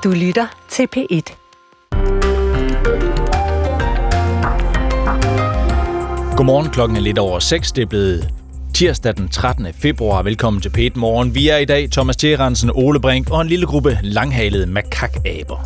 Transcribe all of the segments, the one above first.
Du lytter til P1. Godmorgen, klokken er lidt over 6. Det er blevet tirsdag den 13. februar. Velkommen til P1 Morgen. Vi er i dag Thomas Tjeransen, Ole Brink og en lille gruppe langhalede makakaber.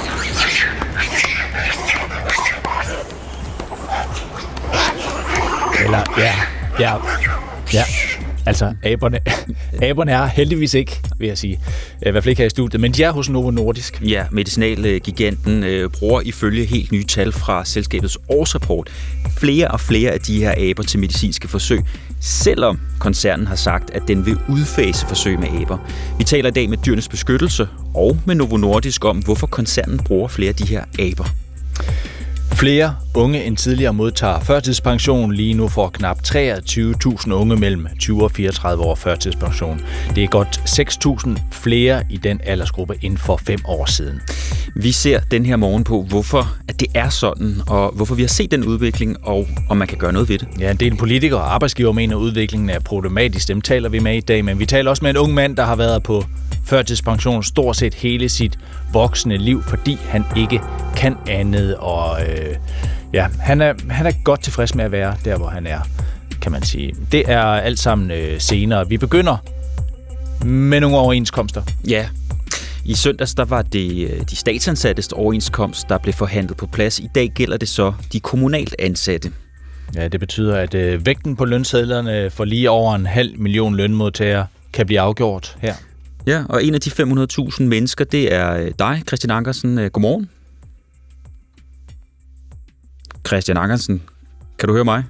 Eller, ja. Altså, aberne er heldigvis ikke, vil jeg sige. I hvert fald ikke her i studiet, men de er hos Novo Nordisk. Ja, medicinalgiganten bruger ifølge helt nye tal fra selskabets årsrapport flere og flere af de her aber til medicinske forsøg, selvom koncernen har sagt, at den vil udfase forsøg med aber. Vi taler i dag med Dyrenes Beskyttelse og med Novo Nordisk om, hvorfor koncernen bruger flere af de her aber. Flere unge end tidligere modtager førtidspension. Lige nu får knap 23.000 unge mellem 20 og 34 år førtidspension. Det er godt 6.000 flere i den aldersgruppe end for 5 år siden. Vi ser den her morgen på, hvorfor at det er sådan, og hvorfor vi har set den udvikling, og om man kan gøre noget ved det. Ja, en del politikere og arbejdsgiver mener, at udviklingen er problematisk. Dem taler vi med i dag, men vi taler også med en ung mand, der har været på førtidspension stort set hele sit voksne liv, fordi han ikke kan andet, og han er godt tilfreds med at være der, hvor han er, kan man sige. Det er alt sammen senere. Vi begynder med nogle overenskomster. Ja, i søndags der var det de statsansattes overenskomst, der blev forhandlet på plads. I dag gælder det så de kommunalt ansatte. Ja, det betyder, at vægten på lønsedlerne for lige over 500.000 lønmodtagere kan blive afgjort her. Ja, og en af de 500.000 mennesker, det er dig, Christian Ankersen. Godmorgen. Christian Ankersen, kan du høre mig?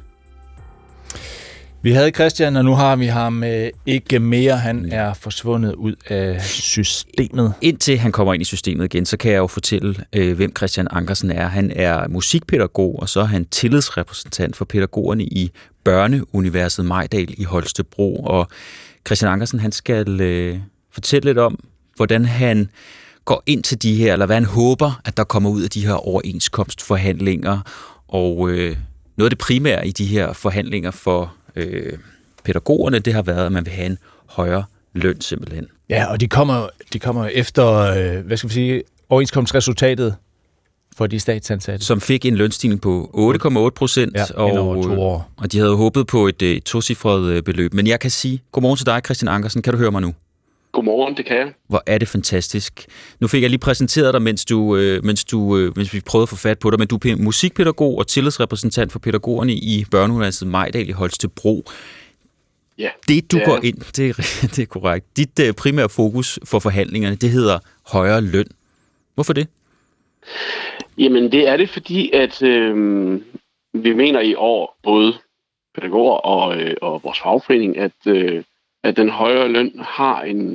Vi havde Christian, og nu har vi ham ikke mere. Han er forsvundet ud af systemet. Indtil han kommer ind i systemet igen, så kan jeg jo fortælle, hvem Christian Ankersen er. Han er musikpædagog, og så er han tillidsrepræsentant for pædagogerne i Børneuniverset Mejdal i Holstebro. Og Christian Ankersen, han skal fortælle lidt om, hvordan han går ind til de her, eller hvad han håber, at der kommer ud af de her overenskomstforhandlinger. Og noget af det primære i de her forhandlinger for pædagogerne, det har været, at man vil have en højere løn simpelthen. Ja, og de kommer efter, overenskomstresultatet for de statsansatte. Som fik en lønstigning på 8,8%, over 2 år. Og de havde håbet på et tocifret beløb. Men jeg kan sige, godmorgen til dig, Christian Ankersen. Kan du høre mig nu? Godmorgen, det kan jeg. Hvor er det fantastisk. Nu fik jeg lige præsenteret dig, mens vi prøvede at få fat på dig, men du er musikpædagog og tillidsrepræsentant for pædagogerne i Børneuniverset Mejdal i Holstebro. Ja, det du går ind, det er korrekt. Dit primære fokus for forhandlingerne, det hedder højere løn. Hvorfor det? Jamen, det er det, fordi at vi mener i år, både pædagoger og vores fagforening, at den højere løn har en,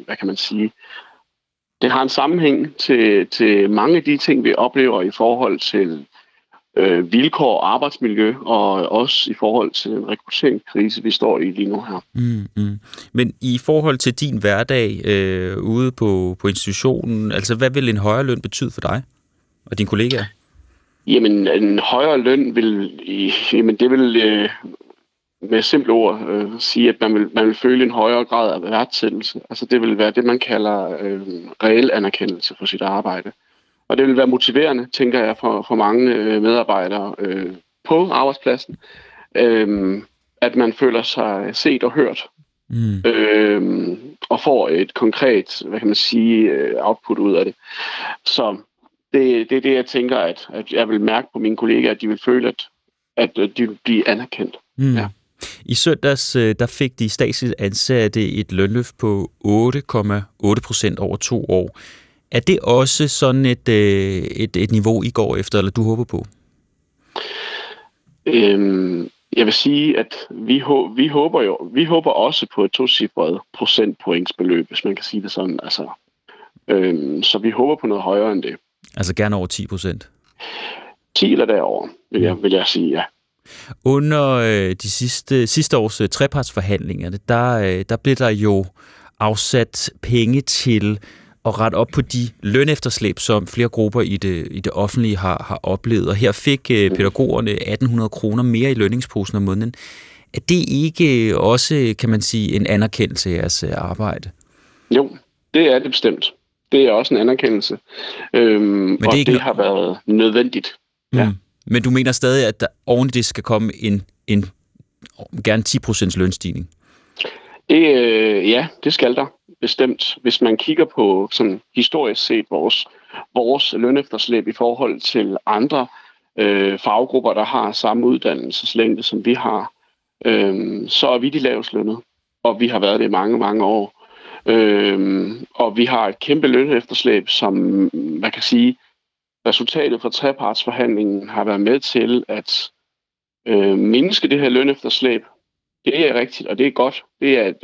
det har en sammenhæng til mange af de ting, vi oplever i forhold til vilkår og arbejdsmiljø, og også i forhold til den rekrutteringskrise, vi står i lige nu her. Men i forhold til din hverdag ude på institutionen, altså hvad vil en højere løn betyde for dig og dine kollegaer? Jamen, en højere løn vil med simple ord sige, at man vil føle en højere grad af værdsættelse. Altså det vil være det, man kalder reel anerkendelse for sit arbejde. Og det vil være motiverende, tænker jeg, for mange medarbejdere på arbejdspladsen, at man føler sig set og hørt. Og får et konkret, output ud af det. Så det er det, jeg tænker, at jeg vil mærke på mine kollegaer, at de vil føle, at de vil blive anerkendt. Ja. I søndags der fik de statsligt ansatte et lønløft på 8,8% over 2 år. Er det også sådan et niveau, I går efter, eller du håber på? Jeg vil sige, at vi håber også på et tocifret procentpointsbeløb, hvis man kan sige det sådan. Altså, så vi håber på noget højere end det. Altså gerne over 10%? 10 eller derover, vil jeg sige, ja. Under de sidste års trepartsforhandlinger, der blev der jo afsat penge til at rette op på de lønefterslæb, som flere grupper i det offentlige har oplevet. Og her fik pædagogerne 1.800 kroner mere i lønningsposen om måneden. Er det ikke også, kan man sige, en anerkendelse af jeres arbejde? Jo, det er det bestemt. Det er også en anerkendelse. Og det har været nødvendigt. Ja. Men du mener stadig, at der oven i det skal komme en gerne 10% lønstigning? Det skal der bestemt. Hvis man kigger på sådan historisk set vores lønefterslæb i forhold til andre faggrupper, der har samme uddannelseslængde, som vi har, så er vi de lavest lønnet. Og vi har været det i mange, mange år. Og vi har et kæmpe lønefterslæb, som man kan sige, resultatet fra trepartsforhandlingen har været med til at mindske det her lønefterslæb. Det er rigtigt, og det er godt. Det er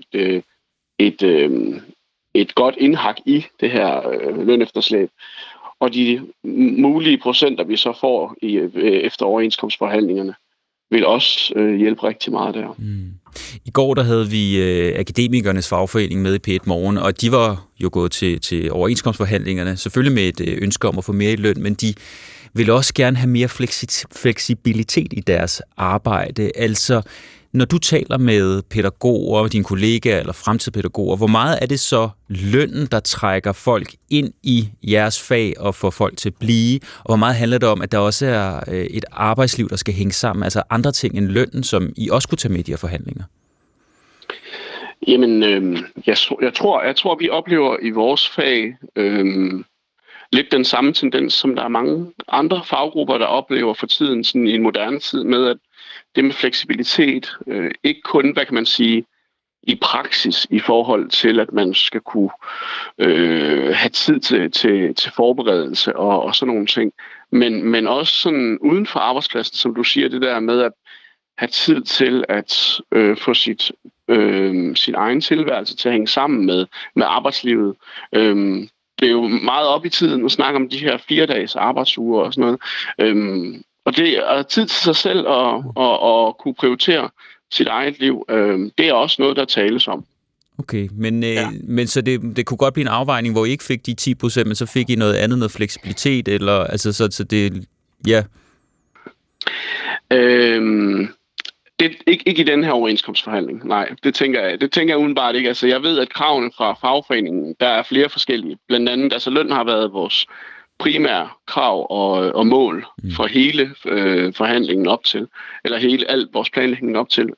et godt indhak i det her lønefterslæb. Og de mulige procenter, vi så får efter overenskomstforhandlingerne, vil også hjælpe rigtig meget der. I går der havde vi akademikernes fagforening med i P1 Morgen, og de var jo gået til overenskomstforhandlingerne, selvfølgelig med et ønske om at få mere i løn, men de ville også gerne have mere fleksibilitet i deres arbejde. Altså, når du taler med pædagoger, dine kollegaer eller fremtidige pædagoger, hvor meget er det så lønnen, der trækker folk ind i jeres fag og får folk til at blive? Og hvor meget handler det om, at der også er et arbejdsliv, der skal hænge sammen? Altså andre ting end lønnen, som I også kunne tage med i de her forhandlinger? Jamen, jeg tror, vi oplever i vores fag lidt den samme tendens, som der er mange andre faggrupper, der oplever for tiden, sådan i en moderne tid, med at det med fleksibilitet, ikke kun, hvad kan man sige, i praksis i forhold til, at man skal kunne have tid til forberedelse og sådan nogle ting, men også sådan uden for arbejdspladsen, som du siger, det der med at have tid til at få sin egen tilværelse til at hænge sammen med arbejdslivet. Det er jo meget op i tiden at snakke om de her 4-dages arbejdsuger og sådan noget. Og det er tid til sig selv at kunne prioritere sit eget liv. Det er også noget, der tales om. Okay, men så det kunne godt blive en afvejning, hvor I ikke fik de 10%, men så fik I noget andet, noget fleksibilitet, eller altså så det, ja. Ikke i den her overenskomstforhandling, nej. Det tænker jeg udenbart ikke. Altså, jeg ved, at kravene fra fagforeningen, der er flere forskellige. Blandt andet, altså løn har været vores primære krav og mål for hele forhandlingen op til, eller alt vores planlægning op til.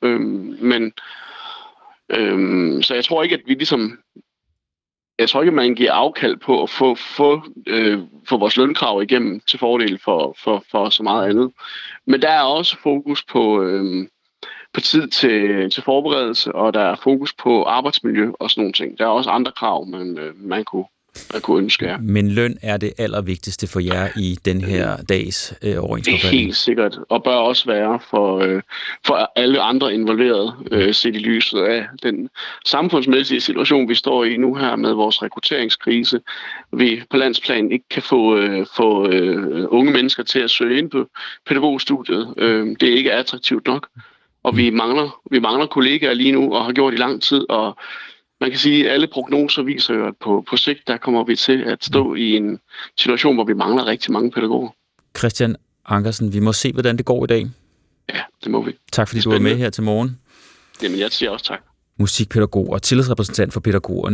Så jeg tror ikke, at vi ligesom, jeg tror ikke, at man giver afkald på at få vores lønkrav igennem til fordel for så meget andet. Men der er også fokus på tid til forberedelse, og der er fokus på arbejdsmiljø og sådan nogle ting. Der er også andre krav, man kunne ønske jer. Men løn er det allervigtigste for jer i den her dags overenskomstforhandling? Det er helt sikkert, og bør også være for alle andre involverede, set i lyset af den samfundsmæssige situation, vi står i nu her med vores rekrutteringskrise. Vi på landsplan ikke kan få unge mennesker til at søge ind på pædagogstudiet. Det er ikke attraktivt nok, og vi mangler kollegaer lige nu, og har gjort i lang tid, og man kan sige, at alle prognoser viser jo, at på sigt, der kommer vi til at stå i en situation, hvor vi mangler rigtig mange pædagoger. Christian Ankersen, vi må se, hvordan det går i dag. Ja, det må vi. Tak fordi du var med her til morgen. Jamen, jeg siger også tak. Musikpædagog og tillidsrepræsentant for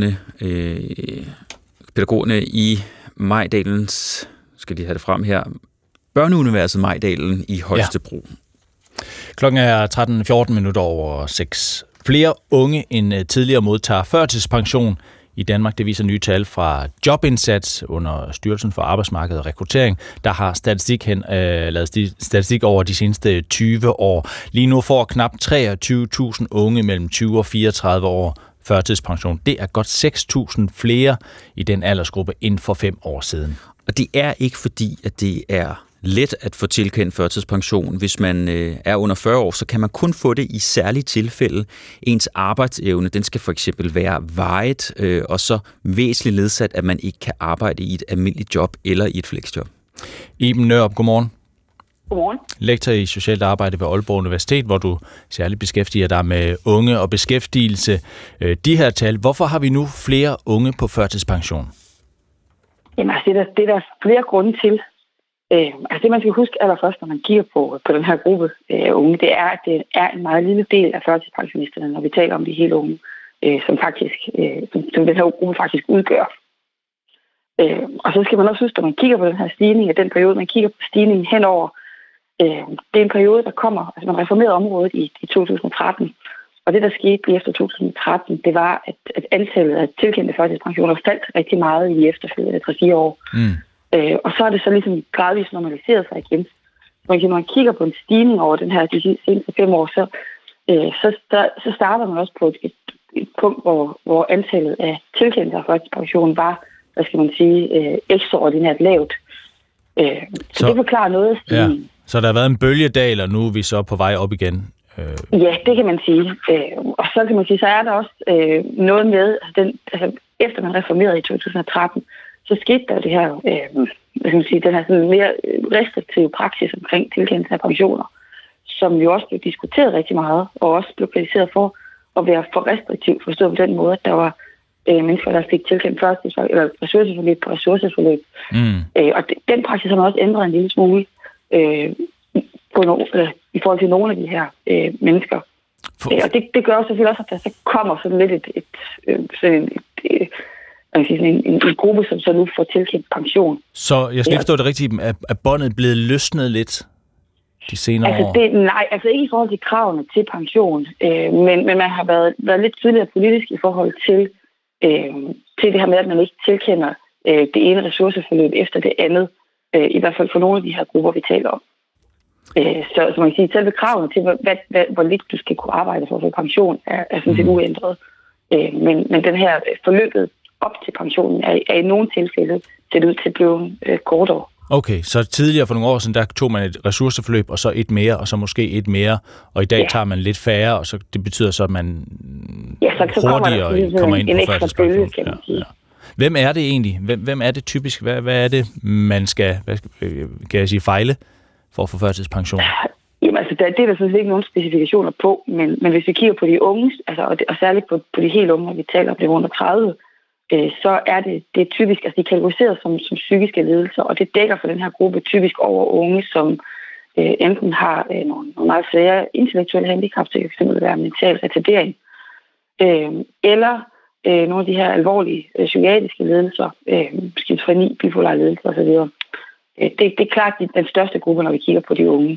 pædagogerne i Majdalens, skal de have det frem her, Børneuniverset Majdalen i Holstebro. Ja. Klokken er 13:14 over 6. Flere unge end tidligere modtager førtidspension i Danmark. Det viser nye tal fra Jobindsats under Styrelsen for Arbejdsmarked og Rekruttering, der har lavet statistik over de seneste 20 år. Lige nu får knap 23.000 unge mellem 20 og 34 år førtidspension. Det er godt 6.000 flere i den aldersgruppe end for 5 år siden. Og det er ikke fordi, at det er let at få tilkendt førtidspension. Hvis man er under 40 år, så kan man kun få det i særlige tilfælde. Ens arbejdsevne, den skal for eksempel være varigt, og så væsentligt nedsat, at man ikke kan arbejde i et almindeligt job eller i et flexjob. Iben Nørup, godmorgen. Godmorgen. Lektor i socialt arbejde ved Aalborg Universitet, hvor du særligt beskæftiger dig med unge og beskæftigelse. De her tal, hvorfor har vi nu flere unge på førtidspension? Jamen, altså, det er der flere grunde til. Altså det, man skal huske allerførst, når man kigger på den her gruppe unge, det er, at det er en meget lille del af førtidspensionisterne, når vi taler om de helt unge, som den her gruppe faktisk udgør. Og så skal man også huske, at man kigger på den her stigning, i den periode, man kigger på stigningen henover, det er en periode, der kommer, altså man reformerede området i 2013, og det, der skete lige efter 2013, det var, at antallet af tilkendte førtidspensioner faldt rigtig meget i de efterfølgende 3-4 år. Og så er det så ligesom gradvist normaliseret sig igen. Når man kigger på en stigning over den her de seneste 5 år, så starter man også på et punkt, hvor antallet af tilkendte af førtidspension var, hvad skal man sige, ekstraordinært lavt. Så det forklarer noget. Ja. Så der har været en bølgedal, og nu er vi så på vej op igen. Ja, det kan man sige. Og så kan man sige, så er der også noget med, altså efter man reformerede i 2013, så skete der det her, hvad skal man sige, den her sådan mere restriktive praksis omkring tilkendelse af pensioner, som jo også blev diskuteret rigtig meget, og også blev kritiseret for at være for restriktiv, forstået på den måde, at der var mennesker, der fik tilkendt ressourceforløb på ressourceforløb. Og den praksis har man også ændret en lille smule i forhold til nogle af de her mennesker. Og det gør selvfølgelig også, at der så kommer sådan lidt en gruppe, som så nu får tilkendt pension. Så jeg skal lige forstå det rigtigt, at båndet blevet løsnet lidt de senere år? Nej, altså ikke i forhold til kravene til pension, men man har været lidt tydeligere politisk i forhold til det her med, at man ikke tilkender det ene ressourceforløb efter det andet, i hvert fald for nogle af de her grupper, vi taler om. Så man kan sige, at selve kravene til, hvor lidt du skal kunne arbejde for at få pension, er sådan set uændret. Men den her forløbet op til pensionen er i nogle tilfælde set ud til at blive kortere. Okay, så tidligere for nogle år siden, der tog man et ressourceforløb, og så et mere, og så måske et mere, og i dag tager man lidt færre, og så det betyder så, at man hurtigere kommer ind på førtidspension. Ja. Hvem er det egentlig? Hvem er det typisk? Hvad er det, man skal kan jeg sige, fejle for at få førtidspension? Jamen altså, det er der sådan set ikke nogen specifikationer på, men hvis vi kigger på de unge, altså, og særligt på de helt unge, når vi taler om det under 30, så er det typisk, altså de er kategoriseret som psykiske lidelser, og det dækker for den her gruppe typisk over unge, som enten har nogle meget svære intellektuelle handicap, det kan fx være mental retardering, eller nogle af de her alvorlige psykiatriske lidelser, skizofreni, bipolar lidelse osv. Det er klart den største gruppe, når vi kigger på de unge.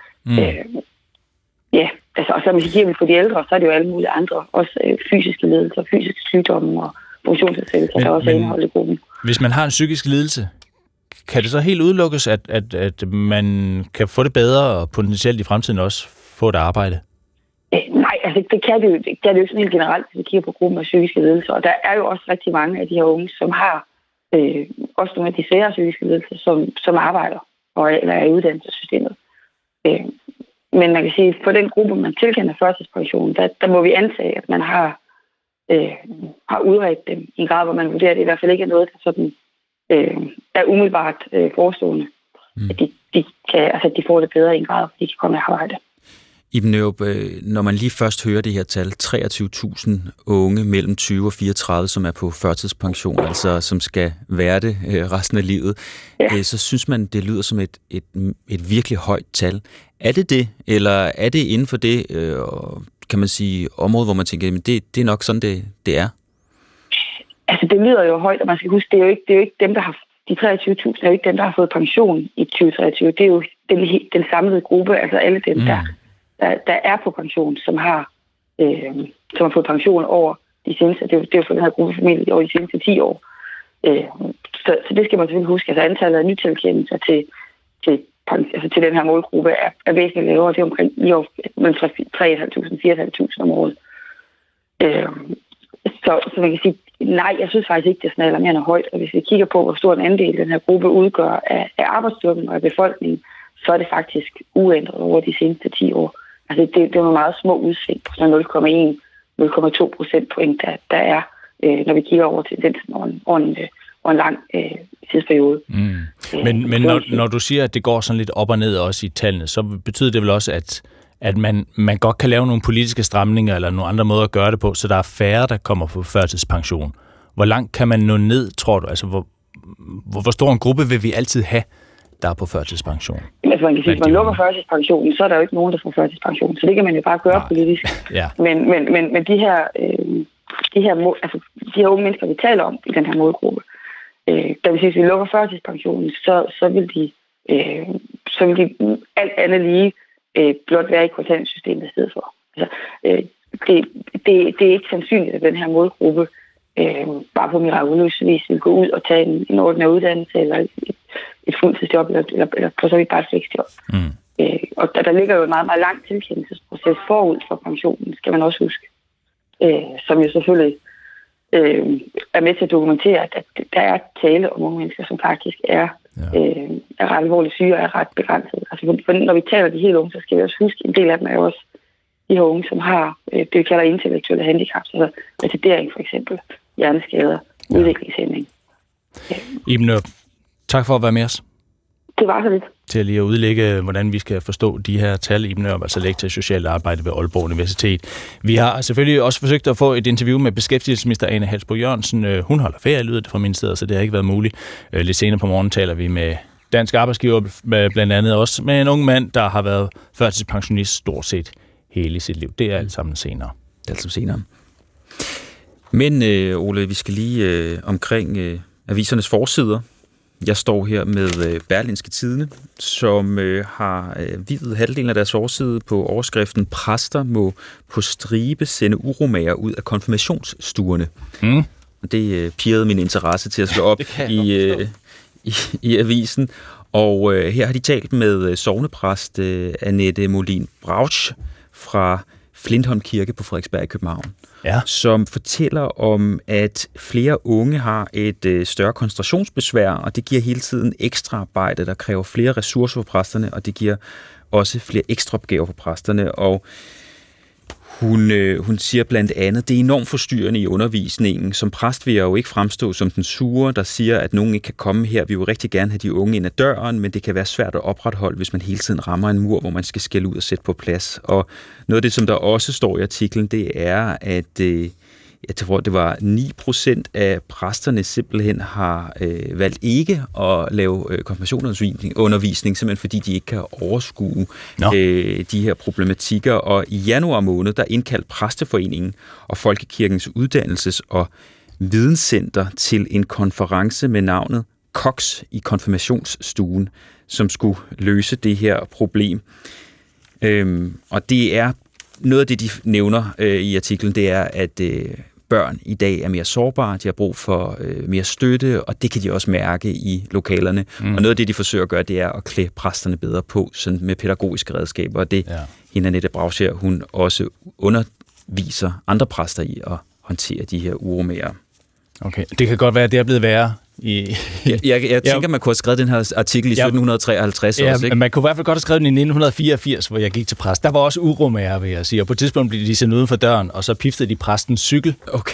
Altså, og så hvis vi kigger på de ældre, så er det jo alle mulige andre, også fysiske lidelser, fysiske sygdomme og funktionsnedsættelser, der også er indeholdt i gruppen. Hvis man har en psykisk lidelse, kan det så helt udelukkes, at man kan få det bedre og potentielt i fremtiden også få et arbejde? Nej, altså det kan det jo sådan helt generelt, hvis vi kigger på gruppen af psykiske lidelser. Og der er jo også rigtig mange af de her unge, som har også nogle af de svære psykiske lidelser, som arbejder eller er i uddannelsessystemet. Men man kan sige, at for den gruppe, man tilkender førtidspension, der må vi antage, at man har udredt dem i en grad, hvor man vurderer, at det i hvert fald ikke er noget, der sådan, er umiddelbart forestående. At de får det bedre i en grad, hvor de kan komme i arbejde. Iben Nørup, når man lige først hører det her tal, 23.000 unge mellem 20 og 34, som er på førtidspension, altså som skal være det resten af livet, så synes man, det lyder som et virkelig højt tal. Er det, eller er det inden for det, kan man sige, område, hvor man tænker, at det er nok sådan, det er? Altså, det lyder jo højt, og man skal huske, det er jo ikke dem, der har de 23.000 er jo ikke dem, der har fået pension i 2023. Det er jo den samlede gruppe, altså alle dem, der er på pension, som har fået pension over de seneste, det er jo for den her gruppe familie over de seneste 10 år. Så det skal man selvfølgelig huske. Altså antallet af nytilkendelser til den her målgruppe er væsentligt lavere. Det er omkring mellem 3.500 4.500 om året. Så man kan sige, nej, jeg synes faktisk ikke, det er sådan alarmerende højt. Og hvis vi kigger på, hvor stor en andel den her gruppe udgør af arbejdsstyrken og af befolkningen, så er det faktisk uændret over de seneste 10 år. Altså det er nogle meget små udsving på 0,2 procentpoint, der er, når vi kigger over tendensen over en lang tidsperiode. Men når du siger, at det går sådan lidt op og ned også i tallene, så betyder det vel også, at man godt kan lave nogle politiske stramninger eller nogle andre måder at gøre det på, så der er færre, der kommer på førtidspension. Hvor langt kan man nå ned, tror du? Altså, hvor stor en gruppe vil vi altid have, der er på førtidspension? Altså, man kan sige, hvis man lukker førtidspensionen, så er der jo ikke nogen, der får førtidspension. Så det kan man jo bare gøre politisk. Ja. Men de her unge mennesker, vi taler om i den her målgruppe, Da hvis vi lukker førtidspensionen, så vil de alt andet lige blot være i kontanthjælpssystemet i stedet for. Altså, det er ikke sandsynligt, at den her målgruppe bare på mirakuløs vis vil gå ud og tage en ordinær uddannelse eller et fuldtidsjob eller på så vidt bare et flexjob. Og der ligger jo en meget, meget lang tilkendelsesproces forud for pensionen, skal man også huske. Som jo selvfølgelig er med til at dokumentere, at der er tale om unge mennesker, som faktisk er ret alvorligt syge og er ret begrænset. Altså, for når vi taler de helt unge, så skal vi også huske, en del af dem er jo også de her unge, som har det, vi kalder intellektuelle handicaps, altså retardering for eksempel, hjerneskader, udviklingshæmning. Iben, tak for at være med os. Det var så lidt. Til lige at udlægge, hvordan vi skal forstå de her tal. Iben Nørup, altså lektor i socialt arbejde ved Aalborg Universitet. Vi har selvfølgelig også forsøgt at få et interview med beskæftigelsesminister Ane Halsboe-Jørgensen. Hun holder ferie, lyder det fra ministeriet, så det har ikke været muligt. Lidt senere på morgen taler vi med Dansk Arbejdsgiver, blandt andet også med en ung mand, der har været førtidspensionist stort set hele sit liv. Det er alt sammen senere. Men Ole, vi skal lige omkring avisernes forsider. Jeg står her med Berlingske Tidende, som har viet halvdelen af deres forside på overskriften "Præster må på stribe sende uromager ud af konfirmationsstuerne". Det pirrede min interesse til at slå op i avisen. Og her har de talt med sognepræst Annette Molin Brauch fra Flintholm Kirke på Frederiksberg i København, som fortæller om, at flere unge har et større koncentrationsbesvær, og det giver hele tiden ekstra arbejde, der kræver flere ressourcer for præsterne, og det giver også flere ekstra opgaver for præsterne. Og hun siger blandt andet, det er enormt forstyrrende i undervisningen. Som præst vil jeg jo ikke fremstå som den sure, der siger, at nogen ikke kan komme her. Vi vil rigtig gerne have de unge ind ad døren, men det kan være svært at opretholde, hvis man hele tiden rammer en mur, hvor man skal skælde ud og sætte på plads. Og noget af det, som der også står i artiklen, det er, at jeg tror, det var 9% af præsterne simpelthen har valgt ikke at lave konfirmationsundervisning, simpelthen fordi de ikke kan overskue de her problematikker. Og i januar måned, der indkaldte Præsteforeningen og Folkekirkens Uddannelses- og Videnscenter til en konference med navnet Koks i konfirmationsstuen, som skulle løse det her problem. Og det er noget af det, de nævner i artiklen, det er, at børn i dag er mere sårbare, de har brug for mere støtte, og det kan de også mærke i lokalerne. Og noget af det, de forsøger at gøre, det er at klæde præsterne bedre på, sådan med pædagogiske redskaber. Og det hende Annette Brauch her, hun også underviser andre præster i at håndtere de her uromager. Okay, det kan godt være, at det er blevet værre. Jeg tænker, man kunne have skrevet den her artikel i 1753 også, ikke? Man kunne i hvert fald godt have skrevet den i 1984, hvor jeg gik til præst. Der var også uromager, vil jeg sige, og på et tidspunkt blev de sendt uden for døren, og så piftede de præstens cykel. Okay.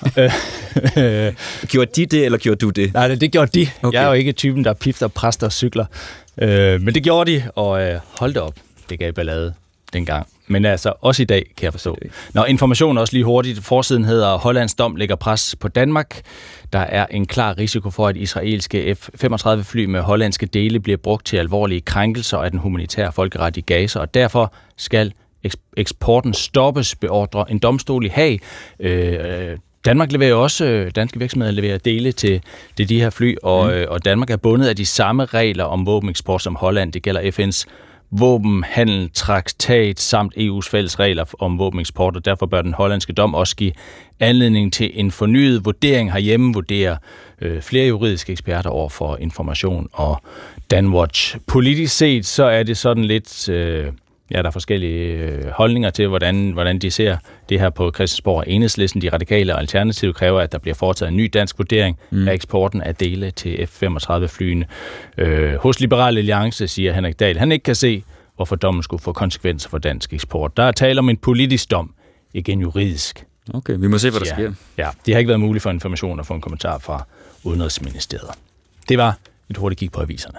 Gjorde de det, eller gjorde du det? Nej, det gjorde de. Okay. Jeg er jo ikke typen, der pifter præster og cykler. Men det gjorde de, og hold da op, det gav ballade dengang. Men altså, også i dag, kan jeg forstå. Nå, information også lige hurtigt. Forsiden hedder, Hollands dom lægger pres på Danmark. Der er en klar risiko for, at israelske F-35-fly med hollandske dele bliver brugt til alvorlige krænkelser af den humanitære folkeret i Gaza, og derfor skal eksporten stoppes, beordrer en domstol i Haag. Danmark leverer også, danske virksomheder leverer dele til de her fly, og Danmark er bundet af de samme regler om våbeneksport som Holland. Det gælder FN's våbenhandel, traktat samt EU's fælles regler om våbeneksport, og derfor bør den hollandske dom også give anledning til en fornyet vurdering herhjemme, vurderer flere juridiske eksperter over for Information og Danwatch. Politisk set, så er det sådan lidt, der er forskellige holdninger til, hvordan de ser det her på Christiansborg. Enhedslisten, de radikale og Alternative kræver, at der bliver foretaget en ny dansk vurdering af eksporten af dele til F-35-flyene. Hos Liberal Alliance siger Henrik Dahl, han ikke kan se, hvorfor dommen skulle få konsekvenser for dansk eksport. Der er tale om en politisk dom, ikke en juridisk. Okay, vi må se, hvad der sker. Ja, det har ikke været muligt for Information at få en kommentar fra Udenrigsministeriet. Det var et hurtigt kig på aviserne.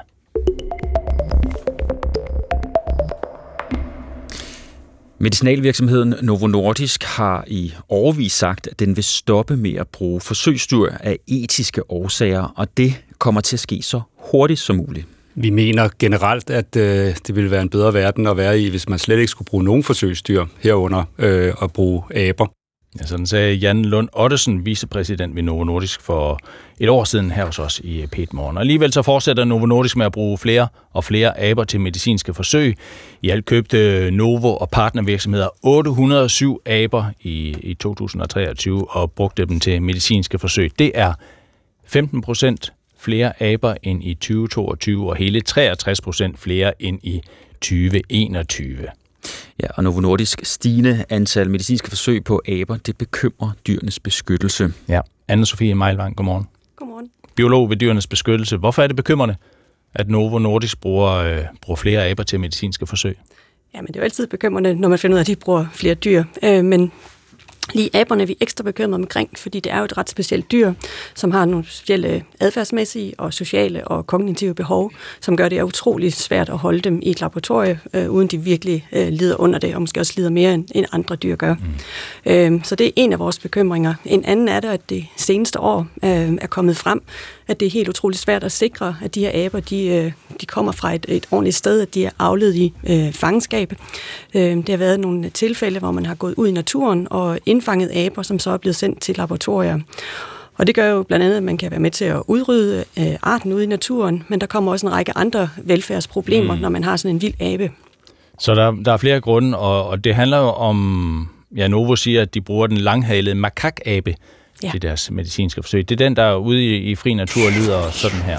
Medicinalvirksomheden Novo Nordisk har i årevis sagt, at den vil stoppe med at bruge forsøgsdyr af etiske årsager, og det kommer til at ske så hurtigt som muligt. Vi mener generelt, at det ville være en bedre verden at være i, hvis man slet ikke skulle bruge nogen forsøgsdyr herunder at bruge aber. Ja, sådan sagde Jan Lund Ottesen, vicepræsident ved Novo Nordisk for et år siden her hos os i P1 Morgen. Og alligevel så fortsætter Novo Nordisk med at bruge flere og flere aber til medicinske forsøg. I alt købte Novo og partnervirksomheder 807 aber i 2023 og brugte dem til medicinske forsøg. Det er 15% flere aber end i 2022 og hele 63% flere end i 2021. Ja, og Novo Nordisk stigende antal medicinske forsøg på aber, det bekymrer dyrenes beskyttelse. Ja, Anne-Sophie Meilvang, godmorgen. Godmorgen. Biolog ved dyrenes beskyttelse. Hvorfor er det bekymrende, at Novo Nordisk bruger flere aber til medicinske forsøg? Jamen, det er jo altid bekymrende, når man finder ud af, at de bruger flere dyr. Men lige aberne er vi ekstra bekymrede omkring, fordi det er jo et ret specielt dyr, som har nogle specielle adfærdsmæssige og sociale og kognitive behov, som gør det utrolig svært at holde dem i et laboratorie, uden de virkelig lider under det, og måske også lider mere end andre dyr gør. Så det er en af vores bekymringer. En anden er det, at det seneste år er kommet frem, at det er helt utroligt svært at sikre, at de her aber, de kommer fra et ordentligt sted, at de er avlet i fangenskab. Det har været nogle tilfælde, hvor man har gået ud i naturen og indfanget aber, som så er blevet sendt til laboratorier. Og det gør jo blandt andet, at man kan være med til at udrydde arten ude i naturen, men der kommer også en række andre velfærdsproblemer, når man har sådan en vild abe. Så der er flere grunde, og det handler jo om, ja, Novo siger, at de bruger den langhalede makakabe til deres medicinske forsøg. Det er den, der er ude i fri natur lyder sådan her.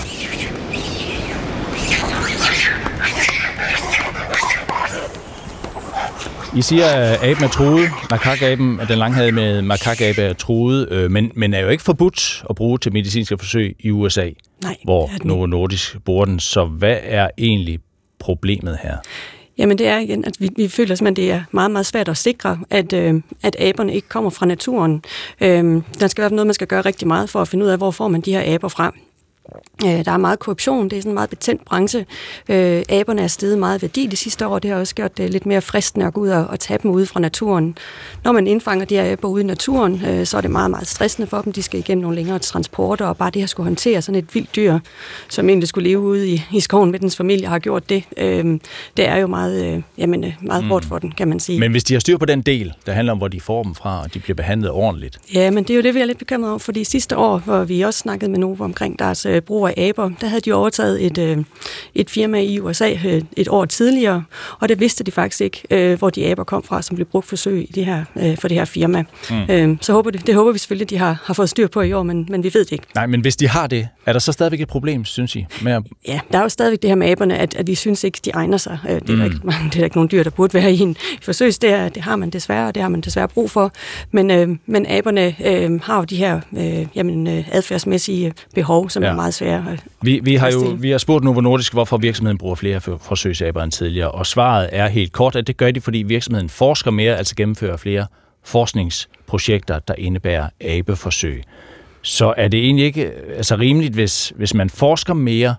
I siger, at aben er truet. Makakaben, den langhalede makakabe er truet, men er jo ikke forbudt at bruge til medicinske forsøg i USA, hvor Novo Nordisk bruger den. Så hvad er egentlig problemet her? Jamen det er igen, at vi føler simpelthen, at det er meget, meget svært at sikre, at aberne ikke kommer fra naturen. Der skal være noget, man skal gøre rigtig meget for at finde ud af, hvor får man de her aber fra. Der er meget korruption, det er sådan en meget betændt branche. Aberne er steget meget værdi de sidste år, det har også gjort det lidt mere fristende at gå ud og tage dem ude fra naturen. Når man indfanger de her aber ude i naturen, så er det meget, meget stressende for dem. De skal igennem nogle længere transporter, og bare det her skulle håndtere sådan et vildt dyr, som egentlig skulle leve ude i skoven med dens familie, har gjort det. Det er jo meget, meget hårdt for den, kan man sige. Men hvis de har styr på den del, der handler om, hvor de får dem fra, og de bliver behandlet ordentligt. Ja, men det er jo det, vi er lidt bekymret over, fordi sidste år, hvor vi også snakkede med Novo omkring deres brug af aber, der havde de overtaget et firma i USA et år tidligere, og det vidste de faktisk ikke, hvor de aber kom fra, som blev brugt forsøg i for det her firma. Så det håber vi selvfølgelig, de har fået styr på i år, men vi ved det ikke. Nej, men hvis de har det, er der så stadigvæk et problem, synes I? Ja, der er jo stadigvæk det her med aberne, at vi synes ikke, de egner sig. Det er der ikke nogen dyr, der burde være i en forsøgsstær. Det har man desværre, og det har man desværre brug for. Men aberne har jo de her adfærdsmæssige behov, som er meget svære. Vi har spurgt Novo Nordisk, hvorfor virksomheden bruger flere forsøgsaber end tidligere, og svaret er helt kort, at det gør de, fordi virksomheden forsker mere, altså gennemfører flere forskningsprojekter, der indebærer abeforsøg. Så er det egentlig ikke rimeligt, hvis man forsker mere,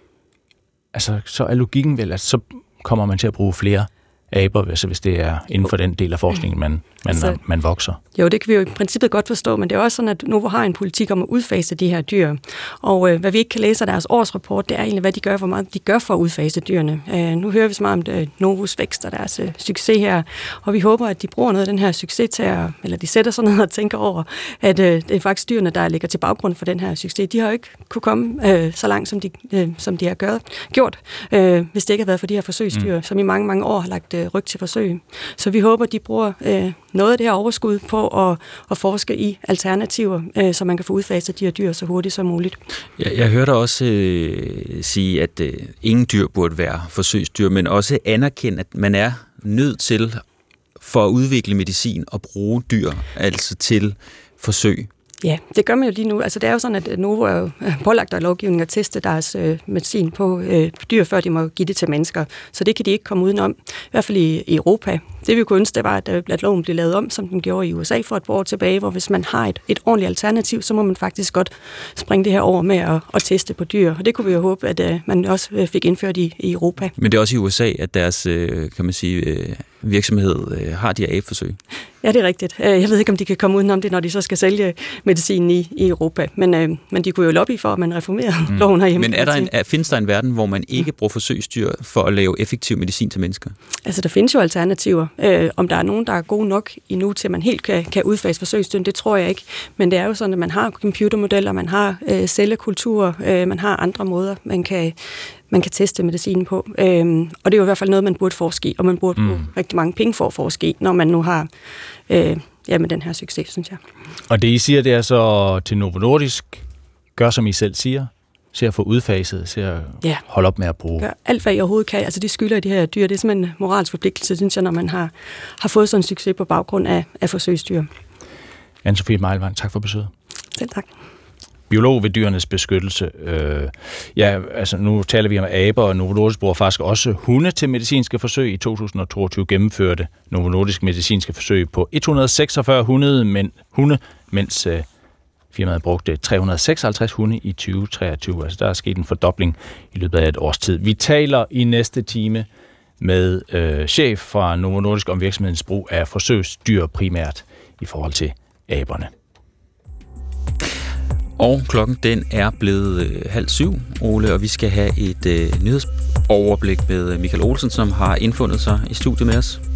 så er logikken vel, at så kommer man til at bruge flere aber, altså hvis det er inden for den del af forskningen, man vokser. Jo, det kan vi jo i princippet godt forstå, men det er også sådan, at Novo har en politik om at udfase de her dyr. Og hvad vi ikke kan læse af deres årsrapport, det er egentlig, hvad de gør, hvor meget de gør for at udfase dyrene. Nu hører vi så meget om Novos vækst og deres succes her, og vi håber, at de bruger noget af den her succes til eller de sætter sådan noget og tænker over, at det er faktisk dyrene, der ligger til baggrund for den her succes. De har jo ikke kunne komme så langt, som de har gjort, hvis det ikke har været for de her forsøgsdyr, som i mange, mange år har lagt ryg til forsøg. Så vi håber, de bruger noget af det her overskud på at forske i alternativer, så man kan få udfaset de her dyr så hurtigt som muligt. Jeg hørte også sige, at ingen dyr burde være forsøgsdyr, men også anerkende, at man er nødt til for at udvikle medicin og bruge dyr altså til forsøg. Ja, det gør man jo lige nu. Altså det er jo sådan, at Novo er jo pålagt af lovgivning at teste deres medicin på dyr, før de må give det til mennesker. Så det kan de ikke komme udenom, i hvert fald i Europa. Det vi kunne ønske, det var, at loven blev lavet om, som den gjorde i USA for et par år tilbage, hvor hvis man har et ordentligt alternativ, så må man faktisk godt springe det her over med at teste på dyr. Og det kunne vi jo håbe, at man også fik indført i Europa. Men det er også i USA, at deres, kan man sige, virksomhed har de her abeforsøg? Ja, det er rigtigt. Jeg ved ikke, om de kan komme udenom det, når de så skal sælge medicinen i Europa. Men de kunne jo lobby for, at man reformerer loven herhjemme. Men findes der en verden, hvor man ikke bruger forsøgsdyr for at lave effektiv medicin til mennesker? Altså, der findes jo alternativer. Om der er nogen, der er gode nok endnu til, at man helt kan udfase forsøgsdyr, det tror jeg ikke. Men det er jo sådan, at man har computermodeller, man har cellekultur, man har andre måder, man kan teste medicinen på. Og det er jo i hvert fald noget, man burde forske i, og man burde bruge rigtig mange penge for at forske i, når man nu har med den her succes, synes jeg. Og det I siger, det er så til Novo Nordisk, gør som I selv siger, se at få udfaset, se at holde op med at bruge. Gør alt, hvad I overhovedet kan. Altså, de skylder de her dyr. Det er simpelthen en moralsk forpligtelse, synes jeg, når man har fået sådan en succes på baggrund af forsøgsdyr. Anne-Sophie Meilvang, tak for besøget. Selv tak. Biolog ved Dyrenes Beskyttelse. Nu taler vi om aber, og Novo Nordisk bruger faktisk også hunde til medicinske forsøg. I 2022 gennemførte Novo Nordisk medicinske forsøg på 146 hunde, mens firmaet brugte 356 hunde i 2023. Altså der er sket en fordobling i løbet af et års tid. Vi taler i næste time med chef fra Novo Nordisk om virksomhedens brug af forsøgsdyr primært i forhold til aberne. Og klokken den er blevet 6:30, Ole, og vi skal have et nyhedsoverblik med Michael Olsen, som har indfundet sig i studiet med os.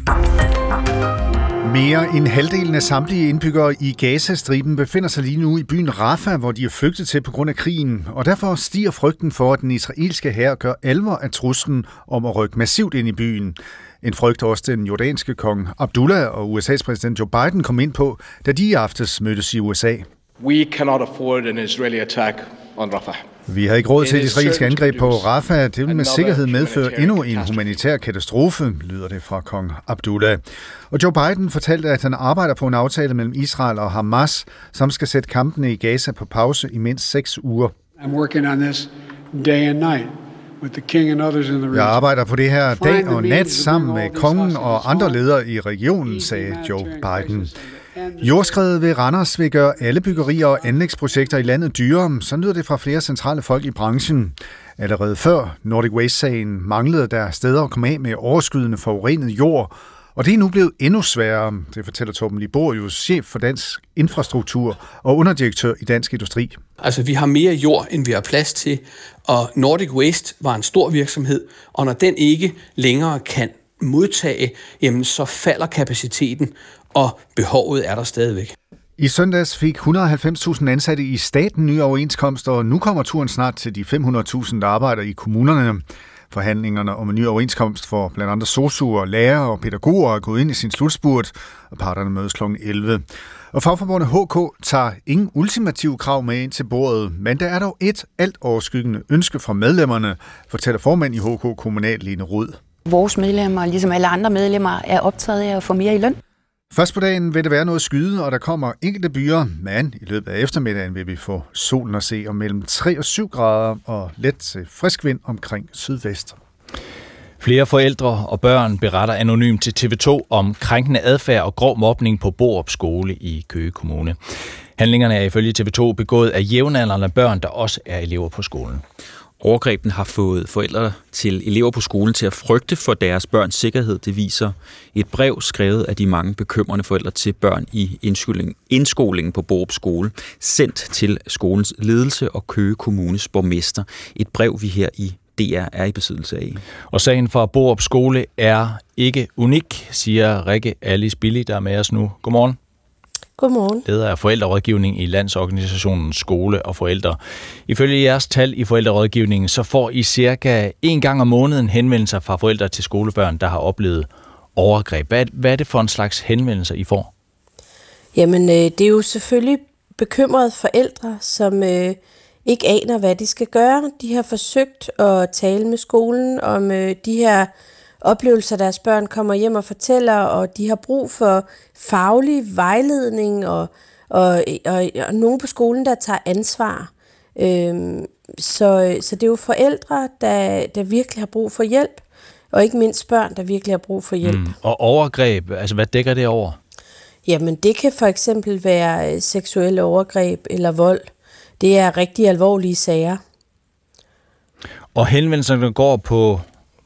Mere end halvdelen af samtlige indbyggere i Gazastriben befinder sig lige nu i byen Rafah, hvor de er flygtet til på grund af krigen, og derfor stiger frygten for, at den israelske hær gør alvor af truslen om at rykke massivt ind i byen. En frygt også den jordanske kong Abdullah og USA's præsident Joe Biden kom ind på, da de i aftes mødtes i USA. We cannot afford an Israeli attack on Rafah. Vi har ikke råd til et israelsk angreb på Rafah. Det vil med sikkerhed medføre endnu en humanitær katastrofe, lyder det fra kong Abdullah. Og Joe Biden fortalte, at han arbejder på en aftale mellem Israel og Hamas, som skal sætte kampene i Gaza på pause i mindst 6 uger. I'm working on this day and night with the king and others in the region. Jeg arbejder på det her dag og nat sammen med kongen og andre ledere i regionen, sagde Joe Biden. Jordskredet ved Randers vil gøre alle byggerier og anlægsprojekter i landet dyrere, så lyder det fra flere centrale folk i branchen. Allerede før Nordic Waste-sagen manglede der steder at komme af med overskydende forurenet jord, og det er nu blevet endnu sværere, det fortæller Torben Liborius, chef for Dansk Infrastruktur og underdirektør i Dansk Industri. Altså, vi har mere jord, end vi har plads til, og Nordic Waste var en stor virksomhed, og når den ikke længere kan modtage, jamen så falder kapaciteten, og behovet er der stadigvæk. I søndags fik 190.000 ansatte i staten nye overenskomster, og nu kommer turen snart til de 500.000, der arbejder i kommunerne. Forhandlingerne om en ny overenskomst for blandt andet sosu'er, lærere og pædagoger er gået ind i sin slutspurt, og parterne mødes kl. 11. Og fagforbundet HK tager ingen ultimative krav med ind til bordet, men der er dog et alt overskyggende ønske fra medlemmerne, fortæller formand i HK Kommunal Lene Rud. Vores medlemmer, ligesom alle andre medlemmer, er optaget af at få mere i løn. Først på dagen vil det være noget skyde, og der kommer enkelte byer, men i løbet af eftermiddagen vil vi få solen at se, og mellem 3 og 7 grader og let til frisk vind omkring sydvest. Flere forældre og børn beretter anonymt til TV2 om krænkende adfærd og grov mobning på Borup Skole i Køge Kommune. Handlingerne er ifølge TV2 begået af jævnaldrende børn, der også er elever på skolen. Overgrebene har fået forældre til elever på skolen til at frygte for deres børns sikkerhed. Det viser et brev skrevet af de mange bekymrende forældre til børn i indskolingen på Borup Skole, sendt til skolens ledelse og Køge Kommunes borgmester. Et brev, vi her i DR er i besiddelse af. Og sagen fra Borup Skole er ikke unik, siger Rikke Alice Billy, der er med os nu. Godmorgen. Godmorgen. Leder af forældrerådgivning i Landsorganisationen Skole og Forældre. Ifølge jeres tal i forældrerådgivningen, så får I cirka 1 gang om måneden henvendelser fra forældre til skolebørn, der har oplevet overgreb. Hvad er det for en slags henvendelser, I får? Jamen, det er jo selvfølgelig bekymrede forældre, som ikke aner, hvad de skal gøre. De har forsøgt at tale med skolen om de her oplevelser, deres børn kommer hjem og fortæller, og de har brug for faglig vejledning og nogen på skolen, der tager ansvar. Så det er jo forældre, der virkelig har brug for hjælp, og ikke mindst børn, der virkelig har brug for hjælp. Og overgreb, altså hvad dækker det over? Jamen det kan for eksempel være seksuelle overgreb eller vold. Det er rigtig alvorlige sager. Og henvendelserne går på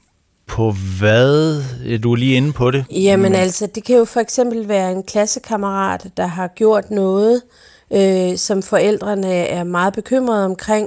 hvad? Du er lige inde på det. Jamen altså, det kan jo for eksempel være en klassekammerat, der har gjort noget, som forældrene er meget bekymrede omkring,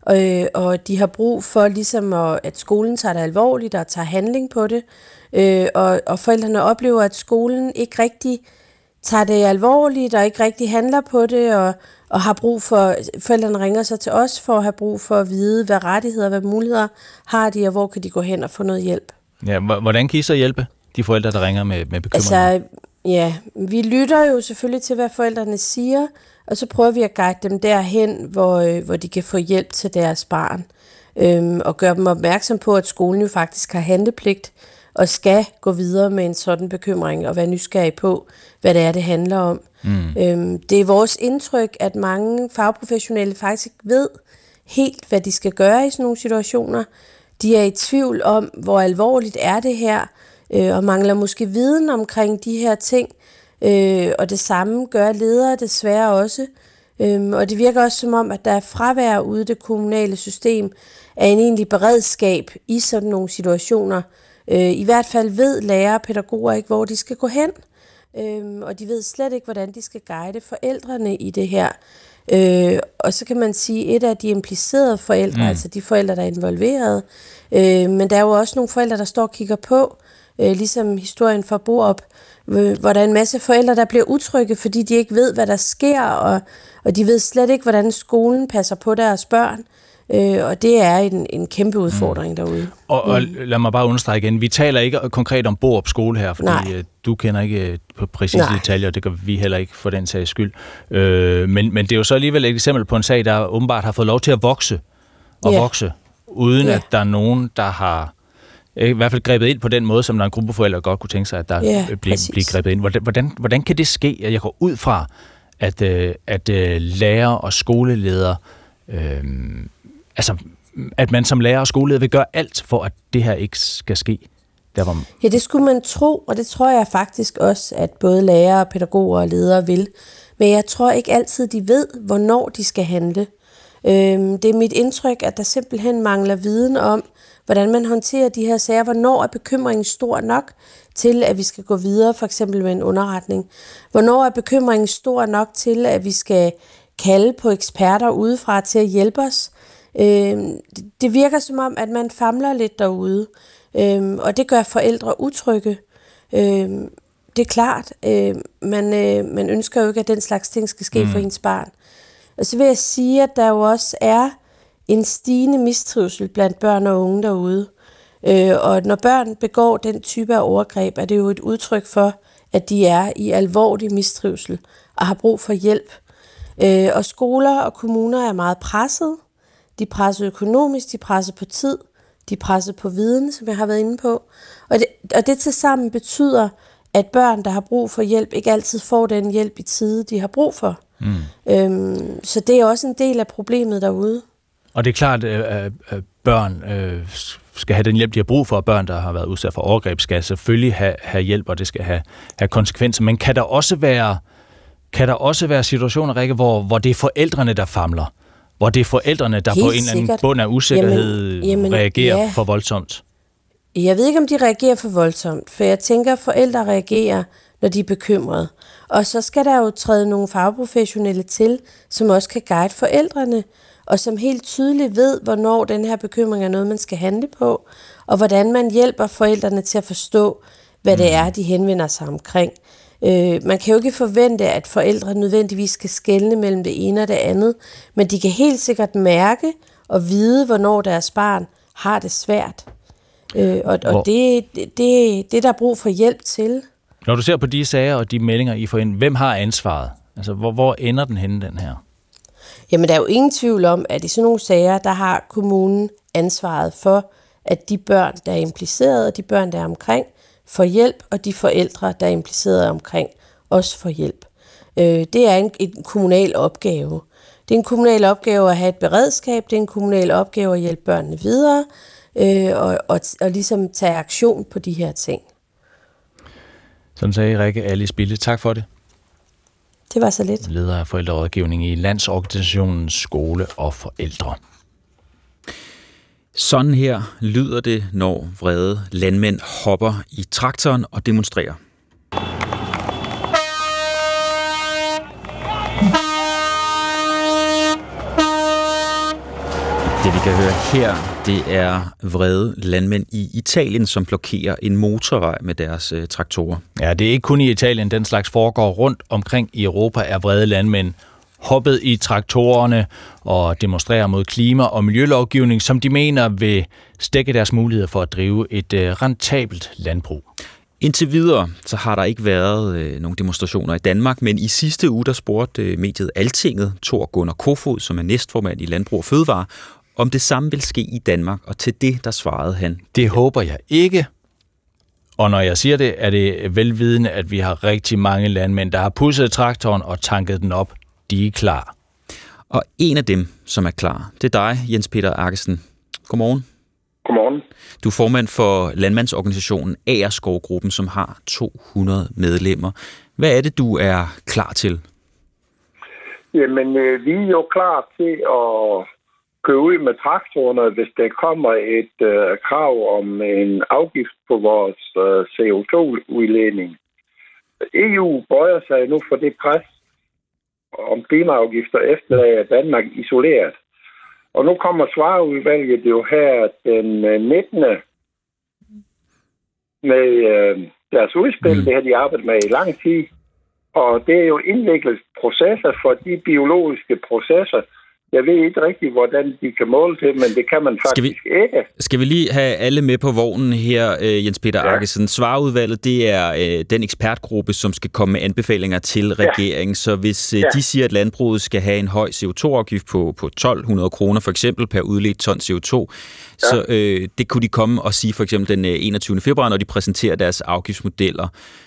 og de har brug for ligesom, at skolen tager det alvorligt og tager handling på det, og forældrene oplever, at skolen ikke rigtig tager det alvorligt og ikke rigtig handler på det, og har brug for, forældrene ringer så til os for at have brug for at vide, hvad rettigheder, hvad muligheder har de, og hvor kan de gå hen og få noget hjælp. Ja, hvordan kan I så hjælpe de forældre, der ringer med bekymringer? Altså, ja, vi lytter jo selvfølgelig til, hvad forældrene siger, og så prøver vi at guide dem derhen, hvor de kan få hjælp til deres barn, og gøre dem opmærksom på, at skolen jo faktisk har handlepligt, og skal gå videre med en sådan bekymring, og være nysgerrig på, hvad det er, det handler om. Det er vores indtryk, at mange fagprofessionelle faktisk ikke ved helt, hvad de skal gøre i sådan nogle situationer. De er i tvivl om, hvor alvorligt er det her, og mangler måske viden omkring de her ting, og det samme gør ledere desværre også. Og det virker også som om, at der er fravær ude i det kommunale system af en egentlig beredskab i sådan nogle situationer. I hvert fald ved lærere og pædagoger ikke, hvor de skal gå hen, og de ved slet ikke, hvordan de skal guide forældrene i det her. Og så kan man sige, et af de implicerede forældre, altså de forældre, der er involveret, men der er jo også nogle forældre, der står og kigger på, ligesom historien fra Borup, hvor der er en masse forældre, der bliver utrygge, fordi de ikke ved, hvad der sker, og de ved slet ikke, hvordan skolen passer på deres børn. Og det er en kæmpe udfordring derude. Og lad mig bare understrege igen, vi taler ikke konkret om Borup skole her, fordi du kender ikke på præcise detaljer, og det gør vi heller ikke for den sags skyld. Men det er jo så alligevel et eksempel på en sag, der åbenbart har fået lov til at vokse, uden at der er nogen, der har i hvert fald grebet ind på den måde, som der er en gruppe forældre godt kunne tænke sig, at der bliver grebet ind. Hvordan kan det ske? Jeg går ud fra, at lærere og skoleledere at man som lærer og skoleleder vil gøre alt for, at det her ikke skal ske. Ja, det skulle man tro, og det tror jeg faktisk også, at både lærere, pædagoger og ledere vil. Men jeg tror ikke altid, de ved, hvornår de skal handle. Det er mit indtryk, at der simpelthen mangler viden om, hvordan man håndterer de her sager. Hvornår er bekymringen stor nok til, at vi skal gå videre, for eksempel med en underretning? Hvornår er bekymringen stor nok til, at vi skal kalde på eksperter udefra til at hjælpe os? Det virker som om, at man famler lidt derude, og det gør forældre utrygge. Det er klart, man ønsker jo ikke, at den slags ting skal ske for ens barn. Og så vil jeg sige, at der jo også er en stigende mistrivsel blandt børn og unge derude. Og når børn begår den type af overgreb, er det jo et udtryk for, at de er i alvorlig mistrivsel og har brug for hjælp. Og skoler og kommuner er meget presset. De er presset økonomisk, de er presset på tid, de er presset på viden, som jeg har været inde på. Og det tilsammen betyder, at børn, der har brug for hjælp, ikke altid får den hjælp i tide, de har brug for. Så det er også en del af problemet derude. Og det er klart, at børn skal have den hjælp, de har brug for. Børn, der har været udsat for overgreb, skal selvfølgelig have hjælp, og det skal have konsekvenser. Men kan der også være situationer, Rikke, hvor det er forældrene, der famler? Hvor det er forældrene, der helt på en eller anden bund af usikkerhed reagerer for voldsomt? Jeg ved ikke, om de reagerer for voldsomt, for jeg tænker, at forældre reagerer, når de er bekymrede. Og så skal der jo træde nogle fagprofessionelle til, som også kan guide forældrene, og som helt tydeligt ved, hvornår den her bekymring er noget, man skal handle på, og hvordan man hjælper forældrene til at forstå, hvad det er, de henvender sig omkring. Man kan jo ikke forvente, at forældre nødvendigvis skal skelne mellem det ene og det andet, men de kan helt sikkert mærke og vide, hvornår deres barn har det svært. Og det er der brug for hjælp til. Når du ser på de sager og de meldinger, I får ind, hvem har ansvaret? Altså, hvor ender den henne, den her? Jamen, der er jo ingen tvivl om, at i sådan nogle sager, der har kommunen ansvaret for, at de børn, der er impliceret, og de børn, der er omkring, får hjælp, og de forældre, der er impliceret omkring, også får hjælp. Det er en kommunal opgave. Det er en kommunal opgave at have et beredskab, det er en kommunal opgave at hjælpe børnene videre, og ligesom tage aktion på de her ting. Sådan sagde Rikke Alice Bille. Tak for det. Det var så lidt. Leder af forældrerådgivning i Landsorganisationen Skole og Forældre. Sådan her lyder det, når vrede landmænd hopper i traktoren og demonstrerer. Det vi kan høre her, det er vrede landmænd i Italien, som blokerer en motorvej med deres traktorer. Ja, det er ikke kun i Italien, den slags foregår rundt omkring i Europa, er vrede landmænd hoppet i traktorerne og demonstrerer mod klima- og miljølovgivning, som de mener vil stække deres muligheder for at drive et rentabelt landbrug. Indtil videre så har der ikke været nogen demonstrationer i Danmark, men i sidste uge der spurgte mediet Altinget Thor Gunnar Kofod, som er næstformand i Landbrug og Fødevare, om det samme vil ske i Danmark, og til det der svarede han: Det håber jeg ikke. Og når jeg siger det, er det velvidende, at vi har rigtig mange landmænd, der har pudset traktoren og tanket den op. De er klar. Og en af dem, som er klar, det er dig, Jens Peter Arkesen. Godmorgen. Godmorgen. Du er formand for landmandsorganisationen Agerskov-gruppen, som har 200 medlemmer. Hvad er det, du er klar til? Jamen, vi er jo klar til at køre ud med traktorerne, hvis der kommer et krav om en afgift på vores CO2-udledning. EU bøjer sig nu for det pres om klimaafgifter efterlader Danmark isoleret. Og nu kommer svareudvalget jo her den 19. med deres udspil. Det har de arbejdet med i lang tid. Og det er jo indviklet processer for de biologiske processer. Jeg ved ikke rigtigt, hvordan de kan måle det, men det kan man faktisk ikke. Skal vi lige have alle med på vognen her, Jens Peter Arkesen? Svareudvalget, det er den ekspertgruppe, som skal komme med anbefalinger til regeringen. Så hvis de siger, at landbruget skal have en høj CO2-afgift på 1.200 kroner for eksempel per udledt ton CO2, så det kunne de komme og sige for eksempel den 21. februar, når de præsenterer deres afgiftsmodeller.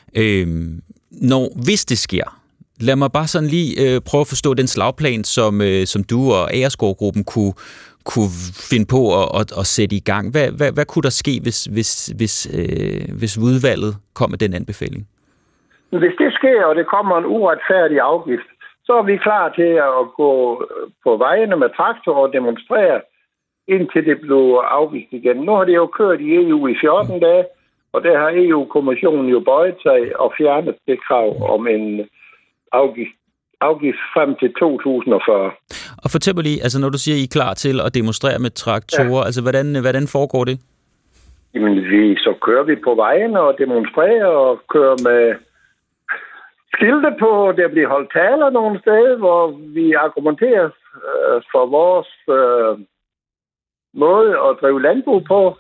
Hvis det sker, lad mig bare sådan lige prøve at forstå den slagplan, som du og Agerskov-gruppen kunne finde på at sætte i gang. Hvad kunne der ske, hvis udvalget kom med den anbefaling? Hvis det sker, og det kommer en uretfærdig afgift, så er vi klar til at gå på vejene med traktor og demonstrere, indtil det bliver afgift igen. Nu har det jo kørt i EU i 14 dage, og der har EU-kommissionen jo bøjet sig og fjernet det krav om en afgift frem til 2040. Og fortæl mig lige, altså når du siger, I er klar til at demonstrere med traktorer, altså hvordan foregår det? Jamen, så kører vi på vejene og demonstrerer og kører med skilte på. Der bliver holdt taler nogle steder, hvor vi argumenterer for vores måde at drive landbrug på.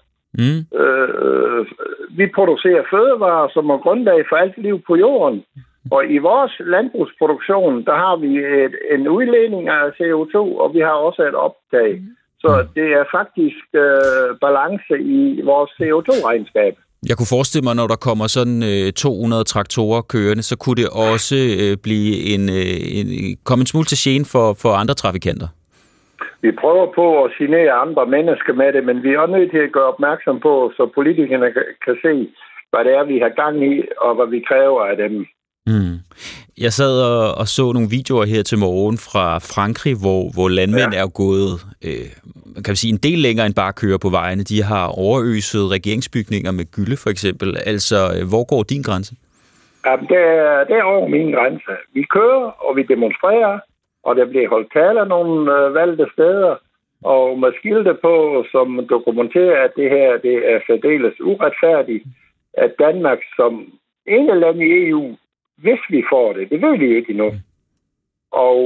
Vi producerer fødevarer, som er grundlag for alt liv på jorden. Og i vores landbrugsproduktion, der har vi en udledning af CO2, og vi har også et optag. Så det er faktisk balance i vores CO2-regnskab. Jeg kunne forestille mig, når der kommer sådan 200 traktorer kørende, så kunne det også blive komme en smule til gene for andre trafikanter. Vi prøver på at genere andre mennesker med det, men vi er også nødt til at gøre opmærksom på, så politikerne kan se, hvad det er, vi har gang i, og hvad vi kræver af dem. Jeg sad og så nogle videoer her til morgen fra Frankrig, hvor landmænd er gået kan vi sige, en del længere end bare at køre på vejene. De har overøset regeringsbygninger med gylde for eksempel. Altså, hvor går din grænse? Jamen, det er over min grænse. Vi kører, og vi demonstrerer, og der bliver holdt taler nogle valgte steder, og med skilte på, som dokumenterer, at det her det er særdeles uretfærdigt, at Danmark som ene land i EU, hvis vi får det ved vi ikke endnu. Og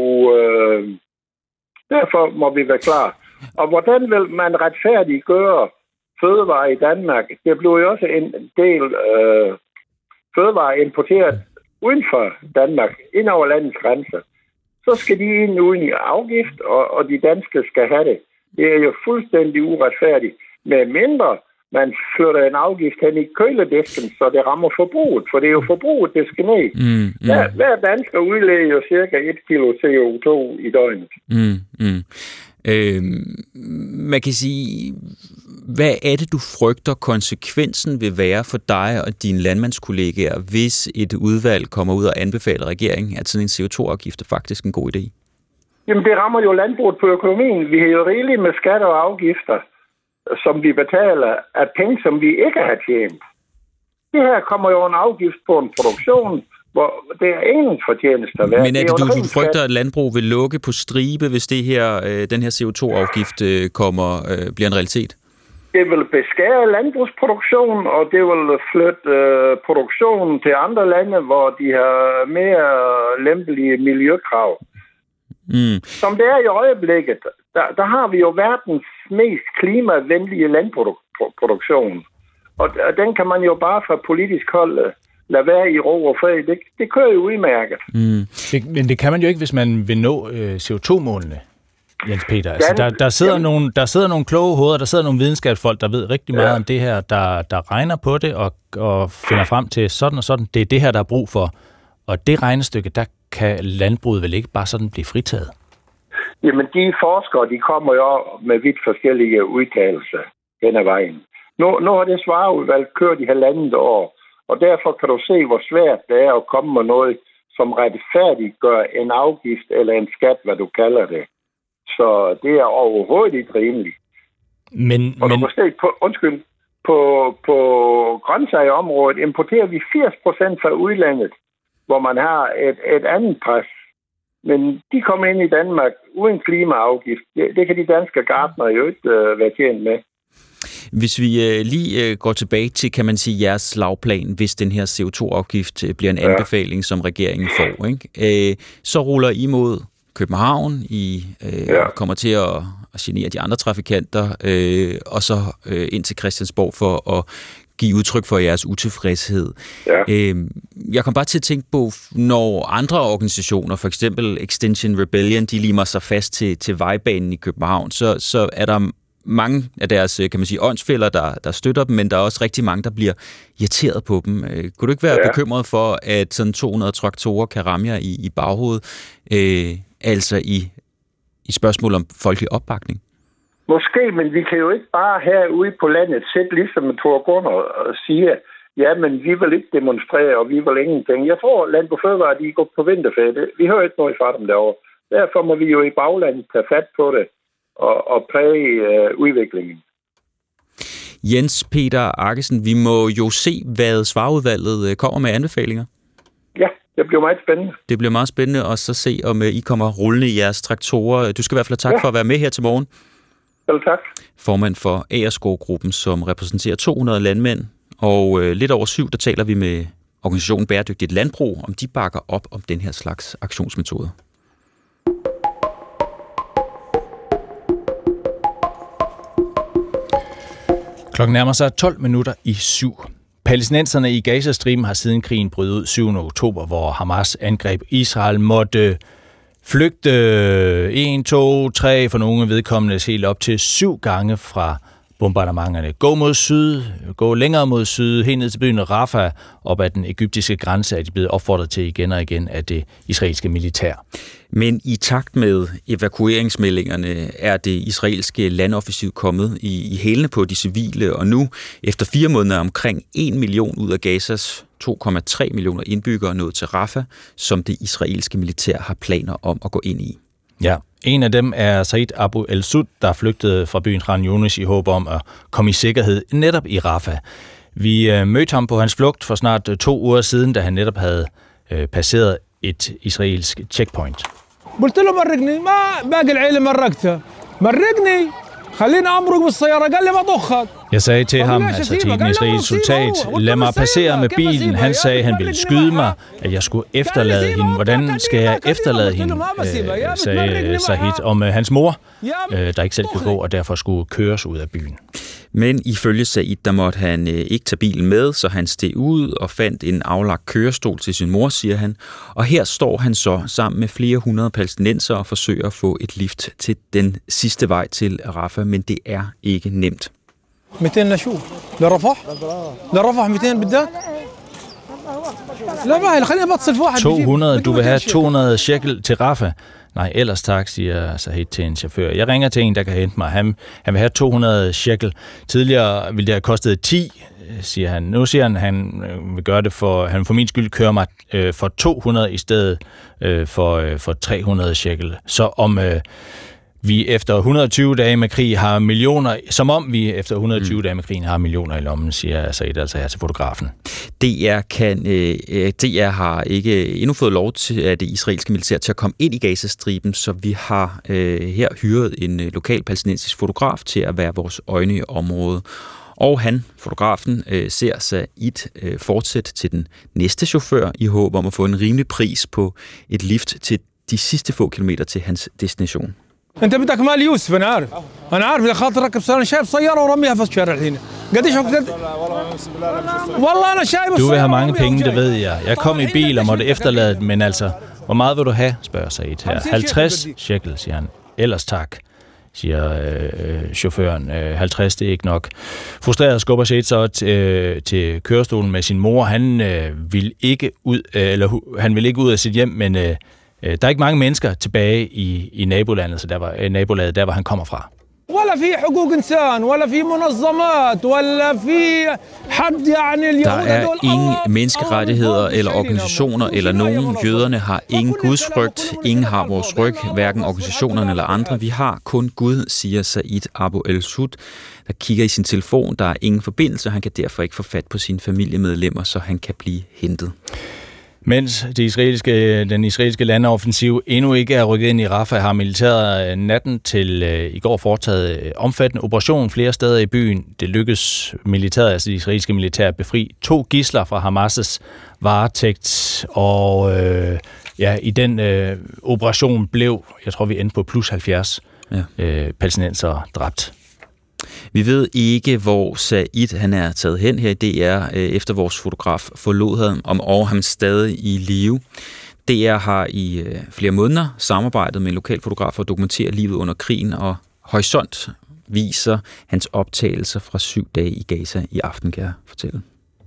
derfor må vi være klar. Og hvordan vil man retfærdiggøre fødevarer i Danmark? Det bliver jo også en del fødevarer importeret uden for Danmark, ind over landets grænser. Så skal de ind uden i afgift, og de danske skal have det. Det er jo fuldstændig uretfærdigt. Med mindre man flytter en afgift hen i køledisken, så det rammer forbruget, for det er jo forbruget, det skal ned. Hver dansker udleder jo cirka 1 kilo CO2 i døgnet. Man kan sige, hvad er det, du frygter konsekvensen vil være for dig og dine landmandskollegaer, hvis et udvalg kommer ud og anbefaler regeringen, at sådan en CO2-afgift er faktisk en god idé? Jamen, det rammer jo landbruget på økonomien. Vi har jo rigeligt med skatter og afgifter, som vi betaler af penge, som vi ikke har tjent. Det her kommer jo en afgift på en produktion, hvor det er ingen fortjeneste værd. Men er det, du frygter, at landbrug vil lukke på stribe, hvis det her, den her CO2-afgift bliver en realitet? Det vil beskære landbrugsproduktionen, og det vil flytte produktionen til andre lande, hvor de har mere lempelige miljøkrav. Som det er i øjeblikket, der har vi jo verdens mest klimavenlige landproduktion. Og den kan man jo bare fra politisk hold lade være i ro og fred. Det kører jo udmærket. Men det kan man jo ikke, hvis man vil nå CO2-målene. Jens Peter, altså der sidder nogle kloge hoveder, der sidder nogle videnskabsfolk, der ved rigtig meget om det her, der regner på det og finder frem til sådan og sådan. Det er det her, der er brug for. Og det regnestykke, der kan landbruget vel ikke bare sådan blive fritaget? Jamen, de forskere, de kommer jo med vidt forskellige udtalelser hen ad vejen. Nu har det svareudvalg kørt i 1,5 år, og derfor kan du se, hvor svært det er at komme med noget, som retfærdiggør en afgift eller en skat, hvad du kalder det. Så det er overhovedet ikke rimeligt. Og du kan se, på grøntsagerområdet importerer vi 80% fra udlandet, hvor man har et andet pres. Men de kommer ind i Danmark uden klimaafgift. Det kan de danske gartnere jo ikke være tjent med. Hvis vi lige går tilbage til, kan man sige, jeres slagplan, hvis den her CO2-afgift bliver en anbefaling, som regeringen får, ikke? Så ruller I mod København, I kommer til at genere de andre trafikanter, og så ind til Christiansborg for at give udtryk for jeres utilfredshed. Jeg kom bare til at tænke på, når andre organisationer, for eksempel Extinction Rebellion, de limer sig fast til vejbanen i København, så er der mange af deres, kan man sige, åndsfælder, der støtter dem, men der er også rigtig mange, der bliver irriteret på dem. Kunne du ikke være bekymret for, at sådan 200 traktorer kan ramme jer i baghovedet, altså i spørgsmål om folkelig opbakning? Måske, men vi kan jo ikke bare herude på landet sætte ligesom Thor Gunnar og sige, ja, men vi vil ikke demonstrere, og vi vil ingenting. Jeg tror, Landbrug & Fødevarer, de går på vinterferie. Vi hører ikke noget fra dem derovre. Derfor må vi jo i baglandet tage fat på det og præge udviklingen. Jens Peter Arkesen, vi må jo se, hvad svareudvalget kommer med anbefalinger. Ja, det bliver meget spændende. Det bliver meget spændende at så se, om I kommer rullende i jeres traktorer. Du skal i hvert fald have tak for at være med her til morgen. Selv tak. Formand for Agerskov-gruppen, som repræsenterer 200 landmænd. Og lidt over 7, der taler vi med organisationen Bæredygtigt Landbrug, om de bakker op om den her slags aktionsmetoder. Klokken nærmer sig 12:12. Palæstinenserne i Gazastriben har siden krigen brød ud 7. oktober, hvor Hamas angreb Israel, måtte flygte 1, 2, 3 for nogle vedkommende helt op til 7 gange fra bombardementerne. Gå mod syd, gå længere mod syd, helt ned til byen Rafah, op ad den egyptiske grænse, er de blevet opfordret til igen og igen af det israelske militær. Men i takt med evakueringsmeldingerne er det israelske landoffensiv kommet i hælene på de civile, og nu, efter 4 måneder, er omkring 1 million ud af Gazas 2,3 millioner indbyggere nået til Rafah, som det israelske militær har planer om at gå ind i. Ja, en af dem er Said Abu El-Sud, der flygtede fra byen Khan Younis i håb om at komme i sikkerhed netop i Rafah. Vi mødte ham på hans flugt for snart 2 uger siden, da han netop havde passeret et israelsk checkpoint. قلت له مرقني ما باقي العيله مرقته مرقني خليني امرق بالسياره قال لي ما ضخك. Jeg sagde til ham, altså til en israelsk soldat, lad mig passere med bilen. Han sagde, han ville skyde mig, at jeg skulle efterlade hende. Hvordan skal jeg efterlade hende, sagde Sahid om hans mor, der ikke selv kunne gå, og derfor skulle køres ud af byen. Men ifølge Said, der måtte han ikke tage bilen med, så han steg ud og fandt en aflagt kørestol til sin mor, siger han. Og her står han så sammen med flere hundrede palæstinensere og forsøger at få et lift til den sidste vej til Rafah, men det er ikke nemt. 200 شو لرفح 200 بدك لا ما خلينا بتصل في واحد 200, du vil have 200 shekel til Rafah? Nej, ellers tak, siger Sahid til en chauffør. Jeg ringer til en, der kan hente mig. Han vil have 200 shekel. Tidligere ville det have kostet 10, siger han. Nu siger han vil gøre det han for min skyld kører mig for 200 i stedet for 300 shekel. Så om vi efter 120 dage med krig har millioner, som om vi efter 120 dage med krigen har millioner i lommen, siger Said altså her til fotografen. DR har ikke endnu fået lov til af det israelske militær til at komme ind i Gazastriben, så vi har her hyret en lokal palæstinensisk fotograf til at være vores øjne i området. Og fotografen, ser Said fortsætte til den næste chauffør i håb om at få en rimelig pris på et lift til de sidste få kilometer til hans destination. انت بدك مال يوسف انا عارف اذا خاطر ركب انا شايف سياره ورميها في الشارع هنا قديش والله انا شايف. Du vil have mange penge, det ved jeg. Jeg kom i bil og måtte efterlade den, men altså, hvor meget vil du have, spørger Said her. 50 shekel, siger han. Ellers tak, siger chaufføren. 50, det er ikke nok. Frustreret skubber Said så til kørestolen med sin mor. Han vil ikke ud af sit hjem, men der er ikke mange mennesker tilbage i nabolandet, så nabolaget, der hvor han kommer fra. Der er ingen menneskerettigheder eller organisationer eller nogen. Jøderne har ingen gudsfrygt. Ingen har vores ryg, hverken organisationerne eller andre. Vi har kun Gud, siger Said Abu El-Sud, der kigger i sin telefon. Der er ingen forbindelse, han kan derfor ikke få fat på sine familiemedlemmer, så han kan blive hentet. Mens den israelske landoffensiv endnu ikke er rykket ind i Rafah, har militæret natten til i går foretaget omfattende operation flere steder i byen. Det lykkedes militæret, altså det israelske militær, at befri 2 gidsler fra Hamas' varetægt, og i den operation blev, jeg tror vi endte på plus 70 palæstinensere dræbt. Vi ved ikke, hvor Said han er taget hen her i DR, efter vores fotograf forlod ham, og han stadig i live. DR har i flere måneder samarbejdet med en lokal fotograf for at dokumentere livet under krigen, og Horisont viser hans optagelser fra 7 dage i Gaza i aften, kan jeg fortælle.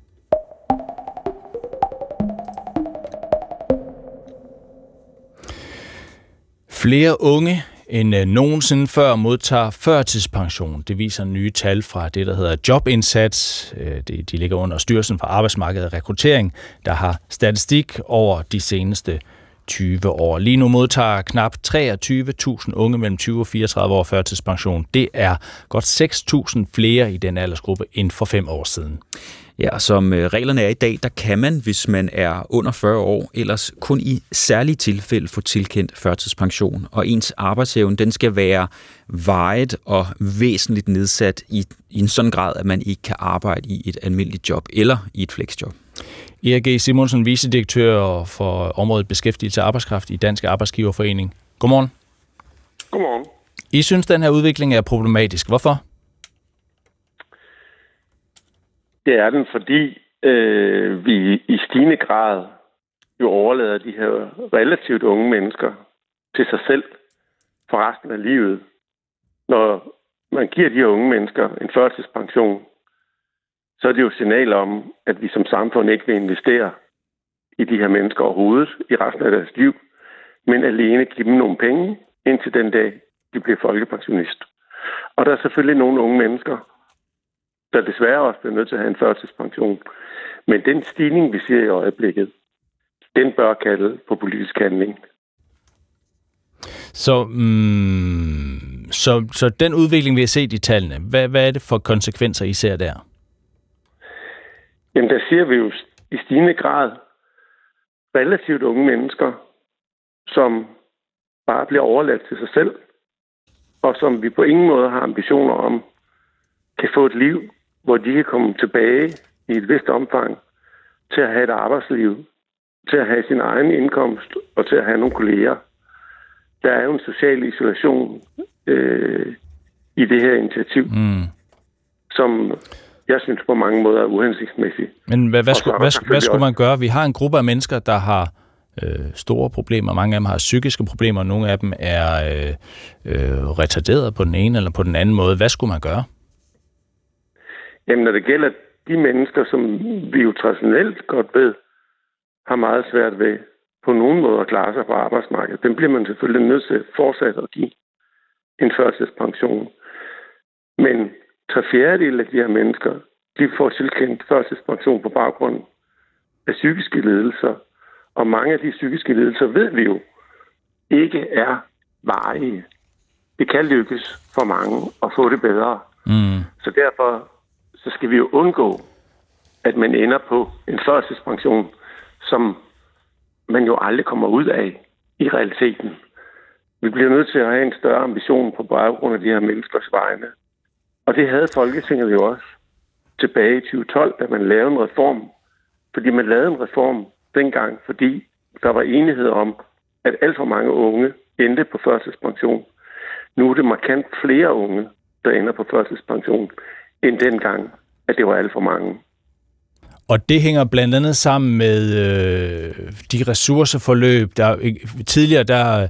Flere unge end nogensinde før modtager førtidspension. Det viser nye tal fra det, der hedder Jobindsats. De ligger under Styrelsen for Arbejdsmarked og Rekruttering, der har statistik over de seneste 20 år. Lige nu modtager knap 23.000 unge mellem 20 og 34 år førtidspension. Det er godt 6.000 flere i den aldersgruppe end for 5 år siden. Ja, som reglerne er i dag, der kan man, hvis man er under 40 år, ellers kun i særlige tilfælde få tilkendt førtidspension. Og ens arbejdsevne, den skal være varigt og væsentligt nedsat i en sådan grad, at man ikke kan arbejde i et almindeligt job eller i et flexjob. Erik G. Simonsen, vicedirektør for området beskæftigelse og arbejdskraft i Dansk Arbejdsgiverforening. Godmorgen. Godmorgen. I synes, den her udvikling er problematisk. Hvorfor? Det er den, fordi vi i stigende grad jo overlader de her relativt unge mennesker til sig selv for resten af livet. Når man giver de her unge mennesker en førtidspension, så er det jo et signal om, at vi som samfund ikke vil investere i de her mennesker overhovedet i resten af deres liv, men alene give dem nogle penge indtil den dag, de bliver folkepensionist. Og der er selvfølgelig nogle unge mennesker, der desværre også bliver nødt til at have en førtidspension. Men den stigning, vi ser i øjeblikket, den bør kalde på politisk handling. Så den udvikling, vi har set i tallene, hvad er det for konsekvenser, I ser der? Jamen, der ser vi jo i stigende grad relativt unge mennesker, som bare bliver overladt til sig selv, og som vi på ingen måde har ambitioner om, kan få et liv, hvor de kan komme tilbage i et vist omfang til at have et arbejdsliv, til at have sin egen indkomst og til at have nogle kolleger. Der er jo en social isolation i det her initiativ, som jeg synes på mange måder er uhensigtsmæssigt. Men hvad skulle man gøre? Vi har en gruppe af mennesker, der har store problemer. Mange af dem har psykiske problemer. Nogle af dem er retarderet på den ene eller på den anden måde. Hvad skulle man gøre? Jamen, når det gælder de mennesker, som vi jo traditionelt godt ved, har meget svært ved på nogen måde at klare sig på arbejdsmarkedet, den bliver man selvfølgelig nødt til fortsat at give en førtidspension. Men 3/4 af de her mennesker, de får tilkendt førtidspension på baggrund af psykiske lidelser. Og mange af de psykiske lidelser ved vi jo ikke er varige. det kan lykkes for mange at få det bedre. Så derfor så skal vi jo undgå, at man ender på en førtidspension, som man jo aldrig kommer ud af i realiteten. Vi bliver nødt til at have en større ambition på baggrund af de her menneskers vegne. Og det havde Folketinget jo også tilbage i 2012, da man lavede en reform. Fordi man lavede en reform dengang, fordi der var enighed om, at alt for mange unge endte på førtidspension. Nu er det markant flere unge, der ender på førtidspension, end dengang, at det var alt for mange. Og det hænger blandt andet sammen med de ressourceforløb. Tidligere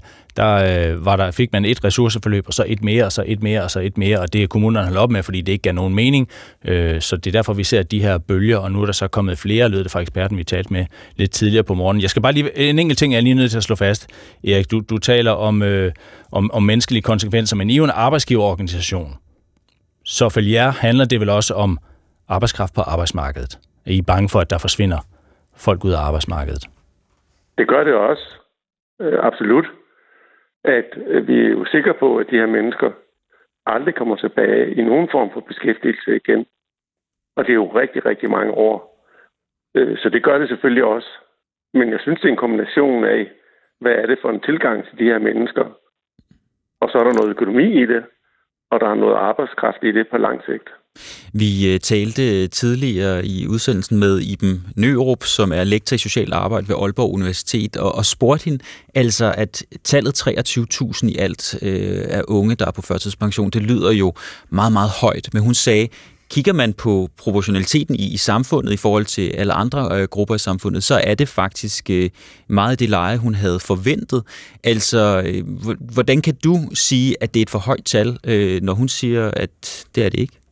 fik man et ressourceforløb, og så et mere, og så et mere, og så et mere, og det er kommunerne holdt op med, fordi det ikke gav nogen mening. Så det er derfor, vi ser de her bølger, og nu er der så kommet flere, lød det fra eksperten, vi talte med lidt tidligere på morgenen. Jeg skal bare lige, en enkelt ting, jeg er lige nødt til at slå fast. Erik, du taler om menneskelige konsekvenser, men I er jo en arbejdsgiverorganisation. Så for jer handler det vel også om arbejdskraft på arbejdsmarkedet. Er I bange for, at der forsvinder folk ud af arbejdsmarkedet? Det gør det også. Absolut. At vi er jo sikre på, at de her mennesker aldrig kommer tilbage i nogen form for beskæftigelse igen. Og det er jo rigtig, rigtig mange år. Så det gør det selvfølgelig også. Men jeg synes, det er en kombination af, hvad er det for en tilgang til de her mennesker? Og så er der noget økonomi i det, og der er noget arbejdskraft i det på lang sigt. Vi talte tidligere i udsendelsen med Iben Nørup, som er lektor i social arbejde ved Aalborg Universitet, og spurgte hende altså, at tallet 23.000 i alt er unge, der er på førtidspension. Det lyder jo meget, meget højt, men hun sagde, kigger man på proportionaliteten i samfundet i forhold til alle andre grupper i samfundet, så er det faktisk meget det leje, hun havde forventet. Altså, hvordan kan du sige, at det er et for højt tal, når hun siger, at det er det ikke?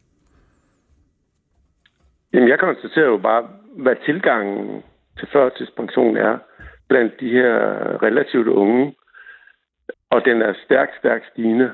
Jamen, jeg konstaterer jo bare, hvad tilgangen til førtidspension er blandt de her relativt unge, og den er stærkt stigende.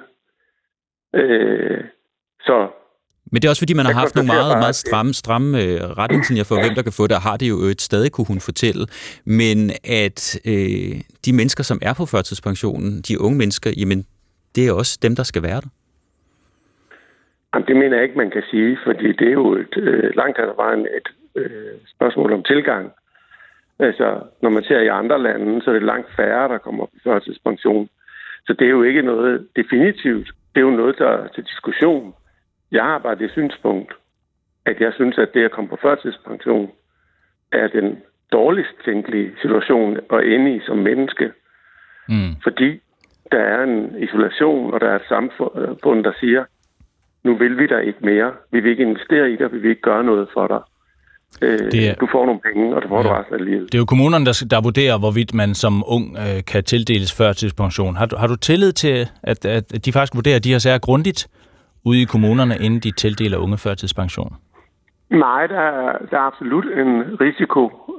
Men det er også fordi, man har haft nogle meget stramme retningslinjer for, hvem der kan få det, og har det jo stadig, kunne hun fortælle. Men at de mennesker, som er på førtidspensionen, de unge mennesker, jamen, det er også dem, der skal være der. Jamen, det mener jeg ikke, man kan sige, fordi det er jo langt hen ad vejen et spørgsmål om tilgang. Altså, når man ser i andre lande, så er det langt færre, der kommer på førtidspension. Så det er jo ikke noget definitivt. Det er jo noget, der er til diskussion. Jeg har bare det synspunkt, at jeg synes, at det at komme på førtidspension er den dårligst tænkelige situation at ende i som menneske. Fordi der er en isolation, og der er et samfund, der siger, nu vil vi der ikke mere. Vi vil ikke investere i dig, vi vil ikke gøre noget for dig. Du får nogle penge, og du får det resten af livet. Det er jo kommunerne, der vurderer, hvorvidt man som ung kan tildeles førtidspension. Har du tillid til, at de faktisk vurderer de her sager grundigt ude i kommunerne, inden de tildeler unge førtidspension? Nej, der er absolut en risiko.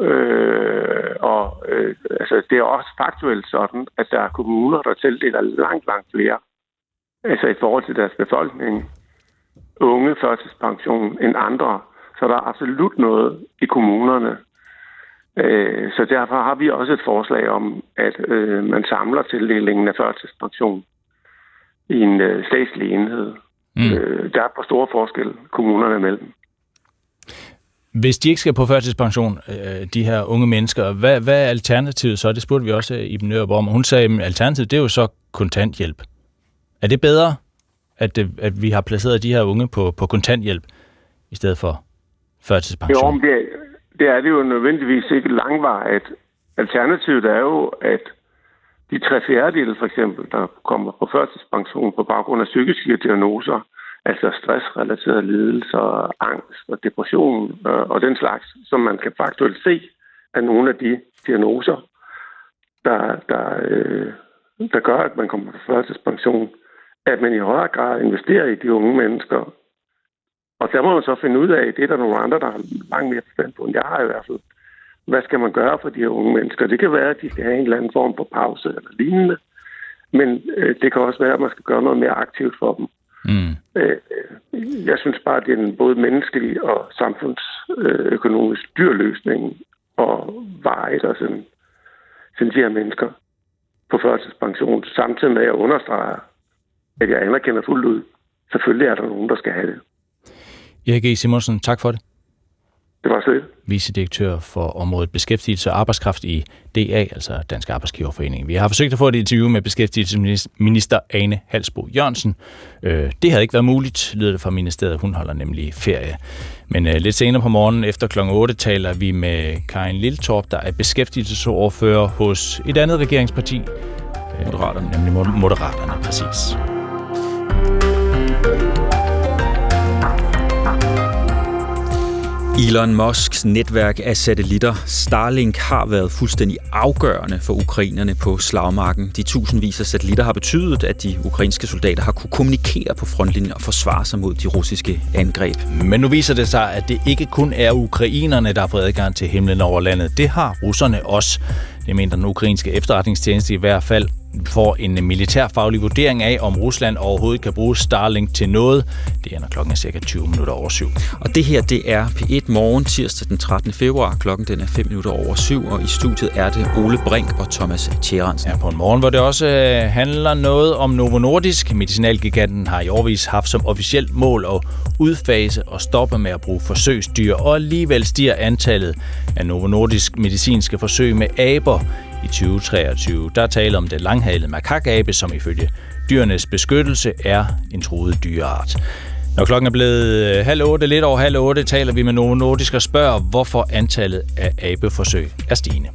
Altså, det er også faktuelt sådan, at der er kommuner, der tildeler langt flere. Altså i forhold til deres befolkning. Unge førtidspension end andre. Så der er absolut noget i kommunerne. Så derfor har vi også et forslag om, at man samler tildelingen af førtidspension i en statslig enhed. Der er på store forskel kommunerne imellem. Hvis de ikke skal på førtidspension, de her unge mennesker, hvad er alternativet så? Det spurgte vi også i Iben Nørup om. Hun sagde, at alternativet det er jo så kontanthjælp. Er det bedre, at vi har placeret de her unge på kontanthjælp i stedet for førtidspension? Jo, det er det jo nødvendigvis ikke langvarigt. Alternativet er jo, at de 3/4 for eksempel, der kommer på førtidspension på baggrund af psykiske diagnoser, altså stressrelaterede lidelser, angst og depression og den slags, som man kan faktuelt se af nogle af de diagnoser, der gør, at man kommer på førtidspension, at man i højere grad investerer i de unge mennesker. Og der må man så finde ud af, det er der nogle andre, der har langt mere forstand på, end jeg har i hvert fald. Hvad skal man gøre for de her unge mennesker? Det kan være, at de skal have en eller anden form for pause eller lignende, men det kan også være, at man skal gøre noget mere aktivt for dem. Jeg synes bare, at det er en både menneskelig og samfundsøkonomisk dyr løsning og veje der sende de her mennesker på førtidspension, samtidig med at understrege, at jeg anerkender fuldt ud. Selvfølgelig er der nogen, der skal have det. Erik E. Simonsen, tak for det. Det var så lidt. Vicedirektør for området beskæftigelse og arbejdskraft i DA, altså Dansk Arbejdsgiverforening. Vi har forsøgt at få et interview med beskæftigelsesminister Ane Halsboe Jørgensen. Det havde ikke været muligt, lyder det fra ministeriet. Hun holder nemlig ferie. Men lidt senere på morgenen efter kl. 8 taler vi med Karin Liltorp, der er beskæftigelsesordfører hos et andet regeringsparti. Moderaterne. Nemlig Moderaterne, præcis. Elon Musks netværk af satellitter Starlink har været fuldstændig afgørende for ukrainerne på slagmarken. De tusindvis af satellitter har betydet, at de ukrainske soldater har kunne kommunikere på frontlinjen og forsvare sig mod de russiske angreb. Men nu viser det sig, at det ikke kun er ukrainerne, der har fået adgang til himlen over landet. Det har russerne også. Det mener den ukrainske efterretningstjeneste i hvert fald får en militærfaglig vurdering af, om Rusland overhovedet kan bruge Starlink til noget. Det ender klokken cirka 20 minutter over 7. Og det her, det er P1 Morgen, tirsdag den 13. februar. Klokken den er 5 minutter over 7, og i studiet er det Ole Brink og Thomas Tjerensen. Ja, på en morgen, hvor det også handler noget om Novo Nordisk. Medicinalgiganten har i årevis haft som officielt mål at udfase og stoppe med at bruge forsøgsdyr, og alligevel stiger antallet af Novo Nordisk medicinske forsøg med aber i 2023. Der taler om det langhalede makakabe, som ifølge Dyrenes Beskyttelse er en truet dyreart. Når klokken er blevet 7:30, lidt over 7:30, taler vi med Novo Nordisk og spørger, hvorfor antallet af abeforsøg er stigende.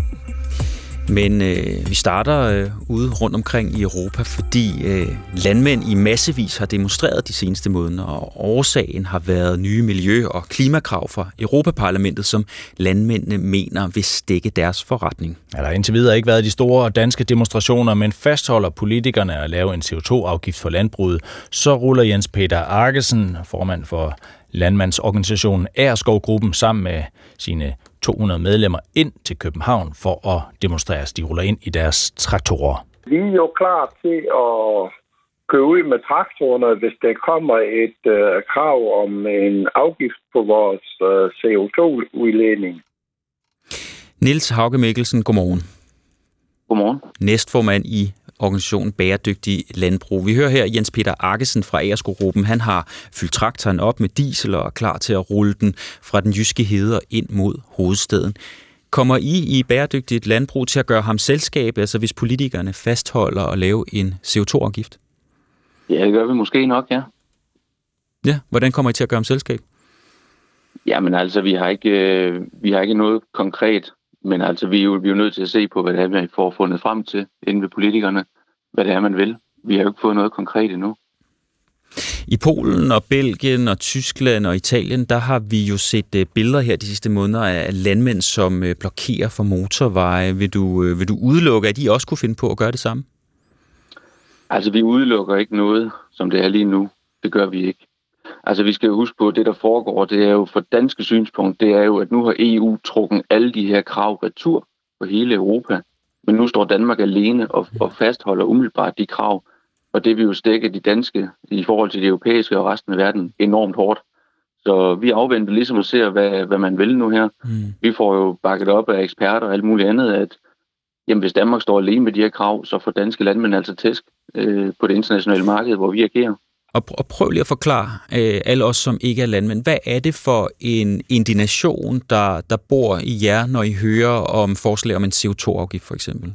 Men vi starter ude rundt omkring i Europa, fordi landmænd i massevis har demonstreret de seneste måneder, og årsagen har været nye miljø- og klimakrav fra Europaparlamentet, som landmændene mener vil stække deres forretning. Ja, der har indtil videre ikke været de store danske demonstrationer, men fastholder politikerne at lave en CO2-afgift for landbruget, så ruller Jens Peter Arkesen, formand for landmandsorganisationen Agerskov-gruppen, sammen med sine 200 medlemmer ind til København for at demonstrere. De ruller ind i deres traktorer. Vi er jo klar til at køre ud med traktorerne, hvis der kommer et krav om en afgift på vores CO2-udledning. Niels Hauge Mikkelsen, godmorgen. Godmorgen. Næstformand i organisationen Bæredygtig Landbrug. Vi hører her Jens Peter Arkesen fra Agerskov-gruppen. Han har fyldt traktoren op med diesel og er klar til at rulle den fra den jyske hede og ind mod hovedstaden. Kommer I Bæredygtigt Landbrug til at gøre ham selskab, altså hvis politikerne fastholder at lave en CO2-afgift? Ja, det gør vi måske nok, ja. Ja, hvordan kommer I til at gøre ham selskab? Jamen altså, vi har ikke noget konkret. Men altså, vi er jo nødt til at se på, hvad det er, man får fundet frem til inden ved politikerne. Hvad det er, man vil. Vi har jo ikke fået noget konkret endnu. I Polen og Belgien og Tyskland og Italien, der har vi jo set billeder her de sidste måneder af landmænd, som blokerer for motorveje. Vil du udelukke, at de også kunne finde på at gøre det samme? Altså, vi udelukker ikke noget, som det er lige nu. Det gør vi ikke. Altså, vi skal jo huske på, at det, der foregår, det er jo for danske synspunkt, det er jo, at nu har EU trukket alle de her krav retur på hele Europa. Men nu står Danmark alene og fastholder umiddelbart de krav. Og det vil jo stikke de danske i forhold til de europæiske og resten af verden enormt hårdt. Så vi afventer ligesom at se, hvad man vil nu her. Vi får jo bakket op af eksperter og alt muligt andet, at jamen, hvis Danmark står alene med de her krav, så får danske landmænd altså tæsk på det internationale marked, hvor vi agerer. Og prøv lige at forklare alle os, som ikke er landmænd. Hvad er det for en indignation, der bor i jer, når I hører om forslag om en CO2-afgift for eksempel?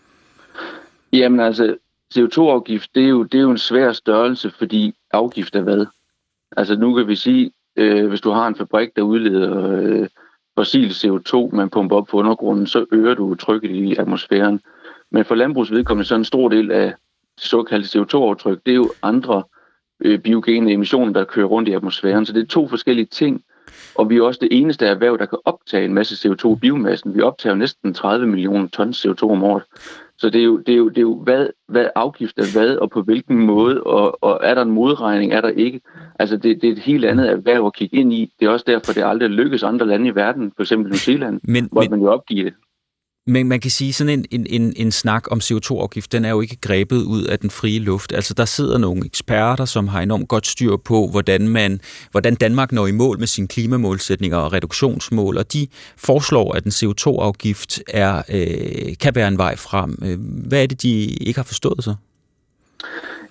Jamen altså, CO2-afgift, det er jo en svær størrelse, fordi afgift er hvad? Altså nu kan vi sige, hvis du har en fabrik, der udleder fossil CO2, man pumper op på undergrunden, så øger du trykket i atmosfæren. Men for landbrugsvedkommende, så en stor del af det såkaldte CO2-aftryk, det er jo andre biogene emissioner, der kører rundt i atmosfæren. Så det er to forskellige ting. Og vi er også det eneste erhverv, der kan optage en masse CO2 i biomassen. Vi optager næsten 30 millioner tons CO2 om året. Så det er jo hvad afgift er hvad, og på hvilken måde, og er der en modregning, er der ikke. Altså det er et helt andet erhverv at kigge ind i. Det er også derfor, det aldrig lykkes andre lande i verden, f.eks. New Zealand, hvor man jo opgiver det. Men man kan sige, sådan en snak om CO2-afgift, den er jo ikke grebet ud af den frie luft. Altså der sidder nogle eksperter, som har enormt godt styr på, hvordan Danmark når i mål med sine klimamålsætninger og reduktionsmål, og de foreslår, at en CO2-afgift kan være en vej frem. Hvad er det, de ikke har forstået så?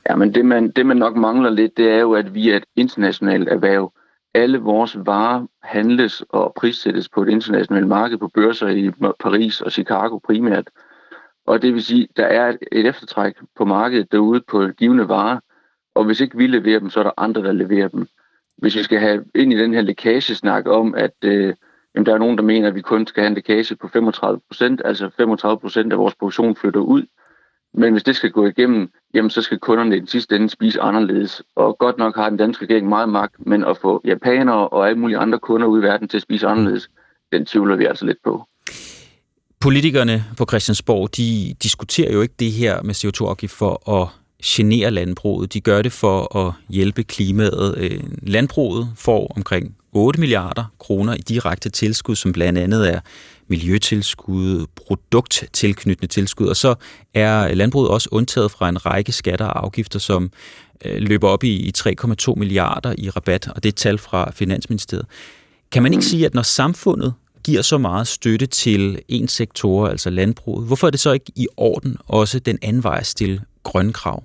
Ja, men det man nok mangler lidt, det er jo, at vi er et internationalt erhverv. Alle vores varer handles og prissættes på et internationalt marked på børser i Paris og Chicago primært. Og det vil sige, der er et eftertræk på markedet derude på givne varer, og hvis ikke vi leverer dem, så er der andre, der leverer dem. Hvis vi skal have ind i den her lækagesnak om, at jamen, der er nogen, der mener, at vi kun skal have en lækage på 35%, altså 35% af vores produktion flytter ud. Men hvis det skal gå igennem, jamen så skal kunderne i den sidste ende spise anderledes. Og godt nok har den danske regering meget magt, men at få japanere og alle mulige andre kunder ud i verden til at spise anderledes, den tvivler vi altså lidt på. Politikerne på Christiansborg, de diskuterer jo ikke det her med CO2-afgift for at genere landbruget. De gør det for at hjælpe klimaet. Landbruget får omkring 8 milliarder kroner i direkte tilskud, som blandt andet er miljøtilskud, produkttilknyttende tilskud, og så er landbruget også undtaget fra en række skatter og afgifter, som løber op i 3,2 milliarder i rabat, og det er et tal fra Finansministeriet. Kan man ikke sige, at når samfundet giver så meget støtte til en sektor, altså landbruget, hvorfor er det så ikke i orden også den anden vej at stille grønne krav?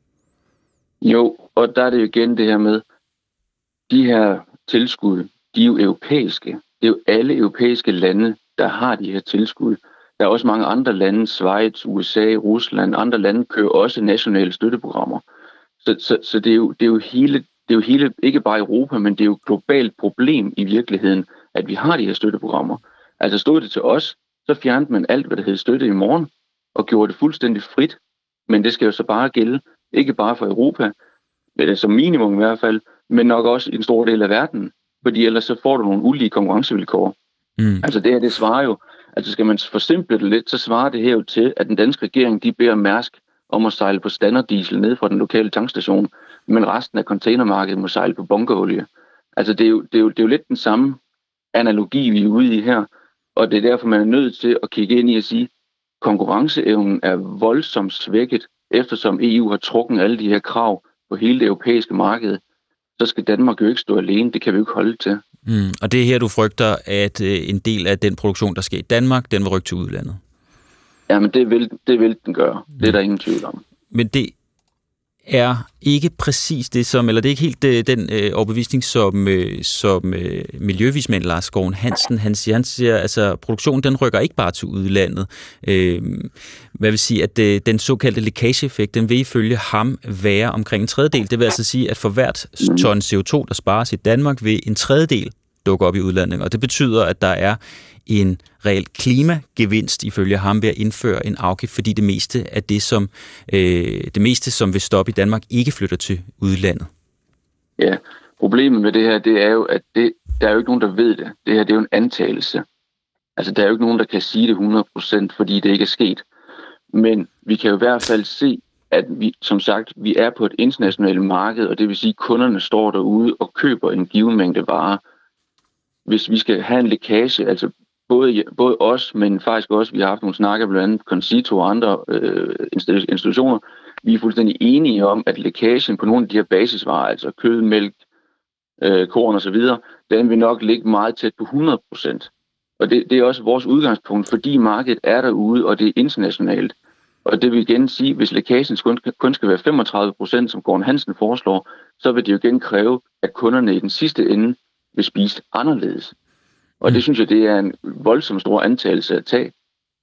Jo, og der er det jo igen det her med, de her tilskud, de er jo europæiske. Det er jo alle europæiske lande, der har de her tilskud. Der er også mange andre lande, Schweiz, USA, Rusland, andre lande kører også nationale støtteprogrammer. Så det er jo hele, ikke bare Europa, men det er jo et globalt problem i virkeligheden, at vi har de her støtteprogrammer. Altså stod det til os, så fjernede man alt, hvad der hed støtte i morgen, og gjorde det fuldstændig frit. Men det skal jo så bare gælde, ikke bare for Europa, men som minimum i hvert fald, men nok også i en stor del af verden, fordi ellers så får du nogle ulige konkurrencevilkår. Altså det her, det svarer jo, altså skal man forsimple det lidt, så svarer det her jo til, at den danske regering, de beder Mærsk om at sejle på standarddiesel ned fra den lokale tankstation, men resten af containermarkedet må sejle på bunkerolie. Altså det er jo lidt den samme analogi, vi er ude i her, og det er derfor, man er nødt til at kigge ind i at sige, konkurrenceevnen er voldsomt svækket, eftersom EU har trukket alle de her krav på hele det europæiske marked, så skal Danmark jo ikke stå alene. Det kan vi jo ikke holde til. Og det er her, du frygter, at en del af den produktion, der sker i Danmark, den vil rykke til udlandet? Jamen, det vil den gøre. Det er der ingen tvivl om. Men det er ikke præcis det som, eller det er ikke helt den overbevisning, som miljøvismand Lars Skoven Hansen, han siger, altså produktionen, den rykker ikke bare til udlandet. Hvad vil sige, at den såkaldte lækageeffekt, den vil ifølge ham være omkring en tredjedel. Det vil altså sige, at for hvert ton CO2, der spares i Danmark, vil en tredjedel dukke op i udlandet. Og det betyder, at der er en reel klimagevinst ifølge ham ved at indføre en afgift, fordi det meste af det meste, som vil stoppe i Danmark, ikke flytter til udlandet. Ja, problemet med det her, det er jo, at der er jo ikke nogen, der ved det. Det her, det er jo en antagelse. Altså, der er jo ikke nogen, der kan sige det 100%, fordi det ikke er sket. Men vi kan jo i hvert fald se, at vi, som sagt, vi er på et internationalt marked, og det vil sige, at kunderne står derude og køber en given mængde varer. Hvis vi skal have en lækage, altså både os, men faktisk også, vi har haft nogle snakker, blandt andet Concito og andre institutioner, vi er fuldstændig enige om, at lækagen på nogle af de her basisvarer, altså kød, mælk, korn og så videre, den vil nok ligge meget tæt på 100%. Og det er også vores udgangspunkt, fordi markedet er derude, og det er internationalt. Og det vil igen sige, hvis lækagen kun skal være 35%, som Gordon Hansen foreslår, så vil det jo igen kræve, at kunderne i den sidste ende vil spise anderledes. Og det synes jeg, det er en voldsomt stor antagelse at tage.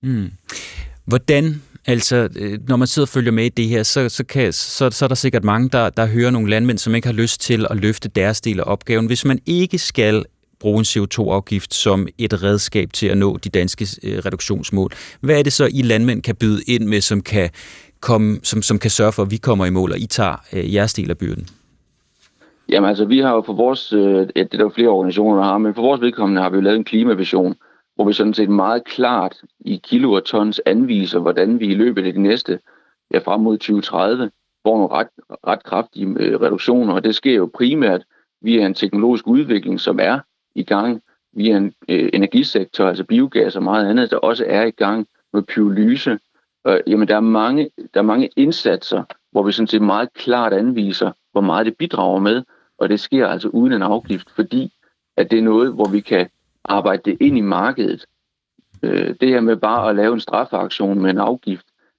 Hvordan, altså når man sidder og følger med i det her, så er der sikkert mange, der hører nogle landmænd, som ikke har lyst til at løfte deres del af opgaven. Hvis man ikke skal bruge en CO2-afgift som et redskab til at nå de danske reduktionsmål, hvad er det så, I landmænd kan byde ind med, som kan sørge for, at vi kommer i mål, og I tager jeres del af byrden? Jamen altså, vi har jo for vores, det er der jo flere organisationer, der har, men for vores vedkommende har vi jo lavet en klimavision, hvor vi sådan set meget klart i kilo og tons anviser, hvordan vi i løbet af de næste, frem mod 2030, får nogle ret kraftige reduktioner, og det sker jo primært via en teknologisk udvikling, som er i gang, via en energisektor, altså biogas og meget andet, der også er i gang med pyrolyse. Jamen, der er mange indsatser, hvor vi sådan set meget klart anviser, hvor meget det bidrager med, og det sker altså uden en afgift, fordi at det er noget, hvor vi kan arbejde det ind i markedet. Det her med bare at lave en straffeaktion med en afgift,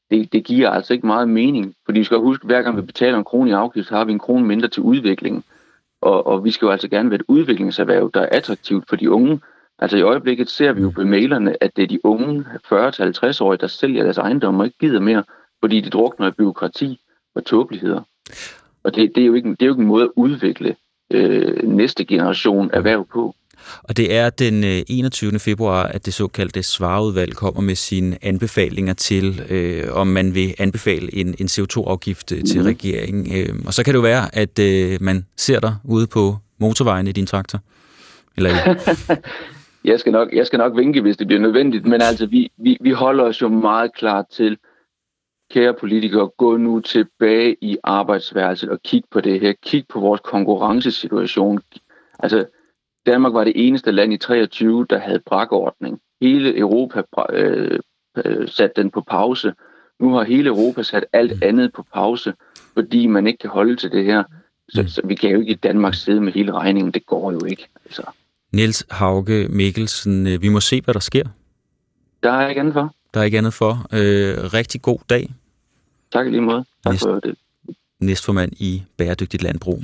det giver altså ikke meget mening. Fordi vi skal huske, hver gang vi betaler en krone i afgift, så har vi en krone mindre til udvikling. Og vi skal jo altså gerne være et udviklingserhverv, der er attraktivt for de unge. Altså i øjeblikket ser vi jo på mailerne, at det er de unge 40-50-årige, der sælger deres ejendomme og ikke gider mere, fordi de drukner i bureaukrati og tåbeligheder. Og det er jo ikke en måde at udvikle næste generation erhverv på. Og det er den 21. februar, at det såkaldte Svarerudvalg kommer med sine anbefalinger til, om man vil anbefale en CO2-afgift til regeringen. Og så kan det jo være, at man ser dig ude på motorvejen i din traktor. Eller Jeg skal nok vinke, hvis det bliver nødvendigt, men altså, vi holder os jo meget klart til, kære politikere, gå nu tilbage i arbejdsværelset og kig på det her. Kig på vores konkurrencesituation. Altså, Danmark var det eneste land i 23, der havde brakordning. Hele Europa satte den på pause. Nu har hele Europa sat alt andet på pause, fordi man ikke kan holde til det her. Så vi kan jo ikke i Danmark sidde med hele regningen. Det går jo ikke. Altså. Niels Hauge Mikkelsen, vi må se, hvad der sker. Der er ikke andet for. Der er ikke andet for. Rigtig god dag. Tak i lige måde. Tak for det. Næstformand i Bæredygtigt Landbrug.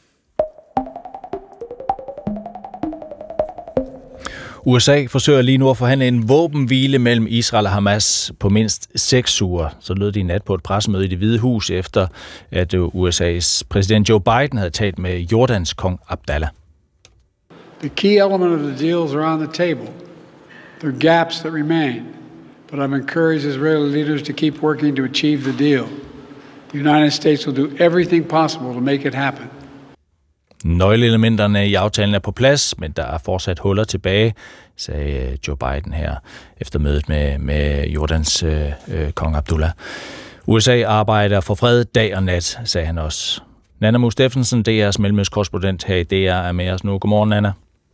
USA forsøger lige nu at forhandle en våbenhvile mellem Israel og Hamas på mindst 6 uger. Så lød det i nat på et pressemøde i Det Hvide Hus, efter at USA's præsident Joe Biden havde talt med Jordans kong Abdallah. The key element of the deals are on the table. There are gaps that remain, but I've encouraged Israeli leaders to keep working to achieve the deal. The United States will do everything possible to make it happen. Nøgleelementerne i aftalen er på plads, men der er fortsat huller tilbage, sagde Joe Biden her efter mødet med Jordans kong Abdullah. USA arbejder for fred dag og nat, sagde han også. Nanna Mus Steffensen, DR's mellemøstkorrespondent her i DR, er med os nu. Godmorgen, Nanna.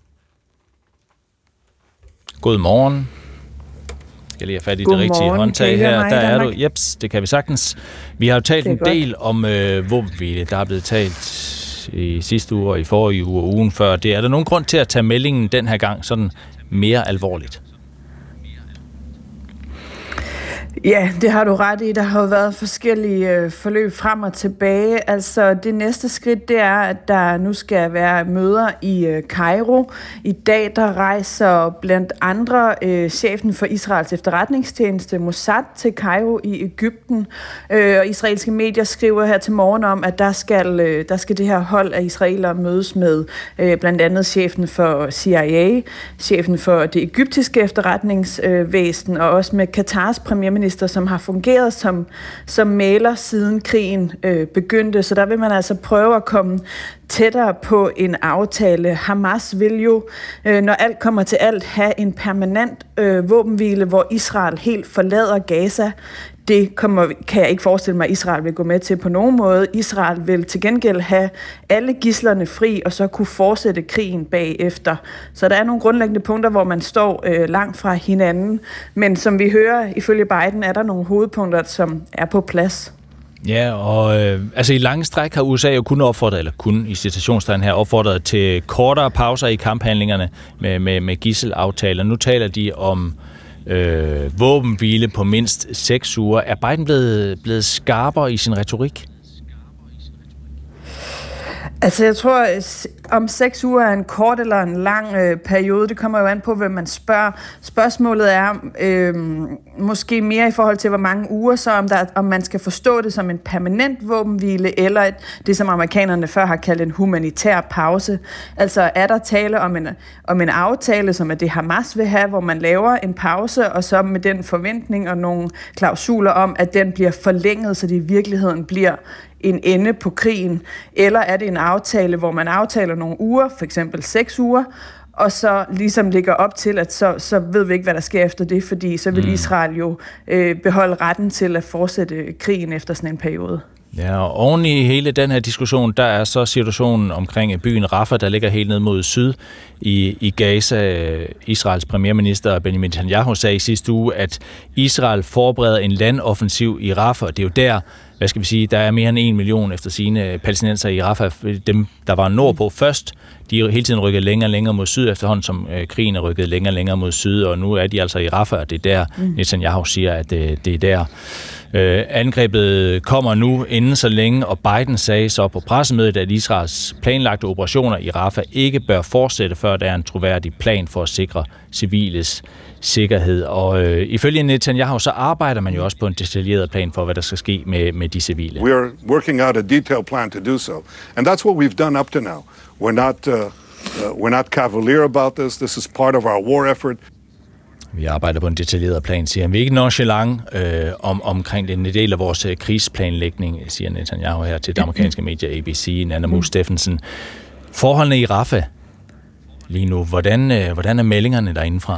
Godmorgen. Jeg skal lige have fat i det rigtige håndtag her. Der er du. Jeps, det kan vi sagtens. Vi har jo talt en del om våbenhvile. Der er blevet talt i sidste uge og i forrige uge og ugen før. Er der nogen grund til at tage meldingen den her gang sådan mere alvorligt? Ja, det har du ret i. Der har jo været forskellige forløb frem og tilbage. Altså, det næste skridt, det er, at der nu skal være møder i Kairo. I dag, der rejser blandt andre chefen for Israels efterretningstjeneste, Mossad, til Kairo i Egypten. Og israelske medier skriver her til morgen om, at der skal det her hold af israelere mødes med blandt andet chefen for CIA, chefen for det egyptiske efterretningsvæsen, og også med Katars premierminister, som har fungeret som mægler siden krigen begyndte. Så der vil man altså prøve at komme tættere på en aftale. Hamas vil jo, når alt kommer til alt, have en permanent våbenhvile, hvor Israel helt forlader Gaza. Det kan jeg ikke forestille mig, at Israel vil gå med til på nogen måde. Israel vil til gengæld have alle gidslerne fri, og så kunne fortsætte krigen bagefter. Så der er nogle grundlæggende punkter, hvor man står langt fra hinanden. Men som vi hører, ifølge Biden, er der nogle hovedpunkter, som er på plads. Ja, og altså i lange stræk har USA jo kun i citationstegn her opfordret til kortere pauser i kamphandlingerne med gisselaftaler. Nu taler de om våbenhvile på mindst 6 uger. Er Biden blevet skarpere i sin retorik? Altså jeg tror, om 6 uger er en kort eller en lang periode. Det kommer jo an på, hvem man spørger. Spørgsmålet er måske mere i forhold til, hvor mange uger, så om man skal forstå det som en permanent våbenhvile, eller det, som amerikanerne før har kaldt en humanitær pause. Altså er der tale om en aftale, som er det Hamas vil have, hvor man laver en pause, og så med den forventning og nogle klausuler om, at den bliver forlænget, så det i virkeligheden bliver en ende på krigen, eller er det en aftale, hvor man aftaler nogle uger, for eksempel 6 uger, og så ligesom ligger op til, at så ved vi ikke, hvad der sker efter det, fordi så vil Israel jo beholde retten til at fortsætte krigen efter sådan en periode. Ja, og oven i hele den her diskussion, der er så situationen omkring byen Rafah, der ligger helt ned mod syd i Gaza. Israels premierminister Benjamin Netanyahu sagde i sidste uge, at Israel forbereder en landoffensiv i Rafah. Det er jo der, der er mere end 1 million efter sine palæstinenser i Rafah. Dem, der var nordpå først, de er hele tiden rykket længere og længere mod syd, efterhånden som krigen er rykket længere og længere mod syd, og nu er de altså i Rafah, og det er der, Netanyahu siger, at det er der, Angrebet kommer nu inden så længe, og Biden sagde så på pressemødet, at Israels planlagte operationer i Rafah ikke bør fortsætte, før der er en troværdig plan for at sikre civiles sikkerhed. Og ifølge Netanyahu, så arbejder man jo også på en detaljeret plan for, hvad der skal ske med de civile. We are working out a detailed plan to do so. And that's what we've done up to now. We're not cavalier about this. This is part of our war effort. Vi arbejder på en detaljeret plan, siger han. Vi er ikke nonchalant omkring det. En del af vores krigsplanlægning, siger Netanyahu her til det amerikanske medie ABC, Nana Moe Steffensen. Forholdene i Rafah lige nu, hvordan er meldingerne derindefra?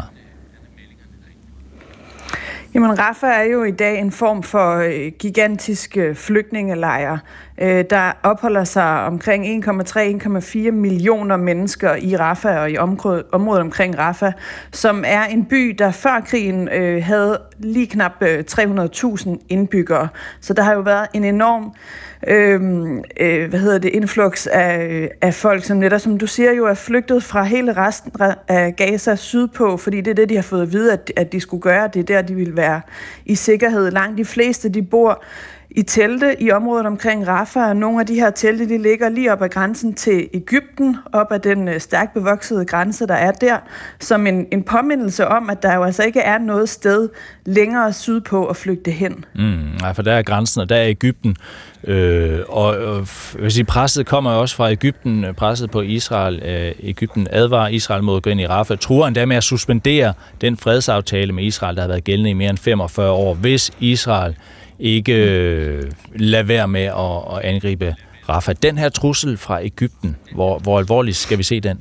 Jamen, Rafah er jo i dag en form for gigantisk flygtningelejr. Der opholder sig omkring 1,3-1,4 millioner mennesker i Rafah og i området omkring Rafah, som er en by, der før krigen havde lige knap 300.000 indbyggere. Så der har jo været en enorm influx af folk, som netop, som du siger, jo er flygtet fra hele resten af Gaza sydpå, fordi det er det, de har fået at vide, at de skulle gøre. Det er der, de vil være i sikkerhed. Langt de fleste, de bor i telte i området omkring Rafah, og nogle af de her telte, de ligger lige op ad grænsen til Egypten, op ad den stærkt bevoksede grænse, der er der, som en påmindelse om, at der jo altså ikke er noget sted længere sydpå at flygte hen. Nej, for der er grænsen, og der er Egypten, og hvis sige, presset kommer også fra Egypten, presset på Israel. Egypten advarer Israel mod at gå ind i Rafah, truer endda med at suspendere den fredsaftale med Israel, der har været gældende i mere end 45 år, hvis Israel ikke lade være med at angribe Rafah. Den her trussel fra Egypten, hvor alvorligt skal vi se den?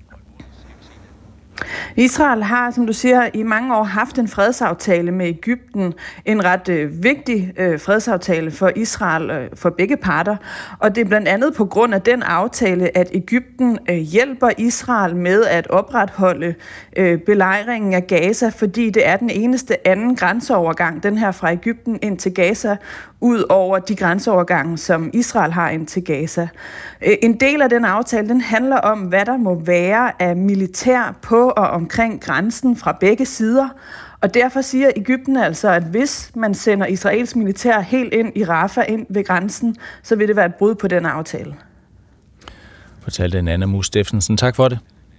Israel har, som du siger, i mange år haft en fredsaftale med Egypten. En ret vigtig fredsaftale for Israel, for begge parter. Og det er blandt andet på grund af den aftale, at Egypten hjælper Israel med at opretholde belejringen af Gaza, fordi det er den eneste anden grænseovergang, den her fra Egypten ind til Gaza, ud over de grænseovergange, som Israel har ind til Gaza. En del af den aftale, den handler om, hvad der må være af militær på og omkring grænsen fra begge sider. Og derfor siger Egypten altså, at hvis man sender israelsk militær helt ind i Rafah, ind ved grænsen, så vil det være et brud på den aftale. Fortalte Nana Moe Steffensen. Tak for det.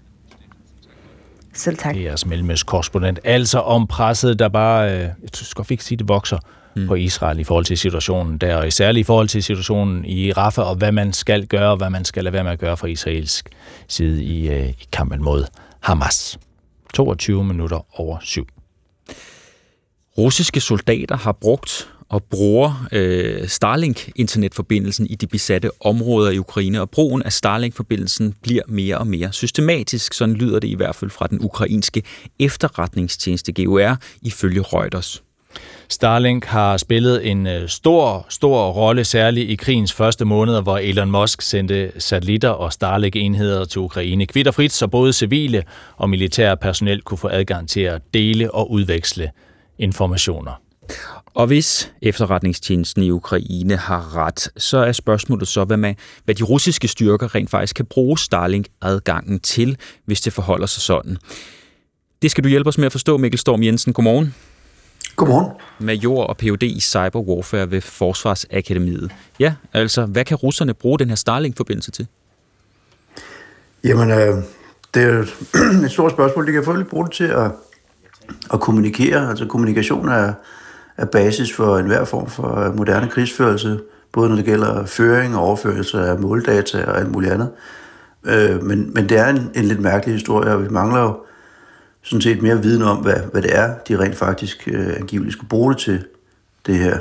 Selv tak. Det er jeres mellemøstkorrespondent. Altså om presset, der bare, jeg skal ikke sige, det vokser på Israel i forhold til situationen der, og især i forhold til situationen i Rafah, og hvad man skal gøre, og hvad man skal lade være med at gøre fra israelsk side i kampen mod Hamas. 22 minutter over 7. Russiske soldater har brugt og bruger Starlink-internetforbindelsen i de besatte områder i Ukraine, og brugen af Starlink-forbindelsen bliver mere og mere systematisk. Sådan lyder det i hvert fald fra den ukrainske efterretningstjeneste GUR ifølge Reuters. Starlink har spillet en stor rolle, særligt i krigens første måneder, hvor Elon Musk sendte satellitter og Starlink-enheder til Ukraine kvitterfrit, så både civile og militære personel kunne få adgang til at dele og udveksle informationer. Og hvis efterretningstjenesten i Ukraine har ret, så er spørgsmålet så, hvad de russiske styrker rent faktisk kan bruge Starlink-adgangen til, hvis det forholder sig sådan. Det skal du hjælpe os med at forstå, Mikkel Storm Jensen. Godmorgen. Godmorgen. Major og Ph.D. i cyberwarfare ved Forsvarsakademiet. Ja, altså, hvad kan russerne bruge den her Starlink-forbindelse til? Jamen, det er et stort spørgsmål. De kan selvfølgelig bruge det til at kommunikere. Altså, kommunikation er basis for enhver form for moderne krigsførelse, både når det gælder føring og overførelse af måldata og alt muligt andet. Men det er en lidt mærkelig historie, og vi mangler jo sådan set mere viden om, hvad det er, de rent faktisk angiveligt skulle bruge det til, det her.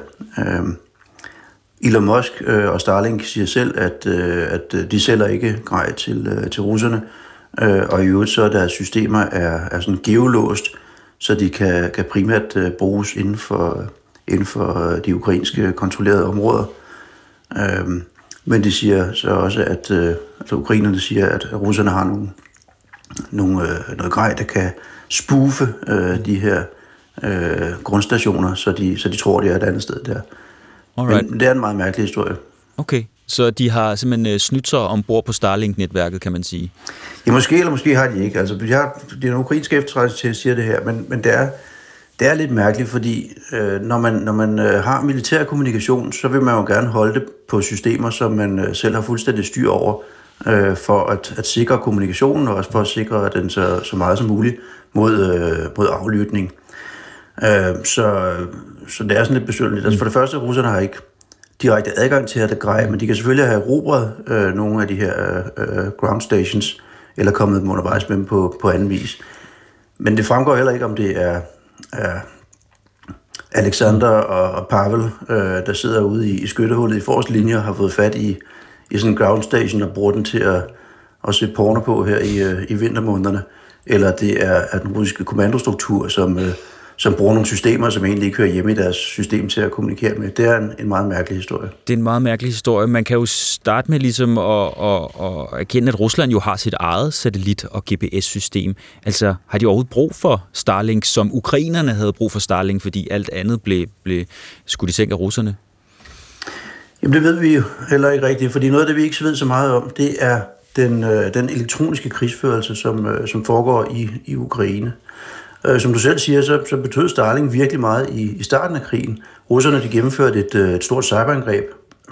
Elon Musk og Starlink siger selv, at de sælger ikke grej til russerne, og i øvrigt så deres systemer er sådan geolåst, så de kan primært bruges inden for de ukrainske kontrollerede områder. Men de siger så også, at ukrainerne siger, at russerne har noget grej, der kan spoofe de her grundstationer, så de tror, det er et andet sted der. Alright. Men det er en meget mærkelig historie. Okay, så de har simpelthen snydt sig ombord på Starlink-netværket, kan man sige? Ja, måske eller måske har de ikke. Altså, de har en ukrainsk efterretningstjeneste, siger det her, men det Det er lidt mærkeligt, fordi når man har militær kommunikation, så vil man jo gerne holde det på systemer, som man selv har fuldstændig styr over, for at sikre kommunikationen, og også for at sikre den så meget som muligt mod aflytning. Så det er sådan lidt besynderligt. Altså for det første, russerne har ikke direkte adgang til at grej, men de kan selvfølgelig have erobret nogle af de her ground stations, eller kommet dem undervejs med dem på anden vis. Men det fremgår heller ikke, om det er Alexander og Pavel, der sidder ude i skyttehullet i forreste linje og har fået fat i sådan en ground station og bruger den til at se porno på her i vintermånederne. Eller det er den russiske kommandostruktur, som bruger nogle systemer, som egentlig ikke hører hjemme i deres system til at kommunikere med. Det er en meget mærkelig historie. Det er en meget mærkelig historie. Man kan jo starte med ligesom at erkende, at Rusland jo har sit eget satellit- og GPS-system. Altså, har de overhovedet brug for Starlink, som ukrainerne havde brug for Starlink, fordi alt andet blev skudt i seng af russerne? Jamen, det ved vi jo heller ikke rigtigt, fordi noget af det, vi ikke ved så meget om, det er den elektroniske krigsførelse, som foregår i Ukraine. Som du selv siger, så betød Starlink virkelig meget i starten af krigen. Russerne de gennemførte et stort cyberangreb,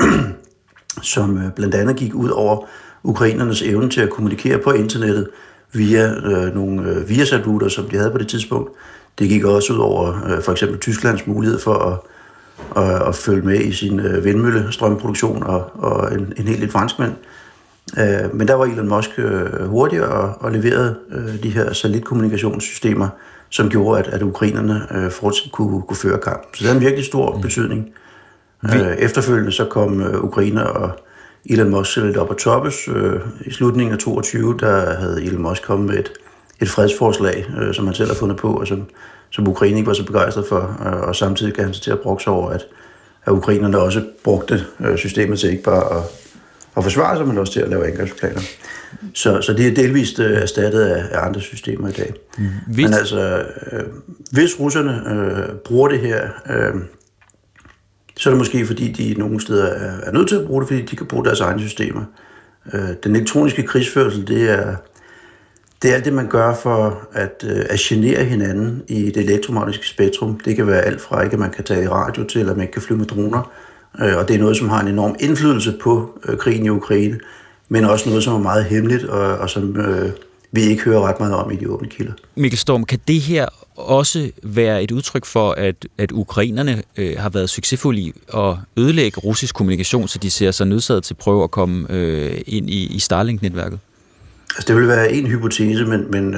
som blandt andet gik ud over ukrainernes evne til at kommunikere på internettet via nogle Viasat-router, som de havde på det tidspunkt. Det gik også ud over for eksempel Tysklands mulighed for at følge med i sin vindmøllestrømproduktion og en hel del franskmænd. Men der var Elon Musk hurtigere og leverede de her satellitkommunikationssystemer, som gjorde, at ukrainerne fortsat kunne føre kampen. Så det er en virkelig stor betydning. Efterfølgende så kom Ukraine og Elon Musk lidt op at toppes. I slutningen af 2022, der havde Elon Musk kommet med et fredsforslag, som han selv har fundet på, og som Ukraine ikke var så begejstret for, og samtidig kan han sig til at brokse over, at ukrainerne også brugte systemet til ikke bare at forsvare sig, men også til at lave angrebsplaner. Så det er delvist erstattet af andre systemer i dag. Men altså, hvis russerne bruger det her, så er det måske fordi, de nogle steder er nødt til at bruge det, fordi de kan bruge deres egne systemer. Den elektroniske krigsførsel, det er alt det, man gør for at genere hinanden i det elektromagnetiske spektrum. Det kan være alt fra, ikke at man kan tage i radio til, at man ikke kan flyve med droner. Og det er noget, som har en enorm indflydelse på krigen i Ukraine, men også noget, som er meget hemmeligt, og som vi ikke hører ret meget om i de åbne kilder. Mikkel Storm, kan det her også være et udtryk for, at ukrainerne har været succesfulde i at ødelægge russisk kommunikation, så de ser sig nødsaget til at prøve at komme ind i Starlink-netværket? Altså, det vil være en hypotese, men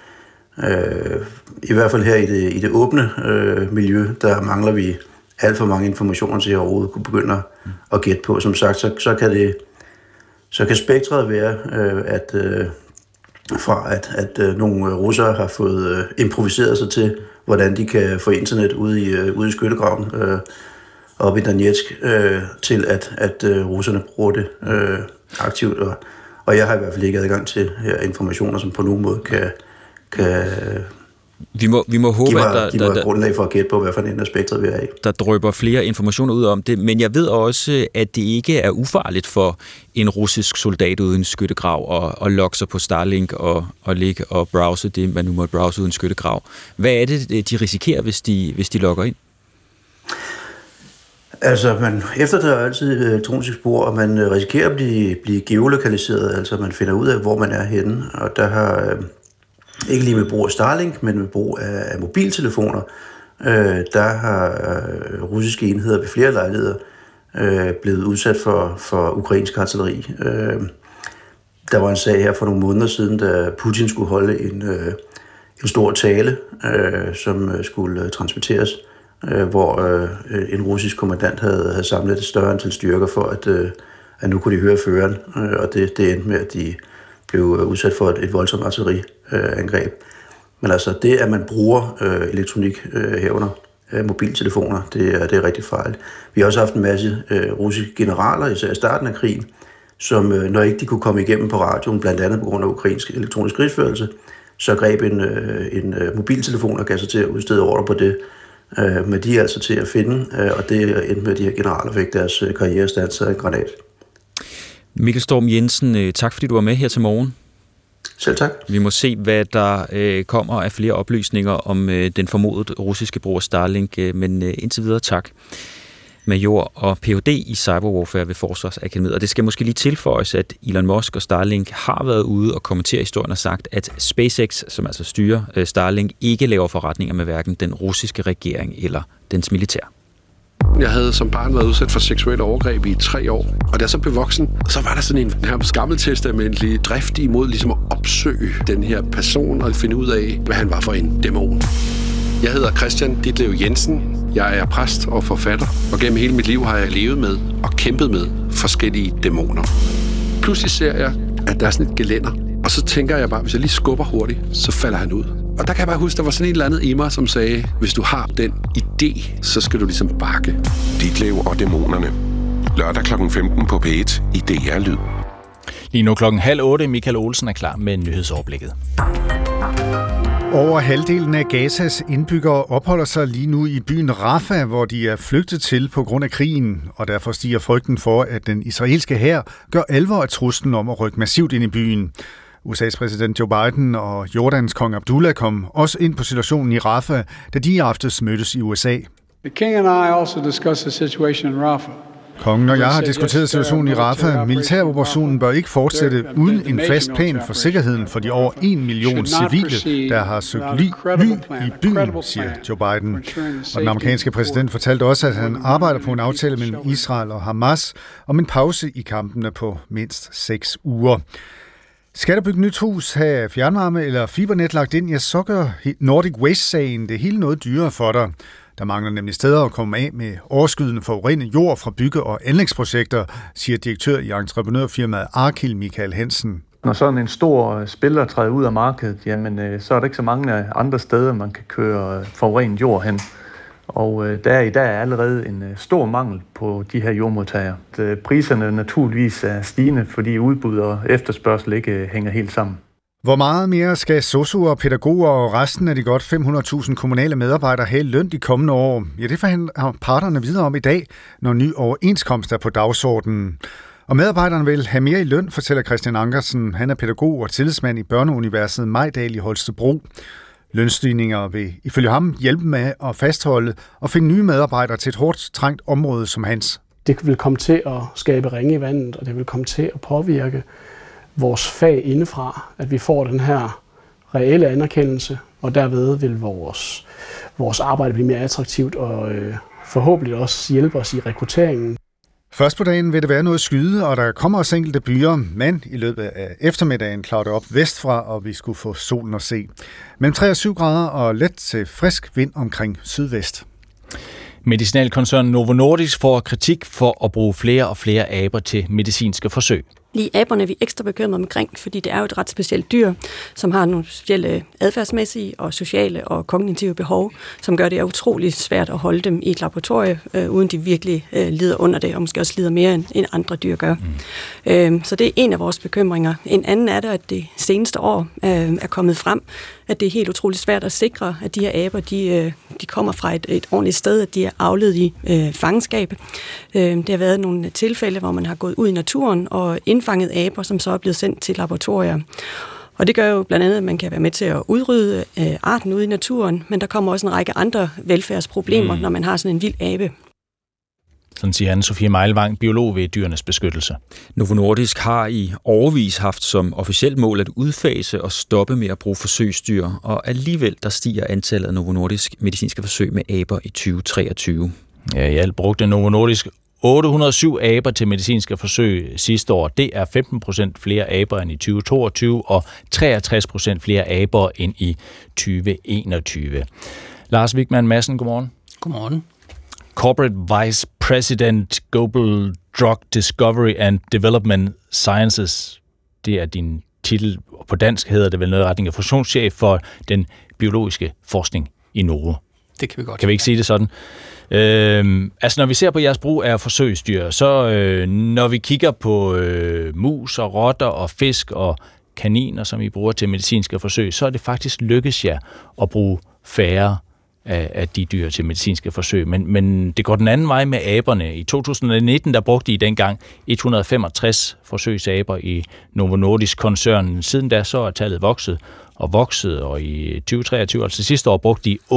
i hvert fald her i det åbne miljø, der mangler vi alt for mange informationer til at overhovedet kunne begynde at gætte på. Som sagt, så kan spektret være, at nogle russere har fået improviseret sig til, hvordan de kan få internet ude i skyttegraven oppe i Donetsk, til at russerne bruger det aktivt. Og jeg har i hvert fald ikke adgang til her informationer, som på nogen måde kan Vi må håbe, at der er grundlag for at gætte på, hvad for en af spektret vi er i. Der drøber flere informationer ud om det, men jeg ved også, at det ikke er ufarligt for en russisk soldat uden skyttegrav at logge sig på Starlink og ligge og browse det, man nu må browse uden skyttegrav. Hvad er det, de risikerer, hvis de logger ind? Altså, man eftertager altid elektronisk spor, og man risikerer at blive geolokaliseret, altså man finder ud af, hvor man er henne, og der har ikke lige med brug af Starlink, men med brug af mobiltelefoner, der har russiske enheder ved flere lejligheder blevet udsat for ukrainsk artilleri. Der var en sag her for nogle måneder siden, da Putin skulle holde en stor tale, som skulle transmitteres, hvor en russisk kommandant havde samlet et større antal styrker for, at nu kunne de høre føreren, og det endte med, at de blev udsat for et voldsomt artilleriangreb. Men altså det, at man bruger elektronik herunder mobiltelefoner, det er rigtig farligt. Vi har også haft en masse russiske generaler, især i starten af krigen, som når ikke de kunne komme igennem på radioen, blandt andet på grund af ukrainsk elektronisk krigsførelse, så greb en mobiltelefon og gav sig til at udstede ordre på det. Men de er altså til at finde, og det endte med, at de her generaler fik deres karriere standset af en granat. Mikkel Storm Jensen, tak fordi du var med her til morgen. Selv tak. Vi må se, hvad der kommer af flere oplysninger om den formodede russiske brug af Starlink, men indtil videre tak. Major og Ph.D. i cyberwarfare ved Forsvarsakademiet. Og det skal måske lige tilføjes, at Elon Musk og Starlink har været ude og kommentere historien og sagt, at SpaceX, som altså styrer Starlink, ikke laver forretninger med hverken den russiske regering eller dens militær. Jeg havde som barn været udsat for seksuelle overgreb i 3 år, og da jeg så blev voksen, så var der sådan en her gammeltestamentlig drift imod ligesom at opsøge den her person og finde ud af, hvad han var for en dæmon. Jeg hedder Christian Ditlev Jensen. Jeg er præst og forfatter, og gennem hele mit liv har jeg levet med og kæmpet med forskellige dæmoner. Pludselig ser jeg, at der er sådan et gelænder, og så tænker jeg bare, hvis jeg lige skubber hurtigt, så falder han ud. Og der kan jeg bare huske, der var sådan et eller andet i mig, som sagde, hvis du har den idé, så skal du ligesom bakke. Ditlev og dæmonerne. Lørdag kl. 15 på P1 i DR Lyd. Lige nu 7:30. Michael Olsen er klar med nyhedsoverblikket. Over halvdelen af Gazas indbyggere opholder sig lige nu i byen Rafah, hvor de er flygtet til på grund af krigen, og derfor stiger frygten for, at den israelske hær gør alvor af truslen om at rykke massivt ind i byen. USA's præsident Joe Biden og Jordans kong Abdullah kom også ind på situationen i Rafah, da de i aftes mødtes i USA. The king and I also discussed the situation in Rafah. Kongen og jeg har diskuteret situationen i Rafah. Militæroperationen bør ikke fortsætte uden en fast plan for sikkerheden for de over 1 million civile, der har søgt ly i byen, siger Joe Biden. Og den amerikanske præsident fortalte også, at han arbejder på en aftale mellem Israel og Hamas om en pause i kampene på mindst 6 uger. Skal der bygge nyt hus, have fjernvarme eller fibernet lagt ind, ja, så gør Nordic Waste-sagen det hele noget dyrere for dig. Der mangler nemlig steder at komme af med overskydende forurenet jord fra bygge- og anlægsprojekter, siger direktør i entreprenørfirmaet Arkil, Michael Hansen. Når sådan en stor spiller træder ud af markedet, jamen, så er der ikke så mange andre steder, man kan køre forurenet jord hen. Og der i dag er allerede en stor mangel på de her jordmodtagere. Priserne naturligvis er stigende, fordi udbud og efterspørgsel ikke hænger helt sammen. Hvor meget mere skal sosu'er, pædagoger og resten af de godt 500.000 kommunale medarbejdere have løn de kommende år? Ja, det forhandler parterne videre om i dag, når ny overenskomst er på dagsordenen. Og medarbejderne vil have mere i løn, fortæller Christian Ankersen. Han er pædagog og tillidsmand i Børneuniversitetet Majdal i Holstebro. Lønstigninger vil ifølge ham hjælpe med at fastholde og finde nye medarbejdere til et hårdt trængt område som hans. Det vil komme til at skabe ringe i vandet, og det vil komme til at påvirke vores fag indefra, at vi får den her reelle anerkendelse, og derved vil vores arbejde blive mere attraktivt og forhåbentlig også hjælpe os i rekrutteringen. Først på dagen vil det være noget skyde, og der kommer også enkelte byer, men i løbet af eftermiddagen klarer det op vestfra, og vi skulle få solen at se. Mellem 3 og 7 grader og let til frisk vind omkring sydvest. Medicinalkoncernen Novo Nordisk får kritik for at bruge flere og flere aber til medicinske forsøg. Lige aberne er vi ekstra bekymrede omkring, fordi det er jo et ret specielt dyr, som har nogle specielle adfærdsmæssige og sociale og kognitive behov, som gør det utrolig svært at holde dem i et laboratorie, uden de virkelig lider under det, og måske også lider mere end andre dyr gør. Så det er en af vores bekymringer. En anden er det, at det seneste år er kommet frem, at det er helt utroligt svært at sikre, at de her aber, de kommer fra et ordentligt sted, at de er avlet i fangenskab. Det har været nogle tilfælde, hvor man har gået ud i naturen og indfanget aber, som så er blevet sendt til laboratorier. Og det gør jo blandt andet, at man kan være med til at udrydde arten ude i naturen, men der kommer også en række andre velfærdsproblemer, når man har sådan en vild abe. Sådan siger Anne-Sophie Meilvang, biolog ved Dyrenes Beskyttelse. Novo Nordisk har i årevis haft som officielt mål at udfase og stoppe med at bruge forsøgsdyr, og alligevel der stiger antallet af Novo Nordisk medicinske forsøg med aber i 2023. Ja, i alt brugte Novo Nordisk 807 aber til medicinske forsøg sidste år. Det er 15% flere aber end i 2022 og 63% flere aber end i 2021. Lars Wigman Madsen, godmorgen. Godmorgen. Corporate Vice President Global Drug Discovery and Development Sciences. Det er din titel. På dansk hedder det vel noget i retning af funktionschef for den biologiske forskning i Novo. Det kan vi godt. Kan vi ikke sige det sådan? Når vi ser på jeres brug af forsøgsdyr, så når vi kigger på mus og rotter og fisk og kaniner, som I bruger til medicinske forsøg, så er det faktisk lykkes jer at bruge færre af de dyr til medicinske forsøg. Men det går den anden vej med aberne. I 2019, der brugte de dengang 165 forsøgsaber i Novo Nordisk-koncernen. Siden da så er tallet vokset, og i 2023, altså sidste år, brugte de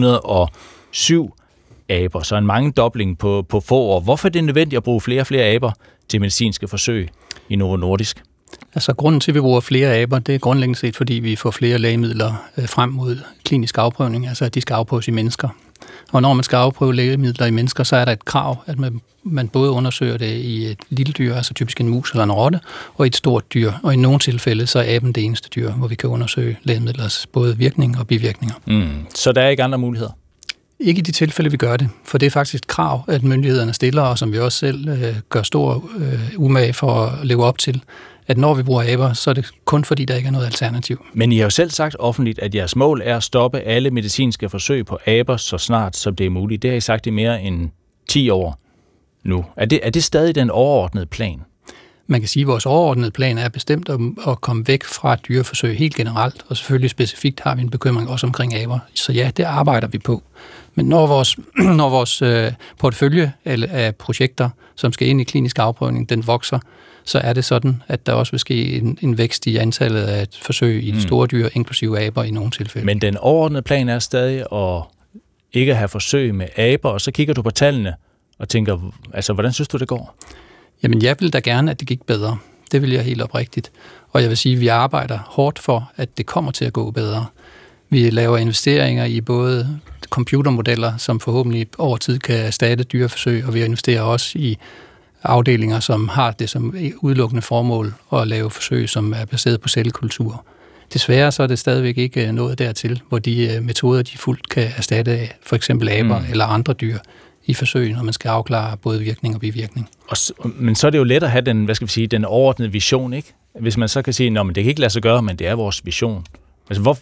807 aber, så en mangedobling på få år. Hvorfor er det nødvendigt at bruge flere og flere aber til medicinske forsøg i Novo Nordisk? Altså grunden til, at vi bruger flere aber, det er grundlæggende set, fordi vi får flere lægemidler frem mod klinisk afprøvning, altså at de skal afprøves i mennesker. Og når man skal afprøve lægemidler i mennesker, så er der et krav, at man både undersøger det i et lille dyr, altså typisk en mus eller en rotte, og i et stort dyr. Og i nogle tilfælde, så er aben det eneste dyr, hvor vi kan undersøge lægemidlers både virkning og bivirkninger. Så der er ikke andre muligheder? Ikke i de tilfælde, vi gør det, for det er faktisk et krav, at myndighederne stiller, og som vi også selv gør stor umage for at leve op til, at når vi bruger aber, så er det kun fordi, der ikke er noget alternativ. Men I har jo selv sagt offentligt, at jeres mål er at stoppe alle medicinske forsøg på aber så snart som det er muligt. Det har I sagt i mere end 10 år nu. Er det stadig den overordnede plan? Man kan sige, at vores overordnede plan er bestemt at komme væk fra dyreforsøg helt generelt, og selvfølgelig specifikt har vi en bekymring også omkring aber. Så ja, det arbejder vi på. Men når vores portefølje af projekter, som skal ind i klinisk afprøvning, den vokser, så er det sådan, at der også vil ske en vækst i antallet af forsøg i de store dyr, inklusive aber i nogle tilfælde. Men den overordnede plan er stadig at ikke have forsøg med aber, og så kigger du på tallene og tænker, altså hvordan synes du, det går? Jamen jeg vil da gerne, at det gik bedre. Det vil jeg helt oprigtigt. Og jeg vil sige, at vi arbejder hårdt for, at det kommer til at gå bedre. Vi laver investeringer i både computermodeller, som forhåbentlig over tid kan erstatte dyreforsøg, og vi investerer også i afdelinger, som har det som udelukkende formål at lave forsøg, som er baseret på cellekultur. Desværre så er det stadigvæk ikke nået dertil, hvor de metoder, de fuldt kan erstatte for eksempel aber eller andre dyr i forsøg, når man skal afklare både virkning og bivirkning. Men så er det jo let at have den, den overordnede vision, ikke? Hvis man så kan sige, at det kan ikke lade sig gøre, men det er vores vision. Altså,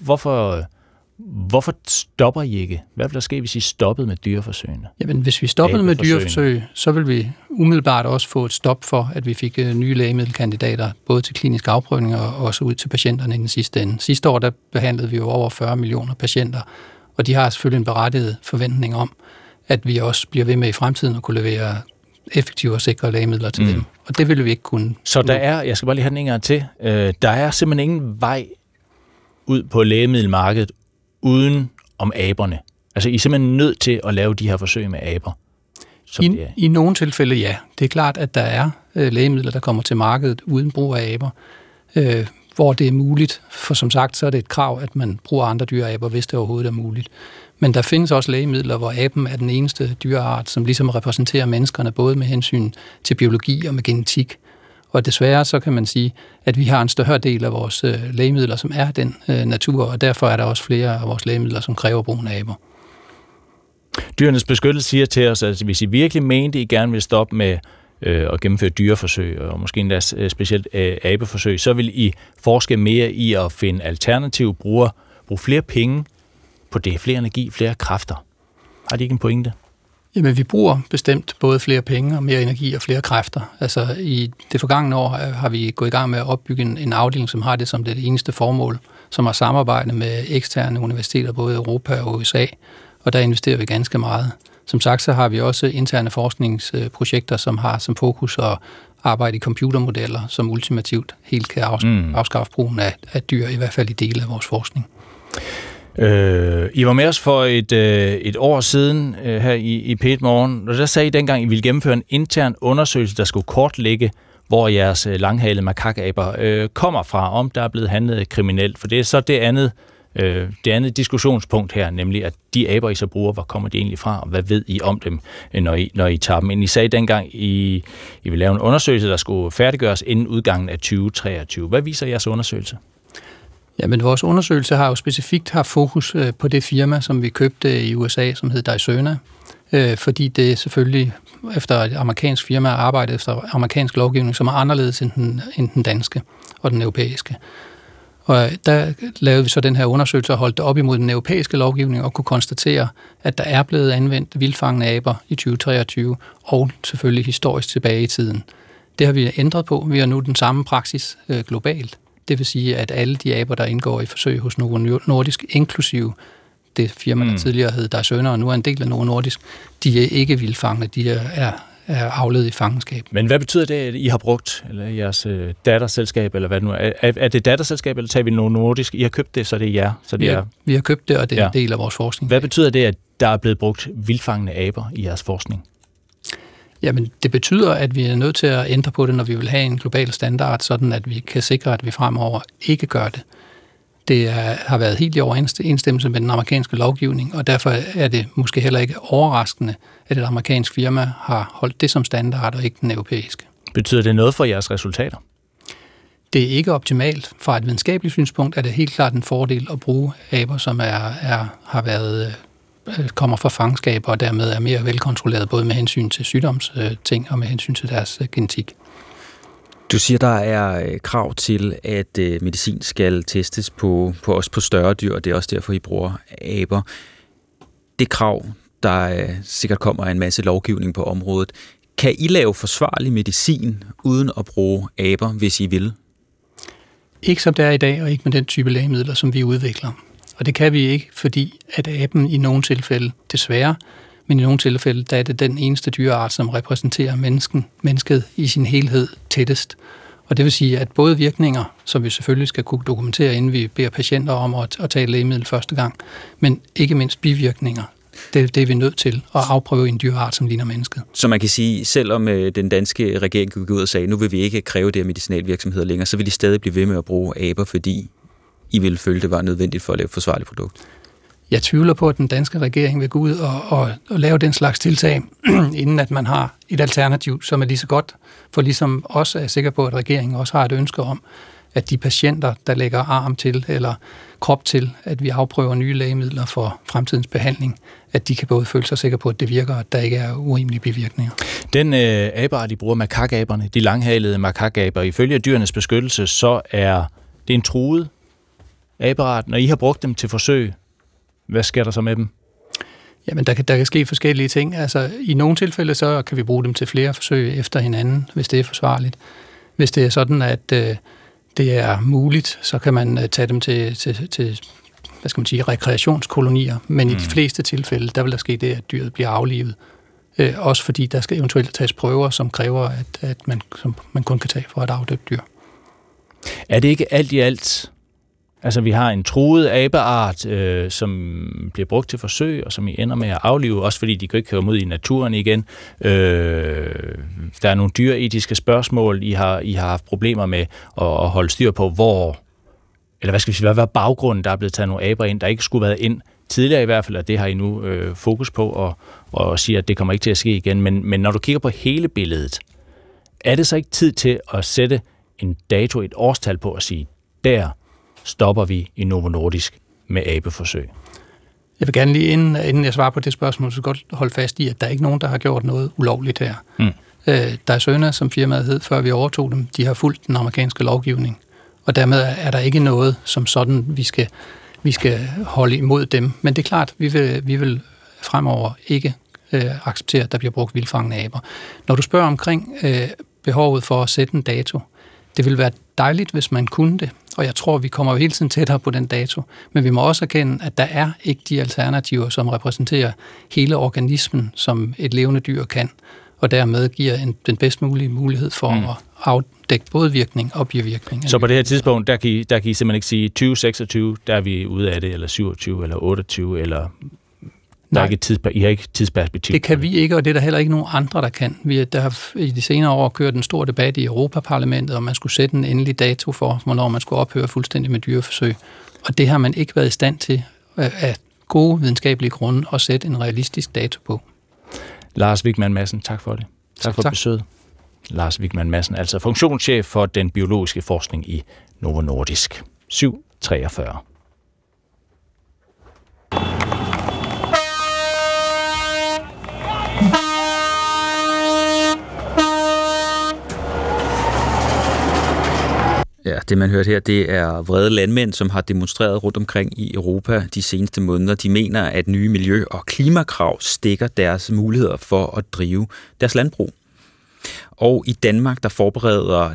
hvorfor stopper I ikke? Hvad vil der ske, hvis I stoppede med dyreforsøgene? Jamen, hvis vi stoppede med dyreforsøg, så vil vi umiddelbart også få et stop for, at vi fik nye lægemiddelkandidater, både til klinisk afprøvning og også ud til patienterne i den sidste ende. Sidste år, der behandlede vi jo over 40 millioner patienter, og de har selvfølgelig en berettiget forventning om, at vi også bliver ved med i fremtiden at kunne levere effektive og sikre lægemidler til dem. Og det ville vi ikke kunne. Så der er, jeg skal bare lige have den en gang til, der er simpelthen ingen vej ud på lægemiddelmarkedet uden om aberne. Altså, I er simpelthen nødt til at lave de her forsøg med aber. I nogle tilfælde, ja. Det er klart, at der er lægemidler, der kommer til markedet uden brug af aber, hvor det er muligt. For som sagt, så er det et krav, at man bruger andre dyreaber, hvis det overhovedet er muligt. Men der findes også lægemidler, hvor aben er den eneste dyreart, som ligesom repræsenterer menneskerne, både med hensyn til biologi og med genetik. Og desværre så kan man sige, at vi har en større del af vores lægemidler, som er den natur, og derfor er der også flere af vores lægemidler, som kræver brugen af aber. Dyrenes Beskyttelse siger til os, at hvis I virkelig mente, I gerne vil stoppe med at gennemføre dyreforsøg, og måske endda specielt abeforsøg, så vil I forske mere i at finde alternative brugere, bruge flere penge på det, flere energi, flere kræfter. Har de ikke en pointe? Jamen, vi bruger bestemt både flere penge og mere energi og flere kræfter. Altså, i det forgangne år har vi gået i gang med at opbygge en afdeling, som har det som det eneste formål, som har samarbejdet med eksterne universiteter, både i Europa og USA, og der investerer vi ganske meget. Som sagt, så har vi også interne forskningsprojekter, som har som fokus at arbejde i computermodeller, som ultimativt helt kan afskaffe brugen af dyr, i hvert fald i dele af vores forskning. I var med os for et år siden her i P1 Morgen, og der sagde I dengang, I ville gennemføre en intern undersøgelse, der skulle kortlægge, hvor jeres langhalede makakaber kommer fra, om der er blevet handlet kriminelt. For det er så det andet diskussionspunkt her, nemlig at de aber, I så bruger, hvor kommer de egentlig fra, og hvad ved I om dem, når I tager dem ind? I sagde dengang, I vil lave en undersøgelse, der skulle færdiggøres inden udgangen af 2023. Hvad viser jeres undersøgelse? Ja, men vores undersøgelse har jo specifikt haft fokus på det firma, som vi købte i USA, som hed Dicerna, fordi det selvfølgelig efter et amerikansk firma arbejder efter amerikansk lovgivning, som er anderledes end den danske og den europæiske. Og der lavede vi så den her undersøgelse og holdt det op imod den europæiske lovgivning og kunne konstatere, at der er blevet anvendt vildfangende aber i 2023 og selvfølgelig historisk tilbage i tiden. Det har vi ændret på. Vi har nu den samme praksis globalt. Det vil sige, at alle de aber, der indgår i forsøg hos Novo Nordisk, inklusive det firma, der tidligere hed Daisønner, og nu er en del af Novo Nordisk, de er ikke vildfangne, de er avlet i fangenskab. Men hvad betyder det, at I har brugt, eller jeres datterselskab, eller hvad det nu er? Er det datterselskab, eller tager vi Novo Nordisk? I har købt det, så det er jer? Så det vi har købt det, og det er en del af vores forskning. Hvad betyder det, at der er blevet brugt vildfangende aber i jeres forskning? Jamen, det betyder, at vi er nødt til at ændre på det, når vi vil have en global standard, sådan at vi kan sikre, at vi fremover ikke gør det. Det har været helt i overensstemmelse med den amerikanske lovgivning, og derfor er det måske heller ikke overraskende, at et amerikansk firma har holdt det som standard, og ikke den europæiske. Betyder det noget for jeres resultater? Det er ikke optimalt. Fra et videnskabeligt synspunkt er det helt klart en fordel at bruge aber, som kommer fra fangenskaber, og dermed er mere velkontrolleret, både med hensyn til sygdomsting og med hensyn til deres genetik. Du siger, der er krav til, at medicin skal testes på større dyr, og det er også derfor, I bruger aber. Det krav, der sikkert kommer af en masse lovgivning på området. Kan I lave forsvarlig medicin uden at bruge aber, hvis I vil? Ikke som det er i dag, og ikke med den type lægemidler, som vi udvikler. Og det kan vi ikke, fordi at aben i nogle tilfælde, desværre, men i nogle tilfælde, der er det den eneste dyreart, som repræsenterer mennesket i sin helhed tættest. Og det vil sige, at både virkninger, som vi selvfølgelig skal kunne dokumentere, inden vi beder patienter om at tage lægemiddel første gang, men ikke mindst bivirkninger, det er vi nødt til at afprøve i en dyreart, som ligner mennesket. Så man kan sige, selvom den danske regering gik ud og sagde, nu vil vi ikke kræve det af medicinalvirksomheder længere, så vil de stadig blive ved med at bruge aber, fordi I ville føle, det var nødvendigt for at lave et forsvarligt produkt. Jeg tvivler på, at den danske regering vil gå ud og lave den slags tiltag, inden at man har et alternativ, som er lige så godt, for ligesom også er sikker på, at regeringen også har et ønske om, at de patienter, der lægger arm til eller krop til, at vi afprøver nye lægemidler for fremtidens behandling, at de kan både føle sig sikre på, at det virker, og at der ikke er urimelige bivirkninger. Den abeart, de bruger, makakaberne, de langhalede makakaber, ifølge Dyrenes Beskyttelse, så er det en truet abeart. Når I har brugt dem til forsøg, hvad sker der så med dem? Jamen, der kan ske forskellige ting. Altså, i nogle tilfælde, så kan vi bruge dem til flere forsøg efter hinanden, hvis det er forsvarligt. Hvis det er sådan, at det er muligt, så kan man tage dem til hvad skal man sige, rekreationskolonier. Men i de fleste tilfælde, der vil der ske det, at dyret bliver aflivet. Også fordi der skal eventuelt tages prøver, som kræver, at man kun kan tage for et afdødt dyr. Er det ikke alt i alt? Altså, vi har en truet abeart, som bliver brugt til forsøg, og som I ender med at aflive, også fordi de kan ikke komme ud i naturen igen. Der er nogle dyreetiske spørgsmål, I har haft problemer med at holde styr på, hvad var baggrunden, der er blevet taget nogle aber ind, der ikke skulle have været ind tidligere i hvert fald, og det har I nu fokus på, og siger, at det kommer ikke til at ske igen. Men når du kigger på hele billedet, er det så ikke tid til at sætte en dato, et årstal på at sige, der stopper vi i Novo Nordisk med abeforsøg? Jeg vil gerne lige, inden jeg svarer på det spørgsmål, så godt holde fast i, at der er ikke nogen, der har gjort noget ulovligt her. Daisønner, som firmaet hed, før vi overtog dem, de har fulgt den amerikanske lovgivning. Og dermed er der ikke noget, som sådan, vi skal holde imod dem. Men det er klart, vi vil fremover ikke acceptere, at der bliver brugt vildfangende aber. Når du spørger omkring behovet for at sætte en dato, det vil være dejligt, hvis man kunne det, og jeg tror, vi kommer jo hele tiden tættere på den dato. Men vi må også erkende, at der er ikke de alternativer, som repræsenterer hele organismen, som et levende dyr kan, og dermed giver den bedst mulige mulighed for at afdække både virkning og bivirkning. Så på det her tidspunkt, der kan I simpelthen ikke sige 2026, der er vi ude af det, eller 27, eller 28, eller... I har ikke tidsperspektiv. Det kan vi ikke, og det er der heller ikke nogen andre, der kan. Der har i de senere år kørt en stor debat i Europaparlamentet, om man skulle sætte en endelig dato for, hvornår man skulle ophøre fuldstændig med dyreforsøg. Og det har man ikke været i stand til af gode videnskabelige grunde at sætte en realistisk dato på. Lars Wigman Madsen, tak for det. Tak for besøget. Lars Wigman Madsen, altså funktionschef for den biologiske forskning i Novo Nordisk. 743. Ja, det man hørte her, det er vrede landmænd, som har demonstreret rundt omkring i Europa de seneste måneder. De mener, at nye miljø- og klimakrav stikker deres muligheder for at drive deres landbrug. Og i Danmark, der forbereder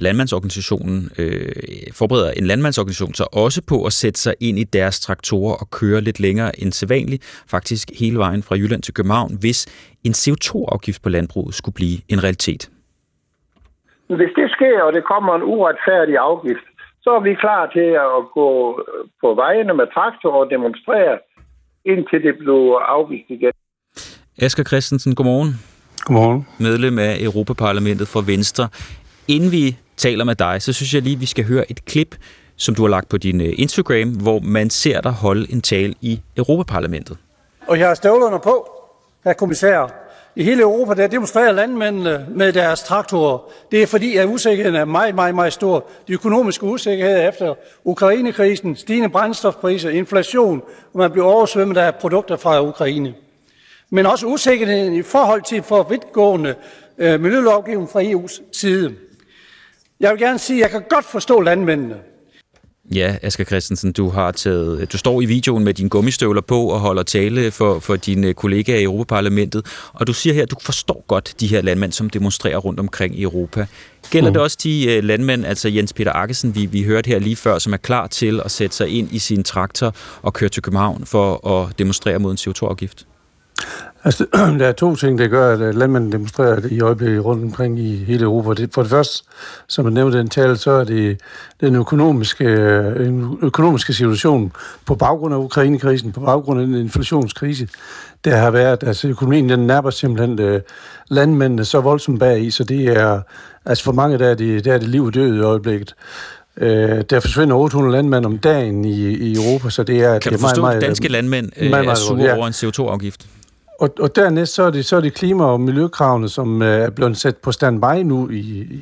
en landmandsorganisation sig også på at sætte sig ind i deres traktorer og køre lidt længere end sædvanligt, faktisk hele vejen fra Jylland til København, hvis en CO2-afgift på landbruget skulle blive en realitet. Hvis det sker, og det kommer en uretfærdig afgift, så er vi klar til at gå på vejene med traktor og demonstrere, indtil det bliver afvist igen. Asger Christensen, godmorgen. Godmorgen. Medlem af Europaparlamentet for Venstre. Inden vi taler med dig, så synes jeg lige, vi skal høre et klip, som du har lagt på din Instagram, hvor man ser dig holde en tale i Europaparlamentet. Og jeg har støvlerne på, herr kommissær. I hele Europa, der demonstrerer landmændene med deres traktorer. Det er fordi, at usikkerheden er meget, meget, meget stor. De økonomiske usikkerheder efter Ukrainekrisen, stigende brændstofpriser, inflation, og man bliver oversvømmet af produkter fra Ukraine. Men også usikkerheden i forhold til for vidtgående miljølovgivning fra EU's side. Jeg vil gerne sige, at jeg kan godt forstå landmændene. Ja, Asger Christensen, du står i videoen med dine gummistøvler på og holder tale for dine kollegaer i Europaparlamentet, og du siger her, at du forstår godt de her landmænd, som demonstrerer rundt omkring i Europa. Gælder det også de landmænd, altså Jens Peter Akkesen, vi hørte her lige før, som er klar til at sætte sig ind i sin traktor og køre til København for at demonstrere mod en CO2-afgift? Altså, der er to ting, der gør, at landmændene demonstrerer i øjeblikket rundt omkring i hele Europa. For det første, som jeg nævnte den tale, så er det den økonomiske situation på baggrund af Ukrainekrisen, på baggrund af den inflationskrise, der har været, altså økonomien, den nærmer simpelthen landmændene så voldsomt bag i, så det er, altså for mange der er det liv og død i øjeblikket. Der forsvinder 800 landmænd om dagen i Europa, så det er... Kan du forstå, at danske landmænd er sure over en CO2-afgift? Og dernæst så er det klima- og miljøkravene, som er blevet sat på standby nu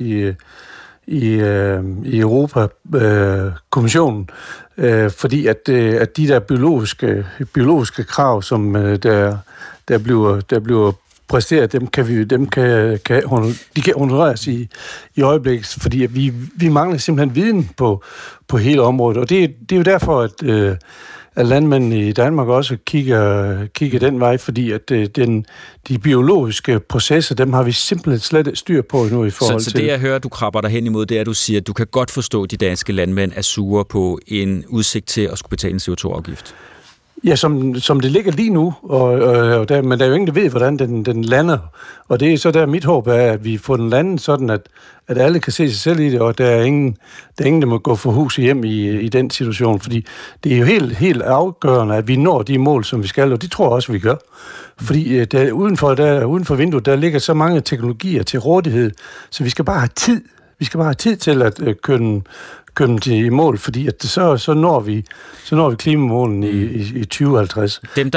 i Europa-kommissionen, fordi at de der biologiske krav, som der bliver præsteret, de kan honoreres i øjeblikket, fordi at vi mangler simpelthen viden på hele området, og det er jo derfor, at landmændene i Danmark også kigger den vej, fordi at de biologiske processer, dem har vi simpelthen slet styr på nu i forhold til... Så det, jeg hører, du krabber dig hen imod, det er, at du siger, at du kan godt forstå, at de danske landmænd er sure på en udsigt til at skulle betale en CO2-afgift. Ja, som det ligger lige nu, men der er jo ingen, der ved, hvordan den lander. Og det er så der mit håb er, at vi får den landet sådan, at alle kan se sig selv i det, og der er ingen, der må gå for hus hjem i den situation. Fordi det er jo helt afgørende, at vi når de mål, som vi skal, og det tror jeg også, vi gør. Fordi uden for vinduet, der ligger så mange teknologier til rådighed, så vi skal bare have tid. Vi skal bare have tid til at køre dem til i mål, fordi at så når vi klimamålene i 2050. Dem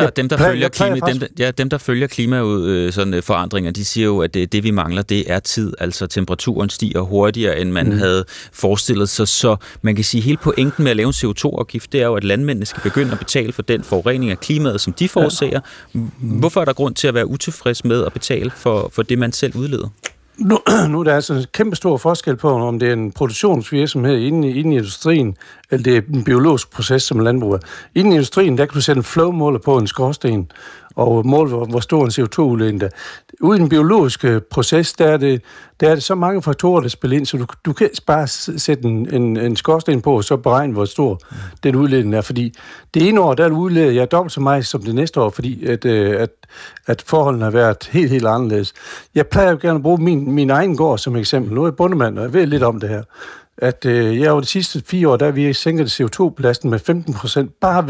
der følger klimaforandringer, de siger jo, at det vi mangler, det er tid. Altså temperaturen stiger hurtigere, end man havde forestillet sig. Så man kan sige, helt pointen med at lave en CO2-afgift, det er jo, at landmændene skal begynde at betale for den forurening af klimaet, som de forårsager. Hvorfor er der grund til at være utilfreds med at betale for det, man selv udleder? Nu er der altså en kæmpe stor forskel på, om det er en produktionsvirksomhed inde i industrien, eller det er en biologisk proces som landbrug. Inden i industrien, der kan du sætte en flow-måler på en skorsten, og måle, hvor stor en CO2-udledning der. Ude i den biologiske proces, der er det så mange faktorer, der spiller ind, så du kan bare sætte en skorsten på, og så beregne, hvor stor den udledning er. Fordi det ene år, der udleder jeg dobbelt så meget som det næste år, fordi at forholdene har været helt, helt anderledes. Jeg plejer jo gerne at bruge min egen gård som eksempel. Nu er jeg bondemand, og jeg ved lidt om det her. At jeg over de sidste 4 år, der vi sænket CO2-belasten med 15%, bare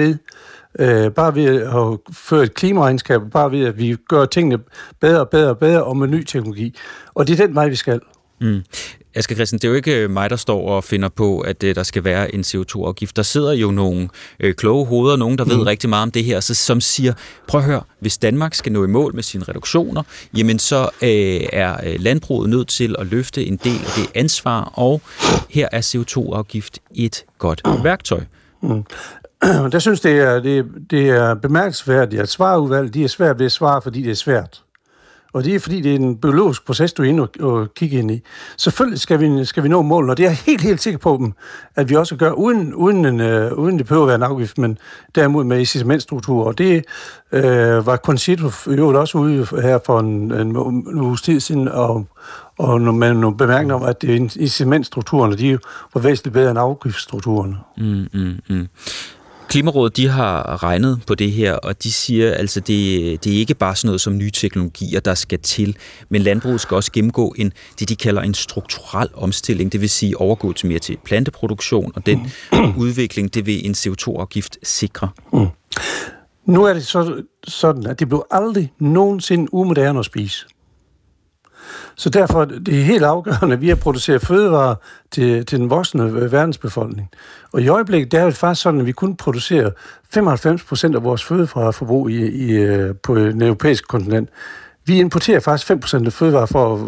ved at føre et klimaregnskab, bare ved at vi gør tingene bedre og bedre og med ny teknologi. Og det er den vej, vi skal. Asger Christensen, det er jo ikke mig, der står og finder på, at der skal være en CO2-afgift. Der sidder jo nogle kloge hoveder, nogen, der ved rigtig meget om det her, som siger, prøv at høre, hvis Danmark skal nå i mål med sine reduktioner, jamen så er landbruget nødt til at løfte en del af det ansvar, og her er CO2-afgift et godt værktøj. Der synes det er bemærkelsesværdigt, at svareudvalg, de er svært ved at svare, fordi det er svært. Og det er fordi, det er en biologisk proces, du er inde og kigge ind i. Selvfølgelig skal vi nå målene, og det er jeg helt sikker på dem, at vi også gør, uden det behøver at være en afgift, men derimod med incitamentstruktur. Og det var Concito jo også ude her for en uges tid siden, og med nogle bemærkninger om, at incitamentstrukturerne, de var væsentligt bedre end afgiftsstrukturerne. Klimarådet, de har regnet på det her, og de siger, altså det er ikke bare sådan noget som nye teknologier, der skal til, men landbruget skal også gennemgå det, de kalder en strukturel omstilling, det vil sige overgå til mere til planteproduktion, og den udvikling, det vil en CO2-afgift sikre. Nu er det sådan, at det bliver aldrig nogensinde umoderne at spise. Så derfor det er helt afgørende, at vi har produceret fødevarer til den voksne verdensbefolkning. Og i øjeblikket, der er det faktisk sådan, at vi kun producerer 95% af vores fødevareforbrug på den europæiske kontinent. Vi importerer faktisk 5% af fødevarer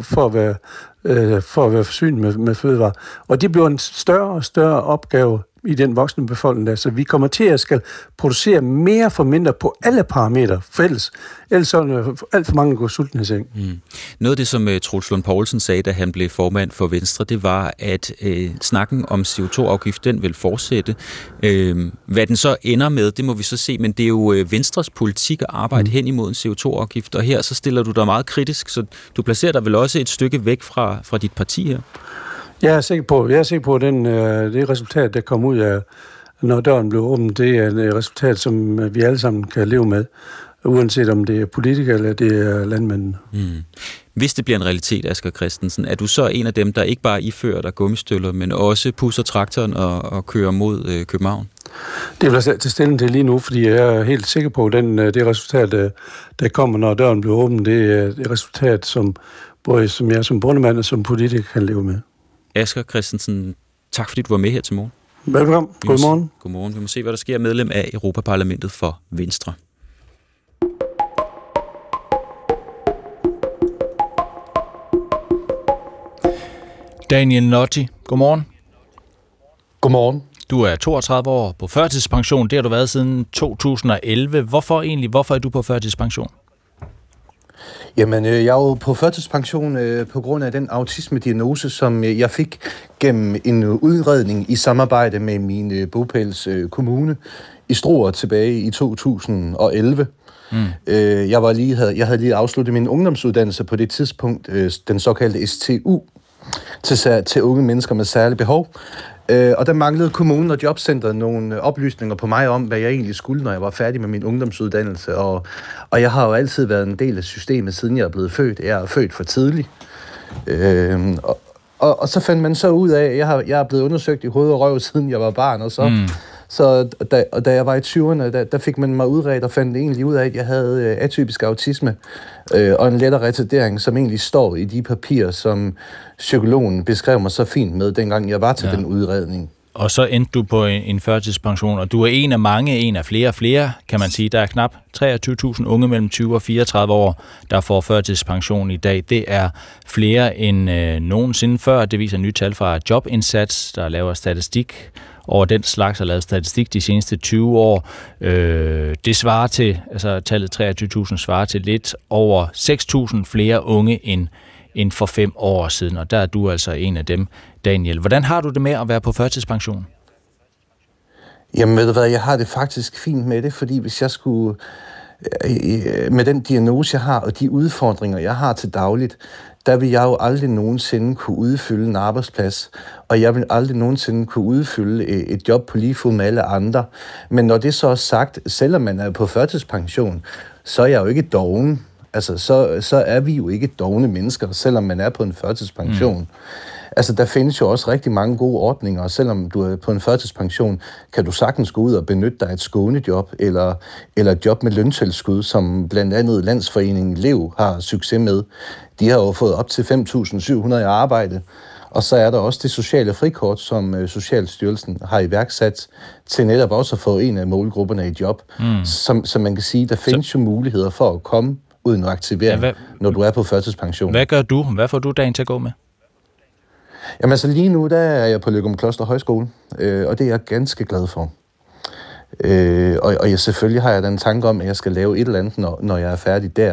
for at være forsynet med fødevarer. Og det bliver en større og større opgave i den voksne befolkning der. Så vi kommer til at skal producere mere for mindre på alle parametre fælles. Ellers så alt for mange går sultne i seng. Noget af det, som Troels Lund Poulsen sagde, da han blev formand for Venstre, det var, at snakken om CO2-afgift, den vil fortsætte. Hvad den så ender med, det må vi så se, men det er jo Venstres politik at arbejde hen imod en CO2-afgift, og her så stiller du dig meget kritisk, så du placerer dig vel også et stykke væk fra dit parti her? Jeg er sikker på, at det resultat, der kommer ud af, når døren bliver åbent, det er et resultat, som vi alle sammen kan leve med, uanset om det er politikere eller det er landmændene. Hvis det bliver en realitet, Asger Christensen, er du så en af dem, der ikke bare ifører dig gummistøvler, men også pusser traktoren og kører mod København? Det vil jeg tage stilling til lige nu, fordi jeg er helt sikker på, at det resultat, der kommer, når døren bliver åbent, det er et resultat, som både som jeg som bondemand og som politiker kan leve med. Asger Christensen, tak fordi du var med her til morgen. Velkommen. Godmorgen. Godmorgen. Vi må se, hvad der sker. Medlem af Europaparlamentet for Venstre. Daniel Notti, godmorgen. Godmorgen. Du er 32 år på førtidspension. Det har du været siden 2011. Hvorfor er du på førtidspension? Jamen, jeg er jo på førtidspension på grund af den autisme-diagnose, som jeg fik gennem en udredning i samarbejde med min bopæls kommune i Struer tilbage i 2011. Jeg havde lige afsluttet min ungdomsuddannelse på det tidspunkt, den såkaldte STU, til unge mennesker med særlige behov. Og der manglede kommunen og jobcentret nogle oplysninger på mig om, hvad jeg egentlig skulle, når jeg var færdig med min ungdomsuddannelse. Og jeg har jo altid været en del af systemet, siden jeg er blevet født. Jeg er født for tidligt. Og så fandt man så ud af, at jeg er blevet undersøgt i hoved og røv, siden jeg var barn. Og så da jeg var i 20'erne, der fik man mig udredt og fandt egentlig ud af, at jeg havde atypisk autisme og en lettere retardering, som egentlig står i de papirer, som psykologen beskrev mig så fint med, dengang jeg var til den udredning. Og så endte du på en førtidspension, og du er en af mange, en af flere, kan man sige. Der er knap 23.000 unge mellem 20 og 34 år, der får førtidspension i dag. Det er flere end nogensinde før. Det viser nye tal fra Jobindsats, der laver statistik over den slags, har lavet statistik de seneste 20 år. Det svarer til, altså tallet 23.000 svarer til lidt over 6.000 flere unge end for 5 år siden, og der er du altså en af dem, Daniel. Hvordan har du det med at være på førtidspension? Jamen ved du hvad, jeg har det faktisk fint med det, fordi hvis jeg skulle, med den diagnose jeg har, og de udfordringer jeg har til dagligt, der vil jeg jo aldrig nogensinde kunne udfylde en arbejdsplads, og jeg vil aldrig nogensinde kunne udfylde et job på lige fod med alle andre. Men når det så er sagt, selvom man er på førtidspension, så er jeg jo ikke doven. Altså, så er vi jo ikke dovne mennesker, selvom man er på en førtidspension. Altså, der findes jo også rigtig mange gode ordninger, og selvom du er på en førtidspension, kan du sagtens gå ud og benytte dig af et skånejob, eller et job med løntilskud, som blandt andet Landsforeningen Lev har succes med. De har jo fået op til 5.700 i arbejde, og så er der også det sociale frikort, som Socialstyrelsen har iværksat til netop også at få en af målgrupperne i job. Som man kan sige, der findes jo muligheder for at komme uden aktivering, når du er på førtidspension. Hvad gør du? Hvad får du dagen til at gå med? Jamen altså lige nu, der er jeg på Løgumkloster Højskole, og det er jeg ganske glad for. Og selvfølgelig har jeg den tanke om, at jeg skal lave et eller andet, når jeg er færdig der.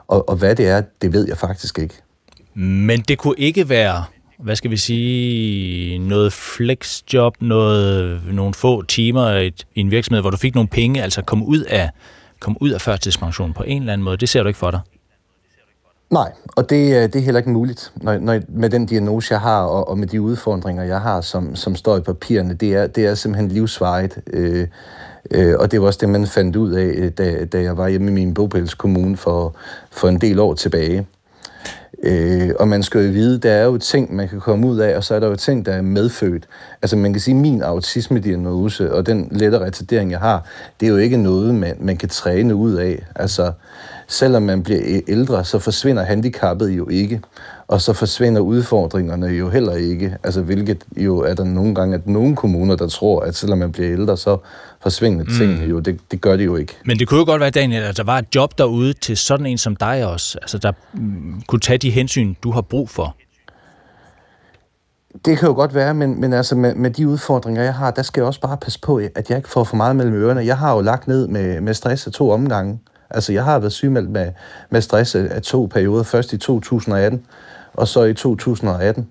Og hvad det er, det ved jeg faktisk ikke. Men det kunne ikke være, hvad skal vi sige, noget flexjob, nogle få timer i en virksomhed, hvor du fik nogle penge, altså komme ud af førtidspension på en eller anden måde. Det ser du ikke for dig? Nej, og det er heller ikke muligt, når med den diagnose, jeg har, og med de udfordringer, jeg har, som står i papirerne. Det er simpelthen livsvarigt. Og det var også det, man fandt ud af, da jeg var hjemme i min bopælskommune for en del år tilbage. Og man skal jo vide, der er jo ting, man kan komme ud af, og så er der jo ting, der er medfødt. Altså man kan sige, min autisme-diagnose og den lette retardering, jeg har, det er jo ikke noget, man kan træne ud af. Altså selvom man bliver ældre, så forsvinder handicappet jo ikke, og så forsvinder udfordringerne jo heller ikke. Altså hvilket jo er der nogle gange, at nogle kommuner, der tror, at selvom man bliver ældre, så forsvinder tingene jo. Det gør det jo ikke. Men det kunne jo godt være, Daniel, at der var et job derude til sådan en som dig også, altså der kunne tage de hensyn, du har brug for. Det kan jo godt være, men altså med de udfordringer, jeg har, der skal jeg også bare passe på, at jeg ikke får for meget mellem ørerne. Jeg har jo lagt ned med stress af 2 omgange. Altså, jeg har været sygemeldt med stress af 2 perioder. Først i 2018, og så i 2018.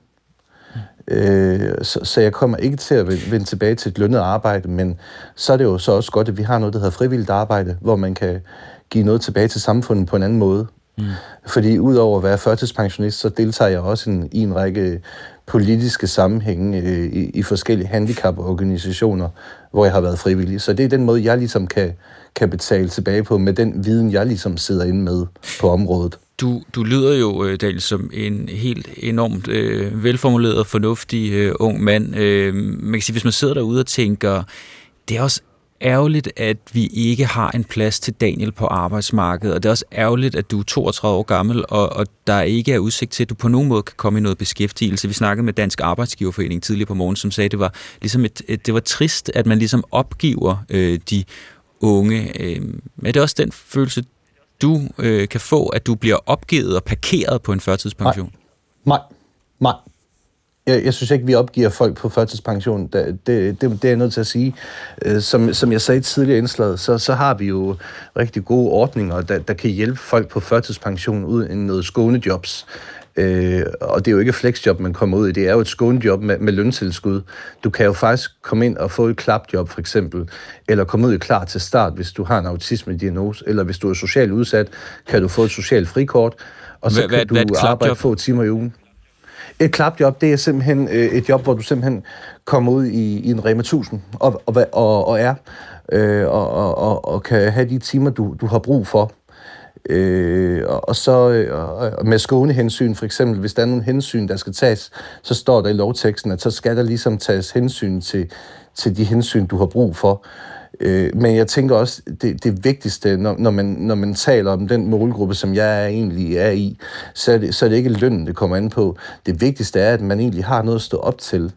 Så jeg kommer ikke til at vende tilbage til et lønnet arbejde, men så er det jo så også godt, at vi har noget, der hedder frivilligt arbejde, hvor man kan give noget tilbage til samfundet på en anden måde. Fordi udover at være førtidspensionist, så deltager jeg også i en række politiske sammenhænge i forskellige handicaporganisationer, hvor jeg har været frivillig. Så det er den måde, jeg ligesom kan betale tilbage på, med den viden, jeg ligesom sidder inde med på området. Du lyder jo, Daniel, som en helt enormt velformuleret, fornuftig ung mand. Man kan sige, hvis man sidder derude og tænker, det er også ærgerligt, at vi ikke har en plads til Daniel på arbejdsmarkedet, og det er også ærgerligt, at du er 32 år gammel, og der ikke er udsigt til, at du på nogen måde kan komme i noget beskæftigelse. Vi snakkede med Dansk Arbejdsgiverforening tidligere på morgen, som sagde, at det var ligesom det var trist, at man ligesom opgiver de unge. Er det også den følelse, du kan få, at du bliver opgivet og parkeret på en førtidspension? Nej. Jeg synes ikke, vi opgiver folk på førtidspension. Det er jeg nødt til at sige. Som jeg sagde tidligere indslaget, så har vi jo rigtig gode ordninger, der kan hjælpe folk på førtidspension ud i noget skånejobs. Og det er jo ikke flexjob, man kommer ud i. Det er jo et skånejob med løntilskud. Du kan jo faktisk komme ind og få et klapjob, for eksempel, eller komme ud i klar til start, hvis du har en autisme-diagnose, eller hvis du er socialt udsat, kan du få et socialt frikort, og så kan du arbejde få timer i ugen. Et klapjob, det er simpelthen et job, hvor du simpelthen kommer ud i en Rema 1000 og kan have de timer, du har brug for. Og så med skånehensyn, for eksempel, hvis der er nogle hensyn, der skal tages, så står der i lovteksten, at så skal der ligesom tages hensyn til de hensyn, du har brug for. Men jeg tænker også, det vigtigste, når man taler om den målgruppe, som jeg egentlig er i, så er det ikke lønnen, det kommer an på. Det vigtigste er, at man egentlig har noget at stå op til.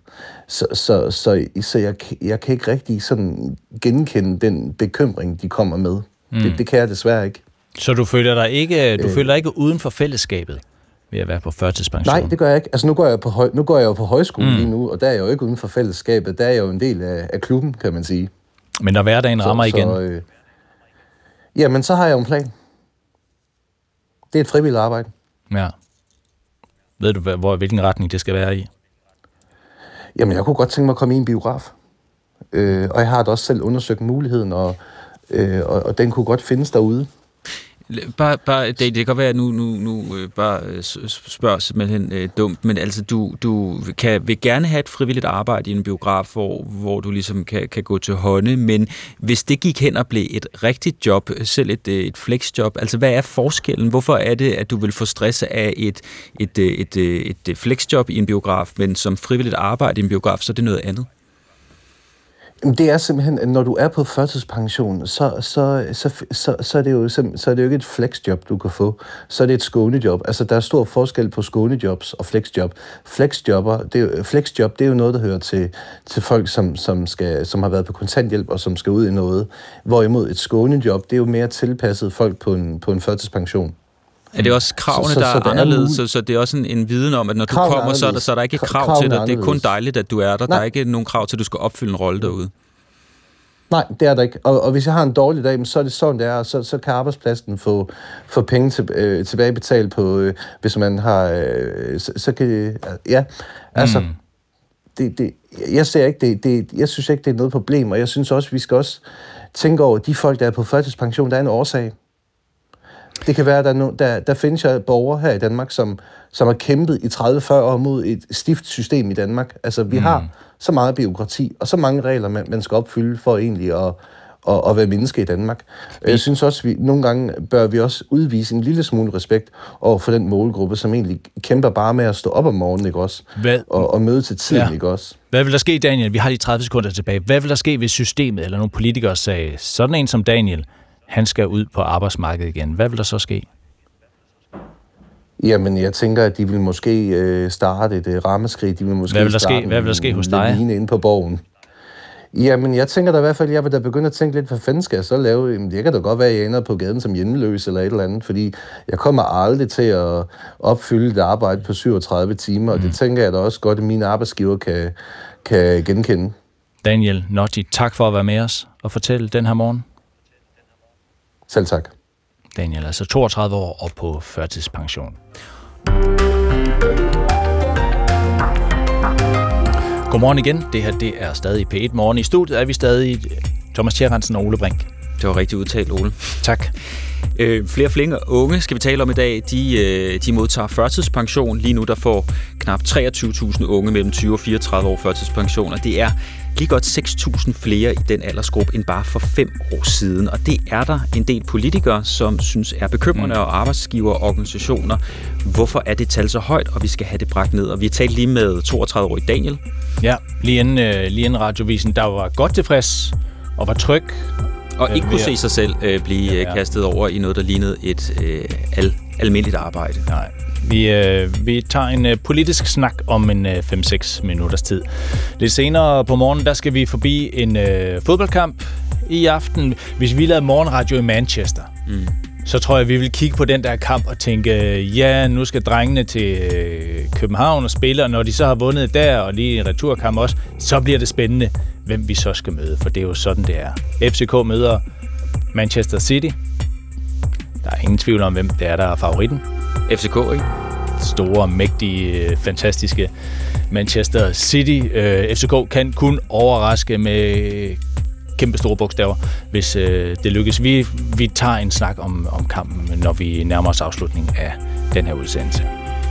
Så jeg kan ikke rigtig sådan genkende den bekymring, de kommer med. Det kan jeg desværre ikke. Så du føler dig ikke uden for fællesskabet ved at være på førtidspension? Nej, det gør jeg ikke. Altså nu går jeg jo på højskole lige nu, og der er jeg jo ikke uden for fællesskabet. Der er jeg jo en del af klubben, kan man sige. Men når hverdagen rammer igen? Jamen, så har jeg jo en plan. Det er et frivilligt arbejde. Ja. Ved du, hvilken retning det skal være i? Jamen, jeg kunne godt tænke mig at komme i en biograf. Og jeg har da også selv undersøgt muligheden, og den kunne godt findes derude. Bare det kan godt være, at nu bare spørger simpelthen dumt, men altså du vil gerne have et frivilligt arbejde i en biograf, hvor du ligesom kan gå til hånde, men hvis det gik hen og blev et rigtigt job, selv et flexjob, altså hvad er forskellen? Hvorfor er det, at du vil få stress af et flexjob i en biograf, men som frivilligt arbejde i en biograf, så er det noget andet? Det er simpelthen, at når du er på førtidspension, så er det jo ikke et flexjob, du kan få. Så er det et skånejob. Altså, der er stor forskel på skånejobs og flexjob. Flexjob, det er jo noget, der hører til folk, som har været på kontanthjælp og som skal ud i noget. Hvorimod et skånejob, det er jo mere tilpasset folk på en førtidspension. Er det også kravene, der er anderledes? Så det er også en viden om, at når du kommer, så er der ikke krav til dig. Det er kun dejligt, at du er der. Der er ikke nogen krav til, at du skal opfylde en rolle derude. Nej, det er der ikke. Og hvis jeg har en dårlig dag, så er det sådan, det er, og så kan arbejdspladsen få penge tilbagebetalt på, hvis man har... så kan ja, altså... Jeg ser ikke jeg synes ikke, det er noget problem, og jeg synes også, vi skal også tænke over, de folk, der er på førtidspension, der er en årsag. Det kan være, at der findes jo borgere her i Danmark, som har kæmpet i 30-40 år mod et stift system i Danmark. Altså, vi har så meget bureaukrati, og så mange regler, man skal opfylde for egentlig at være menneske i Danmark. Jeg synes også, nogle gange bør vi også udvise en lille smule respekt over for den målgruppe, som egentlig kæmper bare med at stå op om morgenen, ikke også? Og møde til tiden, ikke også? Hvad vil der ske, Daniel? Vi har lige 30 sekunder tilbage. Hvad vil der ske, hvis systemet eller nogle politikere sagde, sådan en som Daniel, han skal ud på arbejdsmarkedet igen? Hvad vil der så ske? Jamen, jeg tænker, at de vil måske starte et rammeskrig. De vil måske Hvad vil der ske hos dig? Inde på borgen. Jamen, jeg tænker da i hvert fald, at jeg vil da begynde at tænke lidt, hvad fanden skal jeg så lave? Jamen, det kan da godt være, at jeg ender på gaden som hjemløs eller et eller andet, fordi jeg kommer aldrig til at opfylde et arbejde på 37 timer, og det tænker jeg da også godt, at mine arbejdsgiver kan genkende. Daniel Notti, tak for at være med os og fortælle den her morgen. Selv tak. Daniel, altså 32 år og på førtidspension. Godmorgen igen. Det her, det er stadig P1 Morgen. I studiet er vi stadig Thomas Tjerrensen og Ole Brink. Det var rigtig udtalt, Ole. Tak. Flere unge skal vi tale om i dag. De modtager førtidspension. Lige nu der får knap 23.000 unge mellem 20 og 34 år førtidspension, og det er lige godt 6.000 flere i den aldersgruppe end bare for 5 år siden. Og det er der en del politikere, som synes er bekymrende, og arbejdsgiver og organisationer. Hvorfor er det tal så højt, og vi skal have det bragt ned? Og vi har talt lige med 32-årige Daniel. Ja, lige inden radiovisen, der var godt tilfreds og var tryg. Og ikke kunne se sig selv blive kastet over i noget, der lignede et almindeligt arbejde. Nej. Vi tager en politisk snak om en 5-6 minutters tid. Lidt senere på morgenen, der skal vi forbi en fodboldkamp i aften. Hvis vi lavede morgenradio i Manchester, så tror jeg, vi vil kigge på den der kamp og tænke, ja, nu skal drengene til København og spille, og når de så har vundet der, og lige en returkamp også, så bliver det spændende, hvem vi så skal møde, for det er jo sådan, det er. FCK møder Manchester City. Der er ingen tvivl om, hvem det er, der er favoritten. FCK, ikke? Store, mægtige, fantastiske Manchester City. FCK kan kun overraske med kæmpe store bogstaver, hvis det lykkes. Vi tager en snak om kampen, når vi nærmer os afslutningen af den her udsendelse.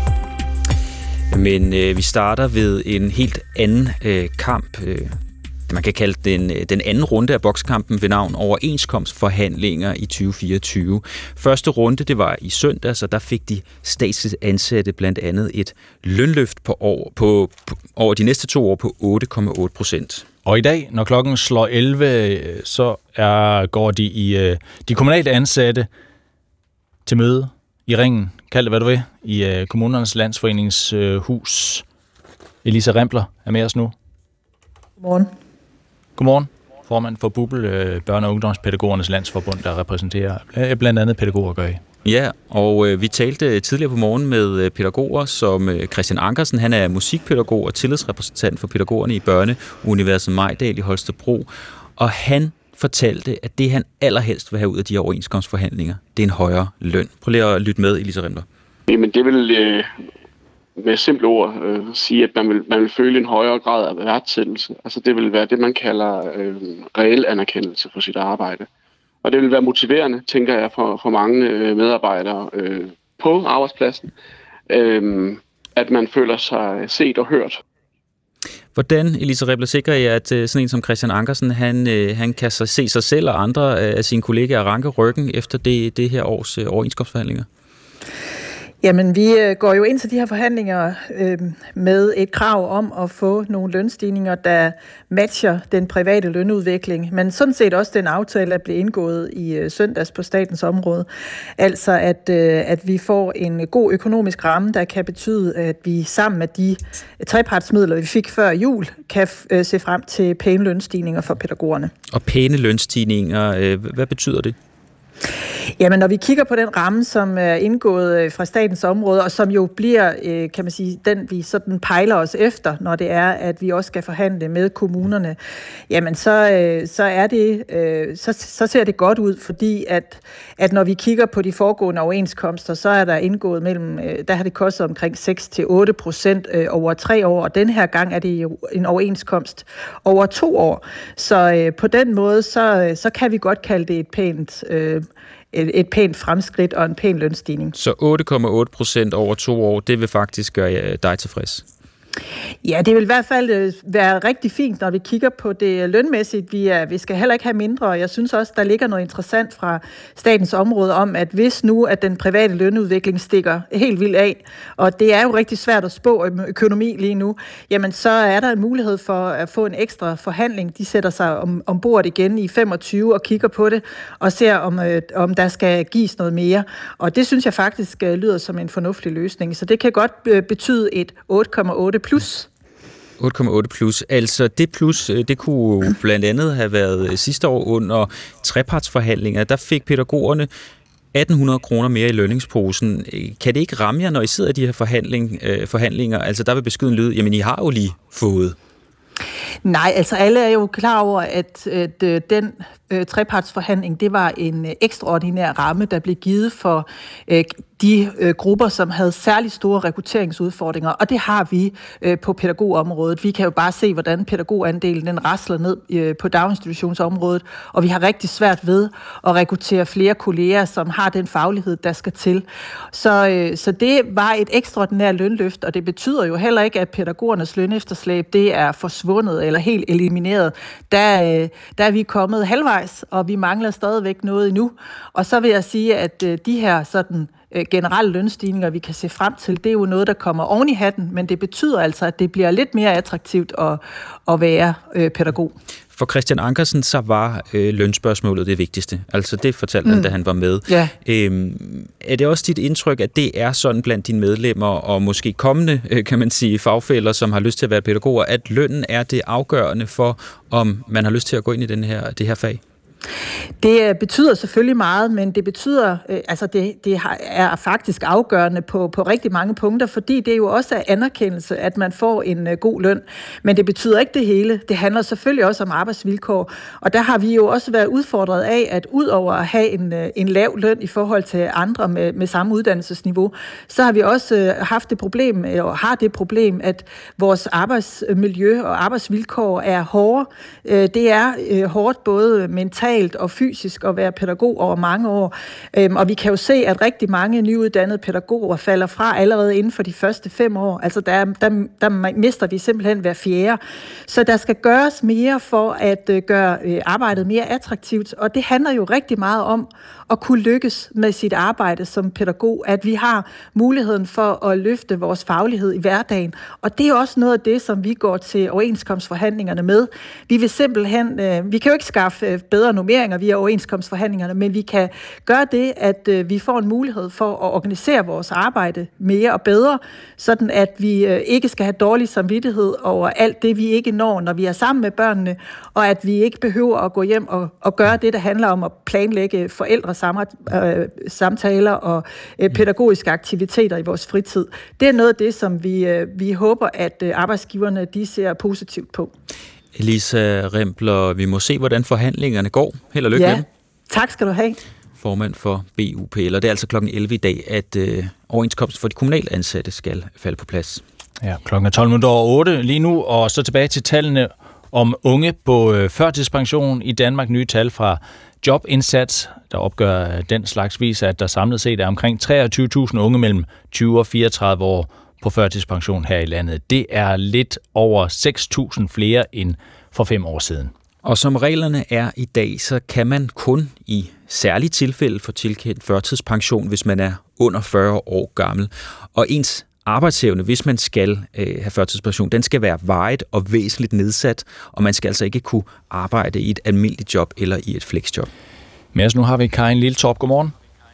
Men vi starter ved en helt anden kamp. Man kan kalde den anden runde af bokskampen ved navn overenskomstforhandlinger i 2024. Første runde, det var i søndag, så der fik de statsligt ansatte blandt andet et lønløft på over de næste 2 år på 8,8%. Og i dag, når klokken slår 11, så går de kommunale ansatte til møde i Ringen, kald det hvad du vil, i Kommunernes Landsforeningshus. Elisa Rempler er med os nu. Godmorgen. Godmorgen. Formand for BUPL, Børne- og Ungdomspædagogernes Landsforbund, der repræsenterer blandt andet pædagoger gør I. Ja, og vi talte tidligere på morgen med pædagoger som Christian Ankersen. Han er musikpædagog og tillidsrepræsentant for pædagogerne i Børneuniversitetet Majdal i Holstebro. Og han fortalte, at det han allerhelst vil have ud af de her overenskomstforhandlinger, det er en højere løn. Prøv lige at lytte med, Elisa Rempler. Jamen det vil med simple ord sige, at man vil føle en højere grad af værdsættelse. Altså det vil være det, man kalder reel anerkendelse for sit arbejde. Og det vil være motiverende, tænker jeg, for mange medarbejdere på arbejdspladsen, at man føler sig set og hørt. Hvordan, Elisa Rempler, sikrer I, at sådan en som Christian Ankersen, han kan se sig selv og andre af sine kollegaer ranke ryggen efter det her års overenskomstforhandlinger? Jamen, vi går jo ind til de her forhandlinger med et krav om at få nogle lønstigninger, der matcher den private lønudvikling, men sådan set også den aftale, der blev indgået i søndags på statens område. Altså, at vi får en god økonomisk ramme, der kan betyde, at vi sammen med de trepartsmidler, vi fik før jul, kan se frem til pæne lønstigninger for pædagogerne. Og pæne lønstigninger, hvad betyder det? Jamen, når vi kigger på den ramme, som er indgået fra statens område, og som jo bliver, kan man sige, den vi sådan pejler os efter, når det er, at vi også skal forhandle med kommunerne, jamen så ser det godt ud, fordi at når vi kigger på de foregående overenskomster, så er der indgået der har det kostet omkring 6-8% over 3 år, og den her gang er det jo en overenskomst over 2 år. Så på den måde, så kan vi godt kalde det et pænt fremskridt og en pæn lønstigning. Så 8,8% over 2 år, det vil faktisk gøre dig tilfreds? Ja, det vil i hvert fald være rigtig fint, når vi kigger på det lønmæssigt. Vi skal heller ikke have mindre, og jeg synes også, der ligger noget interessant fra statens område om, at hvis nu, at den private lønudvikling stikker helt vildt af, og det er jo rigtig svært at spå økonomi lige nu, jamen så er der en mulighed for at få en ekstra forhandling. De sætter sig ombord igen i 25 og kigger på det, og ser, om der skal gives noget mere. Og det synes jeg faktisk lyder som en fornuftig løsning. Så det kan godt betyde et 8,8 plus. 8,8 plus. Altså det plus, det kunne blandt andet have været sidste år under trepartsforhandlinger. Der fik pædagogerne 1.800 kroner mere i lønningsposen. Kan det ikke ramme jer, når I sidder i de her forhandlinger? Altså der vil beskeden lyde, jamen I har jo lige fået. Nej, altså alle er jo klar over, at den trepartsforhandling, det var en ekstraordinær ramme, der blev givet for de grupper, som havde særlig store rekrutteringsudfordringer, og det har vi på pædagogområdet. Vi kan jo bare se, hvordan pædagogandelen den rasler ned på daginstitutionsområdet, og vi har rigtig svært ved at rekruttere flere kolleger, som har den faglighed, der skal til. Så det var et ekstraordinært lønløft, og det betyder jo heller ikke, at pædagogernes lønefterslæb, det er forsvundet eller helt elimineret. Der er vi kommet halvvejs, og vi mangler stadigvæk noget endnu. Og så vil jeg sige, at de her sådan generelle lønstigninger, vi kan se frem til, det er jo noget, der kommer oven i hatten, men det betyder altså, at det bliver lidt mere attraktivt at være pædagog. For Christian Ankersen, så var lønspørgsmålet det vigtigste. Altså det fortalte han, da han var med. Ja. Er det også dit indtryk, at det er sådan blandt dine medlemmer, og måske kommende, kan man sige, fagfæller, som har lyst til at være pædagoger, at lønnen er det afgørende for, om man har lyst til at gå ind i det her fag? Det betyder selvfølgelig meget, men det betyder, det er faktisk afgørende på rigtig mange punkter, fordi det er jo også af anerkendelse, at man får en god løn. Men det betyder ikke det hele. Det handler selvfølgelig også om arbejdsvilkår, og der har vi jo også været udfordret af, at ud over at have en lav løn i forhold til andre med samme uddannelsesniveau, så har vi også haft det problem, og har det problem, at vores arbejdsmiljø og arbejdsvilkår er hårde. Det er hårdt både mentalt og fysisk at være pædagog over mange år. Og vi kan jo se, at rigtig mange nyuddannede pædagoger falder fra allerede inden for de første 5 år. Altså der mister vi simpelthen hver fjerde. Så der skal gøres mere for at gøre arbejdet mere attraktivt, og det handler jo rigtig meget om at kunne lykkes med sit arbejde som pædagog, at vi har muligheden for at løfte vores faglighed i hverdagen. Og det er også noget af det, som vi går til overenskomstforhandlingerne med. Vi vil simpelthen, vi kan jo ikke skaffe bedre normeringer via overenskomstforhandlingerne, men vi kan gøre det, at vi får en mulighed for at organisere vores arbejde mere og bedre, sådan at vi ikke skal have dårlig samvittighed over alt det, vi ikke når vi er sammen med børnene, og at vi ikke behøver at gå hjem og gøre det, der handler om at planlægge samtaler og pædagogiske aktiviteter i vores fritid. Det er noget af det, som vi håber, at arbejdsgiverne de ser positivt på. Elisa Rempler, vi må se, hvordan forhandlingerne går. Held og lykke med dem. Tak skal du have. Formand for BUPL, og det er altså kl. 11 i dag, at overenskomst for de kommunale ansatte skal falde på plads. Ja, klokken er 7:12 lige nu, og så tilbage til tallene om unge på førtidspension i Danmark. Nye tal fra Jobindsats, der opgør den slags viser, at der samlet set er omkring 23.000 unge mellem 20 og 34 år på førtidspension her i landet. Det er lidt over 6.000 flere end for 5 år siden. Og som reglerne er i dag, så kan man kun i særlige tilfælde få tilkendt førtidspension, hvis man er under 40 år gammel. Og ens arbejdsevne, hvis man skal have førtidspension, den skal være varigt og væsentligt nedsat, og man skal altså ikke kunne arbejde i et almindeligt job eller i et flexjob. Men altså, nu har vi Karin Lilletorp. Godmorgen.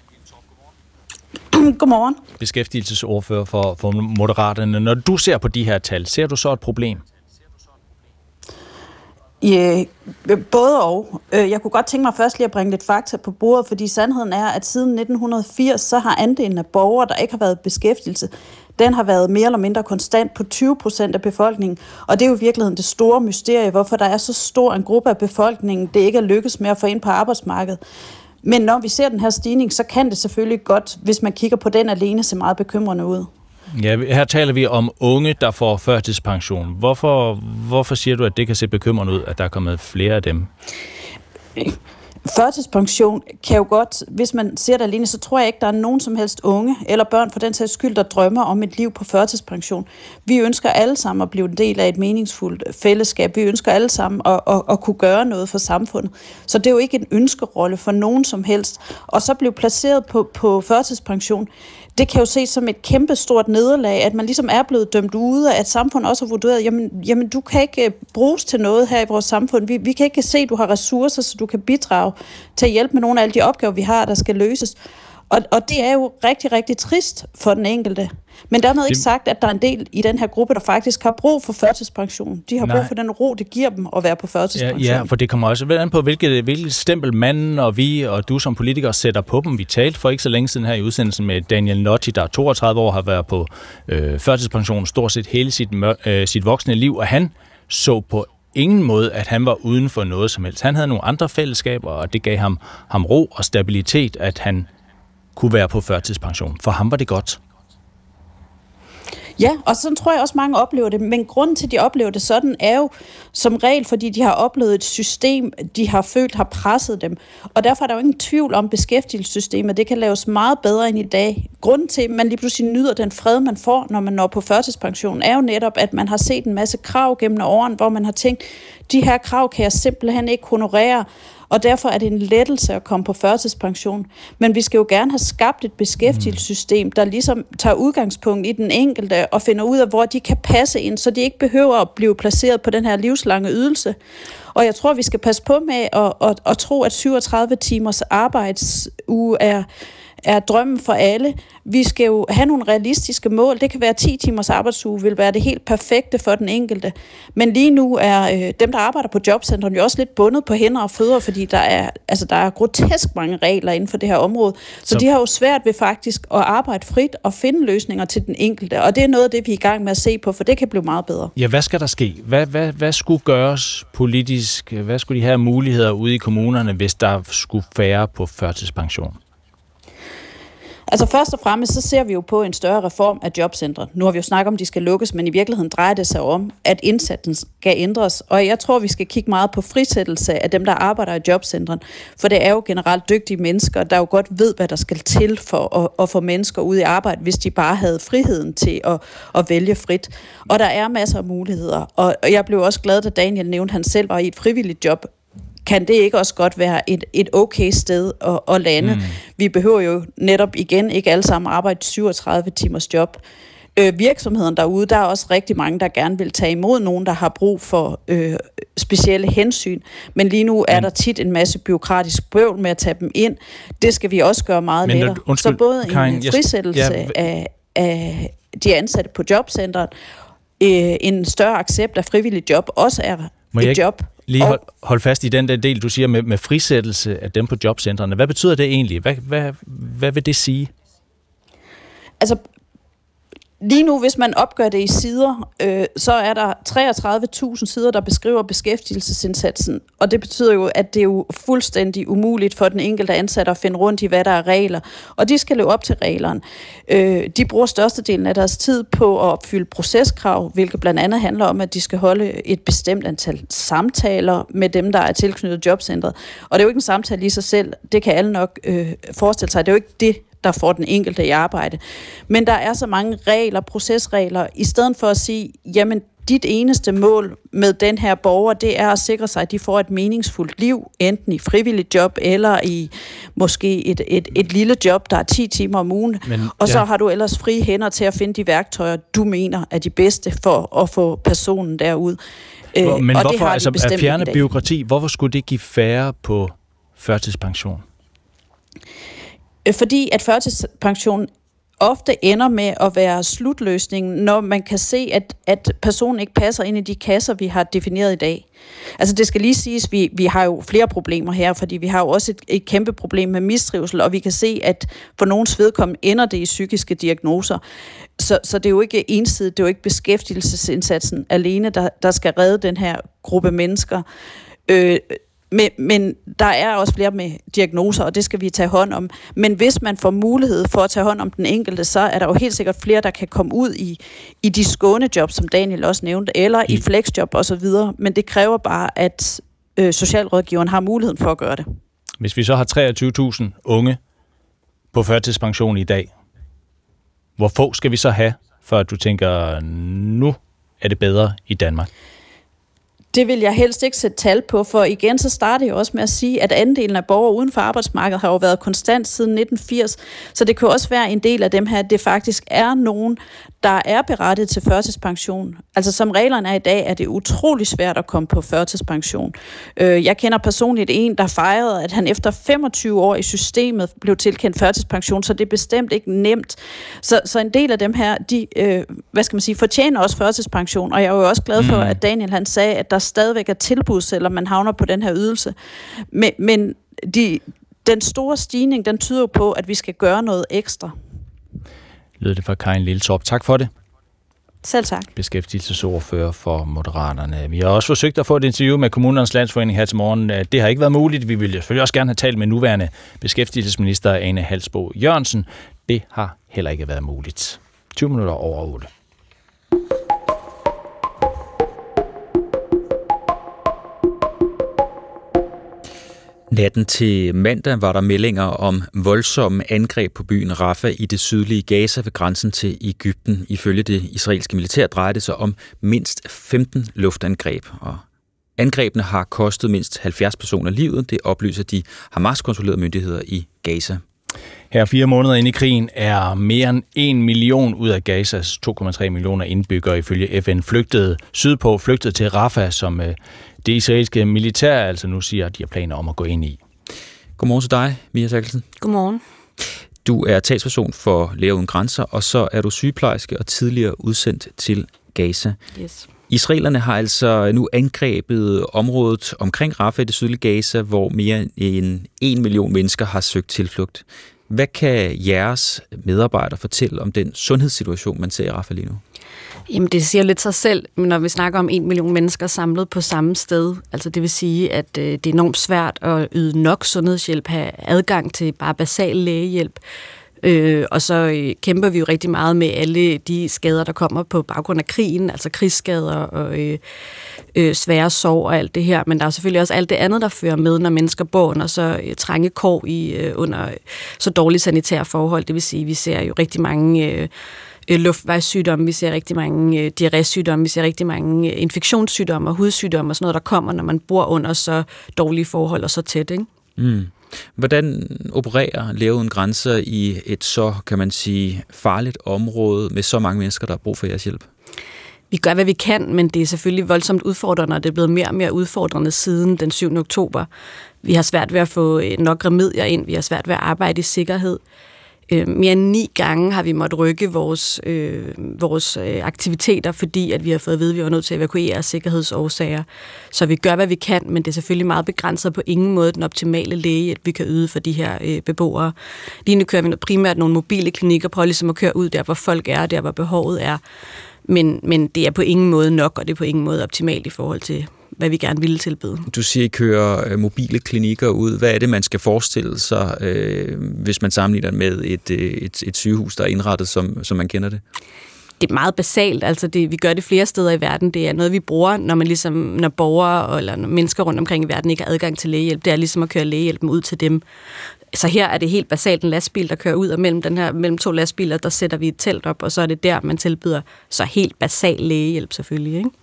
Godmorgen. Beskæftigelsesordfører for Moderaterne. Når du ser på de her tal, ser du så et problem? Ja, både og. Jeg kunne godt tænke mig først lige at bringe lidt fakta på bordet, fordi sandheden er, at siden 1980, så har andelen af borgere, der ikke har været i beskæftigelse, den har været mere eller mindre konstant på 20% af befolkningen. Og det er jo i virkeligheden det store mysterie, hvorfor der er så stor en gruppe af befolkningen, det ikke er lykkes med at få ind på arbejdsmarkedet. Men når vi ser den her stigning, så kan det selvfølgelig godt, hvis man kigger på den alene, se meget bekymrende ud. Ja, her taler vi om unge, der får førtidspension. Hvorfor siger du, at det kan se bekymrende ud, at der er kommet flere af dem? Førtidspension kan jo godt, hvis man ser det alene, så tror jeg ikke, der er nogen som helst unge eller børn for den sags skyld, der drømmer om et liv på førtidspension. Vi ønsker alle sammen at blive en del af et meningsfuldt fællesskab. Vi ønsker alle sammen at kunne gøre noget for samfundet. Så det er jo ikke en ønskerolle for nogen som helst. Og så blive placeret på førtidspension, det kan jo ses som et kæmpe stort nederlag, at man ligesom er blevet dømt ude, at samfundet også har vurderet, jamen du kan ikke bruges til noget her i vores samfund. Vi kan ikke se, at du har ressourcer, så du kan bidrage til at hjælpe med nogle af alle de opgaver, vi har, der skal løses. Og det er jo rigtig, rigtig trist for den enkelte. Men dermed ikke sagt, at der er en del i den her gruppe, der faktisk har brug for førtidspension. De har brug for den ro, det giver dem at være på førtidspension. Ja, for det kommer også an på, hvilket stempel manden og vi og du som politikere sætter på dem. Vi talte for ikke så længe siden her i udsendelsen med Daniel Notti, der er 32 år, har været på førtidspension stort set hele sit voksne liv, og han så på ingen måde, at han var uden for noget som helst. Han havde nogle andre fællesskaber, og det gav ham ro og stabilitet, at han kunne være på førtidspension. For ham var det godt. Ja, og sådan tror jeg også, mange oplever det. Men grunden til, at de oplever det sådan, er jo som regel, fordi de har oplevet et system, de har følt har presset dem. Og derfor er der jo ingen tvivl om beskæftigelsessystemet. Det kan laves meget bedre end i dag. Grunden til, at man lige pludselig nyder den fred, man får, når man når på førtidspension, er jo netop, at man har set en masse krav gennem årene, hvor man har tænkt, de her krav kan jeg simpelthen ikke honorere, og derfor er det en lettelse at komme på førtidspension. Men vi skal jo gerne have skabt et beskæftigelsessystem, der ligesom tager udgangspunkt i den enkelte og finder ud af, hvor de kan passe ind, så de ikke behøver at blive placeret på den her livslange ydelse. Og jeg tror, vi skal passe på med at tro, at 37 timers arbejdsuge er drømmen for alle. Vi skal jo have nogle realistiske mål. Det kan være 10 timers arbejdsuge, vil være det helt perfekte for den enkelte. Men lige nu er dem, der arbejder på jobcentrene, jo også lidt bundet på hænder og fødder, fordi der er grotesk mange regler inden for det her område. Så de har jo svært ved faktisk at arbejde frit og finde løsninger til den enkelte. Og det er noget af det, vi er i gang med at se på, for det kan blive meget bedre. Ja, hvad skal der ske? Hvad skulle gøres politisk? Hvad skulle de have muligheder ude i kommunerne, hvis der skulle færre på førtidspension? Altså først og fremmest, så ser vi jo på en større reform af jobcentre. Nu har vi jo snakket om, at de skal lukkes, men i virkeligheden drejer det sig om, at indsatsen skal ændres. Og jeg tror, vi skal kigge meget på frisættelse af dem, der arbejder i jobcentrene. For det er jo generelt dygtige mennesker, der jo godt ved, hvad der skal til for at få mennesker ud i arbejde, hvis de bare havde friheden til at vælge frit. Og der er masser af muligheder. Og jeg blev også glad, da Daniel nævnte, at han selv var i et frivilligt job. Kan det ikke også godt være et okay sted at lande? Vi behøver jo netop igen ikke alle sammen arbejde 37 timers job. Virksomheden derude, der er også rigtig mange, der gerne vil tage imod nogen, der har brug for specielle hensyn. Men lige nu er der tit en masse bureaukratisk bøvl med at tage dem ind. Det skal vi også gøre meget lettere. Så både en frisættelse af de ansatte på jobcentret, en større accept af frivilligt job, også er et job. Lige hold fast i den der del, du siger med frisættelse af dem på jobcentrene. Hvad betyder det egentlig? Hvad vil det sige? Altså, lige nu, hvis man opgør det i sider, så er der 33.000 sider, der beskriver beskæftigelsesindsatsen. Og det betyder jo, at det er jo fuldstændig umuligt for den enkelte ansatte at finde rundt i, hvad der er regler. Og de skal leve op til reglerne. De bruger størstedelen af deres tid på at opfylde proceskrav, hvilket blandt andet handler om, at de skal holde et bestemt antal samtaler med dem, der er tilknyttet jobcentret. Og det er jo ikke en samtale i sig selv. Det kan alle nok forestille sig. Det er jo ikke det, der får den enkelte i arbejde. Men der er så mange regler, procesregler, i stedet for at sige, jamen dit eneste mål med den her borger, det er at sikre sig, at de får et meningsfuldt liv, enten i frivilligt job, eller i måske et lille job, der er 10 timer om ugen. Og så har du ellers frie hænder til at finde de værktøjer, du mener er de bedste for at få personen derud. Men og hvorfor, det har altså at fjerne byråkrati, hvorfor skulle det give færre på førtidspension? Fordi at førtidspension ofte ender med at være slutløsningen, når man kan se, at personen ikke passer ind i de kasser, vi har defineret i dag. Altså det skal lige siges, vi har jo flere problemer her, fordi vi har jo også et kæmpe problem med mistrivsel, og vi kan se, at for nogens vedkommende ender det i psykiske diagnoser. Så det er jo ikke ensidigt, det er jo ikke beskæftigelsesindsatsen alene, der skal redde den her gruppe mennesker. Men der er også flere med diagnoser, og det skal vi tage hånd om. Men hvis man får mulighed for at tage hånd om den enkelte, så er der jo helt sikkert flere, der kan komme ud i de skånejob, som Daniel også nævnte, eller i flexjob osv. Men det kræver bare, at socialrådgiveren har muligheden for at gøre det. Hvis vi så har 23.000 unge på førtidspension i dag, hvor få skal vi så have, før du tænker, nu er det bedre i Danmark? Det vil jeg helst ikke sætte tal på, for igen så starter jeg også med at sige, at andelen af borgere uden for arbejdsmarkedet har jo været konstant siden 1980, så det kan også være en del af dem her, at det faktisk er nogen, der er berettiget til førtidspension. Altså som reglerne er i dag, er det utrolig svært at komme på førtidspension. Jeg kender personligt en, der fejrede, at han efter 25 år i systemet blev tilkendt førtidspension, så det er bestemt ikke nemt. Så en del af dem her, de fortjener også førtidspension, og jeg er jo også glad for, at Daniel han sagde, at der stadigvæk er tilbud, selvom man havner på den her ydelse. Men den store stigning, den tyder på, at vi skal gøre noget ekstra. Lød det fra Karin Lilletorp. Tak for det. Selv tak. Beskæftigelsesordfører for Moderaterne. Vi har også forsøgt at få et interview med Kommunernes Landsforening her til morgen. Det har ikke været muligt. Vi ville selvfølgelig også gerne have talt med nuværende beskæftigelsesminister Ane Halsboe Jørgensen. Det har heller ikke været muligt. 20 minutter over 8. Natten til mandag var der meldinger om voldsomme angreb på byen Rafah i det sydlige Gaza ved grænsen til Egypten. Ifølge det israelske militær drejer det sig om mindst 15 luftangreb. Og angrebene har kostet mindst 70 personer livet. Det oplyser de Hamas-kontrollerede myndigheder i Gaza. Her 4 måneder inde i krigen er mere end 1 million ud af Gazas 2,3 millioner indbyggere ifølge FN flygtet til Rafah, som det israelske militær altså nu siger, at de har planer om at gå ind i. Godmorgen til dig, Mia Sakkelsen. Godmorgen. Du er talsperson for Læger Uden Grænser, og så er du sygeplejerske og tidligere udsendt til Gaza. Yes. Israelerne har altså nu angrebet området omkring Rafah i det sydlige Gaza, hvor mere end 1 million mennesker har søgt tilflugt. Hvad kan jeres medarbejdere fortælle om den sundhedssituation, man ser i Rafah lige nu? Jamen, det siger lidt sig selv, når vi snakker om 1 million mennesker samlet på samme sted. Altså, det vil sige, at det er enormt svært at yde nok sundhedshjælp, have adgang til bare basal lægehjælp. Og så kæmper vi jo rigtig meget med alle de skader, der kommer på baggrund af krigen, altså krigsskader og svære sorg og alt det her. Men der er selvfølgelig også alt det andet, der fører med, når mennesker bor under så trange kår under så dårlige sanitære forhold. Det vil sige, at vi ser jo rigtig mange luftvejssygdomme, vi ser rigtig mange diarrésygdomme, vi ser rigtig mange infektionssygdomme og hudsygdomme og sådan noget, der kommer, når man bor under så dårlige forhold og så tæt, ikke? Mm. Hvordan opererer Læger Uden Grænser i et så, kan man sige, farligt område med så mange mennesker, der har brug for jeres hjælp? Vi gør, hvad vi kan, men det er selvfølgelig voldsomt udfordrende, og det er blevet mere og mere udfordrende siden den 7. oktober. Vi har svært ved at få nok remedier ind, vi har svært ved at arbejde i sikkerhed. Mere end 9 gange har vi måttet rykke vores aktiviteter, fordi at vi har fået at vide, at vi var nødt til at evakuere af sikkerhedsårsager. Så vi gør, hvad vi kan, men det er selvfølgelig meget begrænset på ingen måde den optimale læge, at vi kan yde for de her beboere. Lige nu kører vi primært nogle mobile klinikker, prøver ligesom at køre ud der, hvor folk er, der hvor behovet er. Men det er på ingen måde nok, og det er på ingen måde optimalt i forhold til, hvad vi gerne ville tilbyde. Du siger, I kører mobile klinikker ud. Hvad er det, man skal forestille sig, hvis man sammenligner med et sygehus, der er indrettet, som man kender det? Det er meget basalt. Altså vi gør det flere steder i verden. Det er noget, vi bruger, når borgere eller når mennesker rundt omkring i verden ikke har adgang til lægehjælp. Det er ligesom at køre lægehjælpen ud til dem. Så her er det helt basalt en lastbil, der kører ud, og mellem 2 lastbiler, der sætter vi et telt op, og så er det der, man tilbyder så helt basal lægehjælp selvfølgelig, ikke?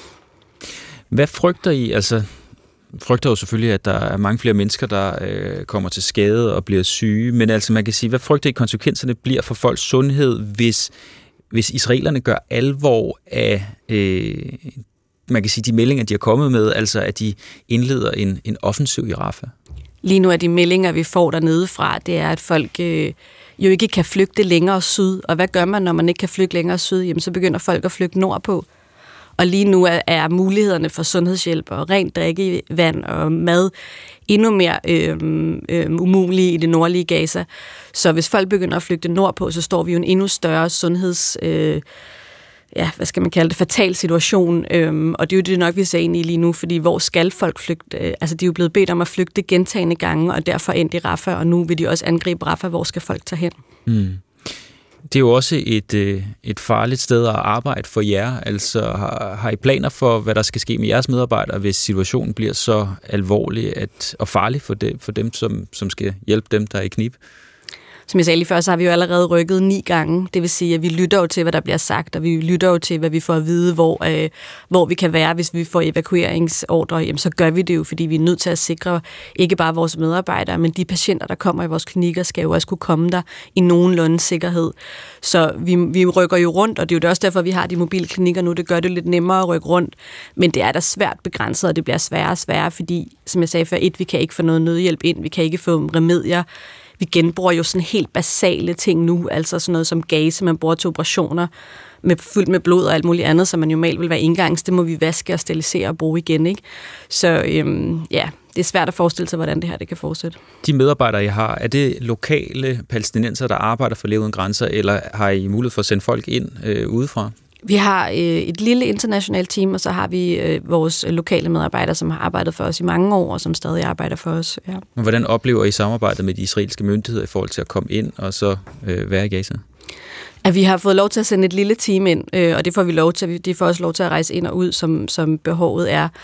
Hvad frygter I? Altså, frygter jo selvfølgelig, at der er mange flere mennesker, der kommer til skade og bliver syge, men altså man kan sige, hvad frygter I konsekvenserne bliver for folks sundhed, hvis israelerne gør alvor af, man kan sige, de meldinger, de har kommet med, altså at de indleder en offensiv i Rafah? lige nu er de meldinger, vi får dernede fra, det er, at folk jo ikke kan flygte længere syd. Og hvad gør man, når man ikke kan flygte længere syd? Jamen, så begynder folk at flygte nordpå. Og lige nu er mulighederne for sundhedshjælp og rent drikkevand og mad endnu mere umulige i det nordlige Gaza. Så hvis folk begynder at flygte nordpå, så står vi jo en endnu større sundheds... fatal situation. Og det er jo det nok, vi ser ind i lige nu, fordi hvor skal folk flygte? Altså, de er jo blevet bedt om at flygte gentagne gange, og derfor endte i Rafah, og nu vil de også angribe Rafah. Hvor skal folk tage hen? Mm. Det er jo også et farligt sted at arbejde for jer. Altså, har I planer for, hvad der skal ske med jeres medarbejdere, hvis situationen bliver så alvorlig og farlig for dem, som skal hjælpe dem, der er i knib? Som jeg sagde lige før, så har vi jo allerede rykket 9 gange. Det vil sige, at vi lytter jo til, hvad der bliver sagt, og vi lytter jo til, hvad vi får at vide, hvor vi kan være, hvis vi får evakueringsordre. Jamen, så gør vi det jo, fordi vi er nødt til at sikre ikke bare vores medarbejdere, men de patienter, der kommer i vores klinikker, skal jo også kunne komme der i nogenlunde sikkerhed. Så vi rykker jo rundt, og det er jo også derfor, vi har de mobile klinikker nu. Det gør det lidt nemmere at rykke rundt, men det er da svært begrænset, og det bliver sværere og sværere, fordi, som jeg sagde før, vi kan ikke få noget nødhjælp ind, vi kan ikke få remedier. Vi genbruger jo sådan helt basale ting nu, altså sådan noget som gase, man bruger til operationer fyldt med blod og alt muligt andet, som man normalt vil være engangs. Det må vi vaske og sterilisere og bruge igen, ikke? Så det er svært at forestille sig, hvordan det her det kan fortsætte. De medarbejdere, I har, er det lokale palæstinenser, der arbejder for Læger Uden Grænser, eller har I mulighed for at sende folk ind udefra? Vi har et lille internationalt team, og så har vi vores lokale medarbejdere, som har arbejdet for os i mange år, og som stadig arbejder for os. Ja. Hvordan oplever I samarbejdet med de israelske myndigheder i forhold til at komme ind og så være i Gaza? At vi har fået lov til at sende et lille team ind, og det får vi lov til. De får også lov til at rejse ind og ud, som behovet er.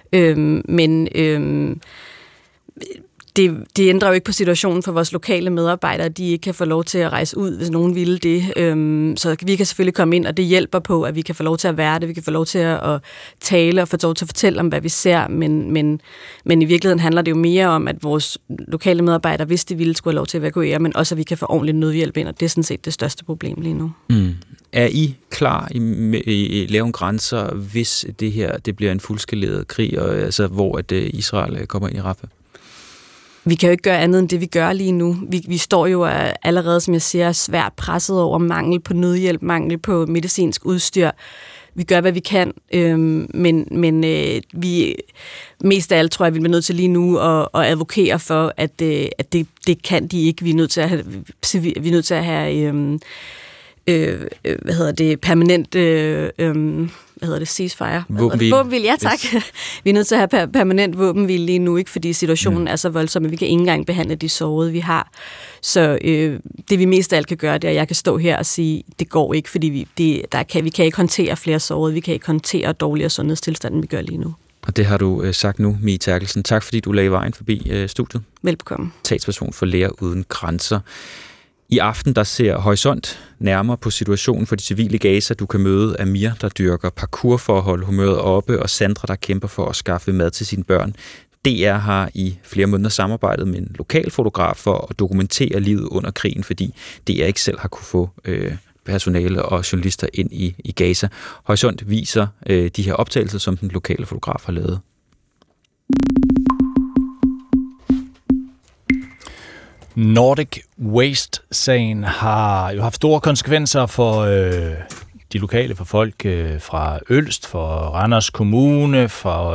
Det ændrer jo ikke på situationen for vores lokale medarbejdere, at de ikke kan få lov til at rejse ud, hvis nogen ville det. Så vi kan selvfølgelig komme ind, og det hjælper på, at vi kan få lov til at være det, vi kan få lov til at tale og få lov til at fortælle om, hvad vi ser, men i virkeligheden handler det jo mere om, at vores lokale medarbejdere, hvis de ville, skulle have lov til at evakuere, men også at vi kan få ordentlig nødhjælp ind, og det er sådan set det største problem lige nu. Mm. Er I klar i Læger Uden Grænser, hvis det her det bliver en fuldskaleret krig, og, altså, hvor at Israel kommer ind i Rafah? Vi kan jo ikke gøre andet end det, vi gør lige nu. Vi står jo allerede, som jeg siger, svært presset over mangel på nødhjælp, mangel på medicinsk udstyr. Vi gør, hvad vi kan, men vi mest af alt, tror jeg, vi bliver nødt til lige nu at advokere for, at det kan de ikke. Vi er nødt til at have permanent ceasefire? Våbenhvile, ja tak. Vi er nødt til at have permanent våbenhvile lige nu, ikke, fordi situationen er så voldsom, at vi kan ikke engang behandle de sårede, vi har. Så det vi mest af alt kan gøre, det er, at jeg kan stå her og sige, det går ikke, fordi vi kan ikke håndtere flere sårede, vi kan ikke håndtere dårligere sundhedstilstand, end vi gør lige nu. Og det har du sagt nu, Mie Terkelsen. Tak fordi du lagde vejen forbi studiet. Velbekomme. Talsperson for Læger Uden Grænser. I aften der ser Horisont nærmere på situationen for de civile Gaza. Du kan møde Amir, der dyrker parkour for at holde humøret oppe, og Sandra, der kæmper for at skaffe mad til sine børn. DR har i flere måneder samarbejdet med en lokal fotograf for at dokumentere livet under krigen, fordi DR ikke selv har kunne få personale og journalister ind i Gaza. Horisont viser de her optagelser, som den lokale fotograf har lavet. Nordic Waste-sagen har jo haft store konsekvenser for de lokale, for folk fra Ølst, for Randers Kommune,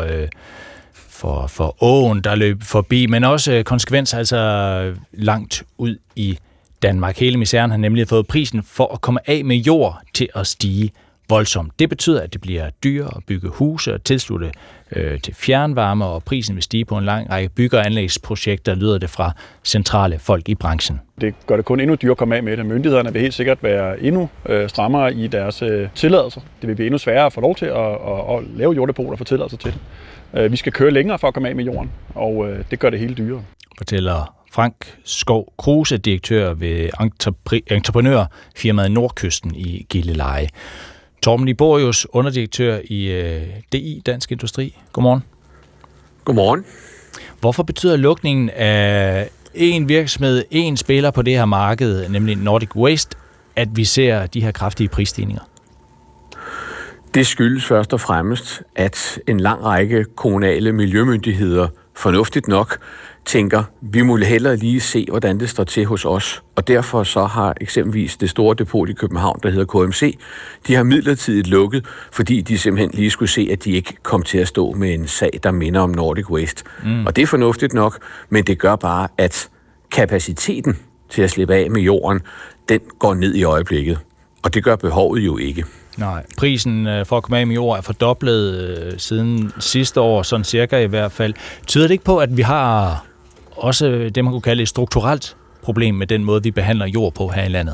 for åen, der løb forbi, men også konsekvenser altså langt ud i Danmark. Hele misæren har nemlig fået prisen for at komme af med jord til at stige voldsomt. Det betyder, at det bliver dyrere at bygge huse og tilslutte til fjernvarme, og prisen vil stige på en lang række bygge- og anlægsprojekter, lyder det fra centrale folk i branchen. Det gør det kun endnu dyrere at komme af med det. Myndighederne vil helt sikkert være endnu strammere i deres tilladelser. Det vil blive endnu sværere at få lov til at lave jorddepot og få tilladelser til det. Vi skal køre længere for at komme af med jorden, og det gør det hele dyrere. Fortæller Frank Skov Kruse, direktør ved entreprenørfirmaet Nordkysten i Gilleleje. Torben Liborius, underdirektør i DI, Dansk Industri. Godmorgen. Godmorgen. Hvorfor betyder lukningen af én virksomhed, én spiller på det her marked, nemlig Nordic Waste, at vi ser de her kraftige prisstigninger? Det skyldes først og fremmest, at en lang række kommunale miljømyndigheder fornuftigt nok tænker, vi må hellere lige se, hvordan det står til hos os. Og derfor så har eksempelvis det store depot i København, der hedder KMC, de har midlertidigt lukket, fordi de simpelthen lige skulle se, at de ikke kom til at stå med en sag, der minder om Nordic Waste. Og det er fornuftigt nok, men det gør bare, at kapaciteten til at slippe af med jorden, den går ned i øjeblikket. Og det gør behovet jo ikke. Nej, prisen for at komme af med jord er fordoblet siden sidste år, sådan cirka i hvert fald. Tyder det ikke på, at vi har også det, man kunne kalde et strukturelt problem med den måde, vi behandler jord på her i landet?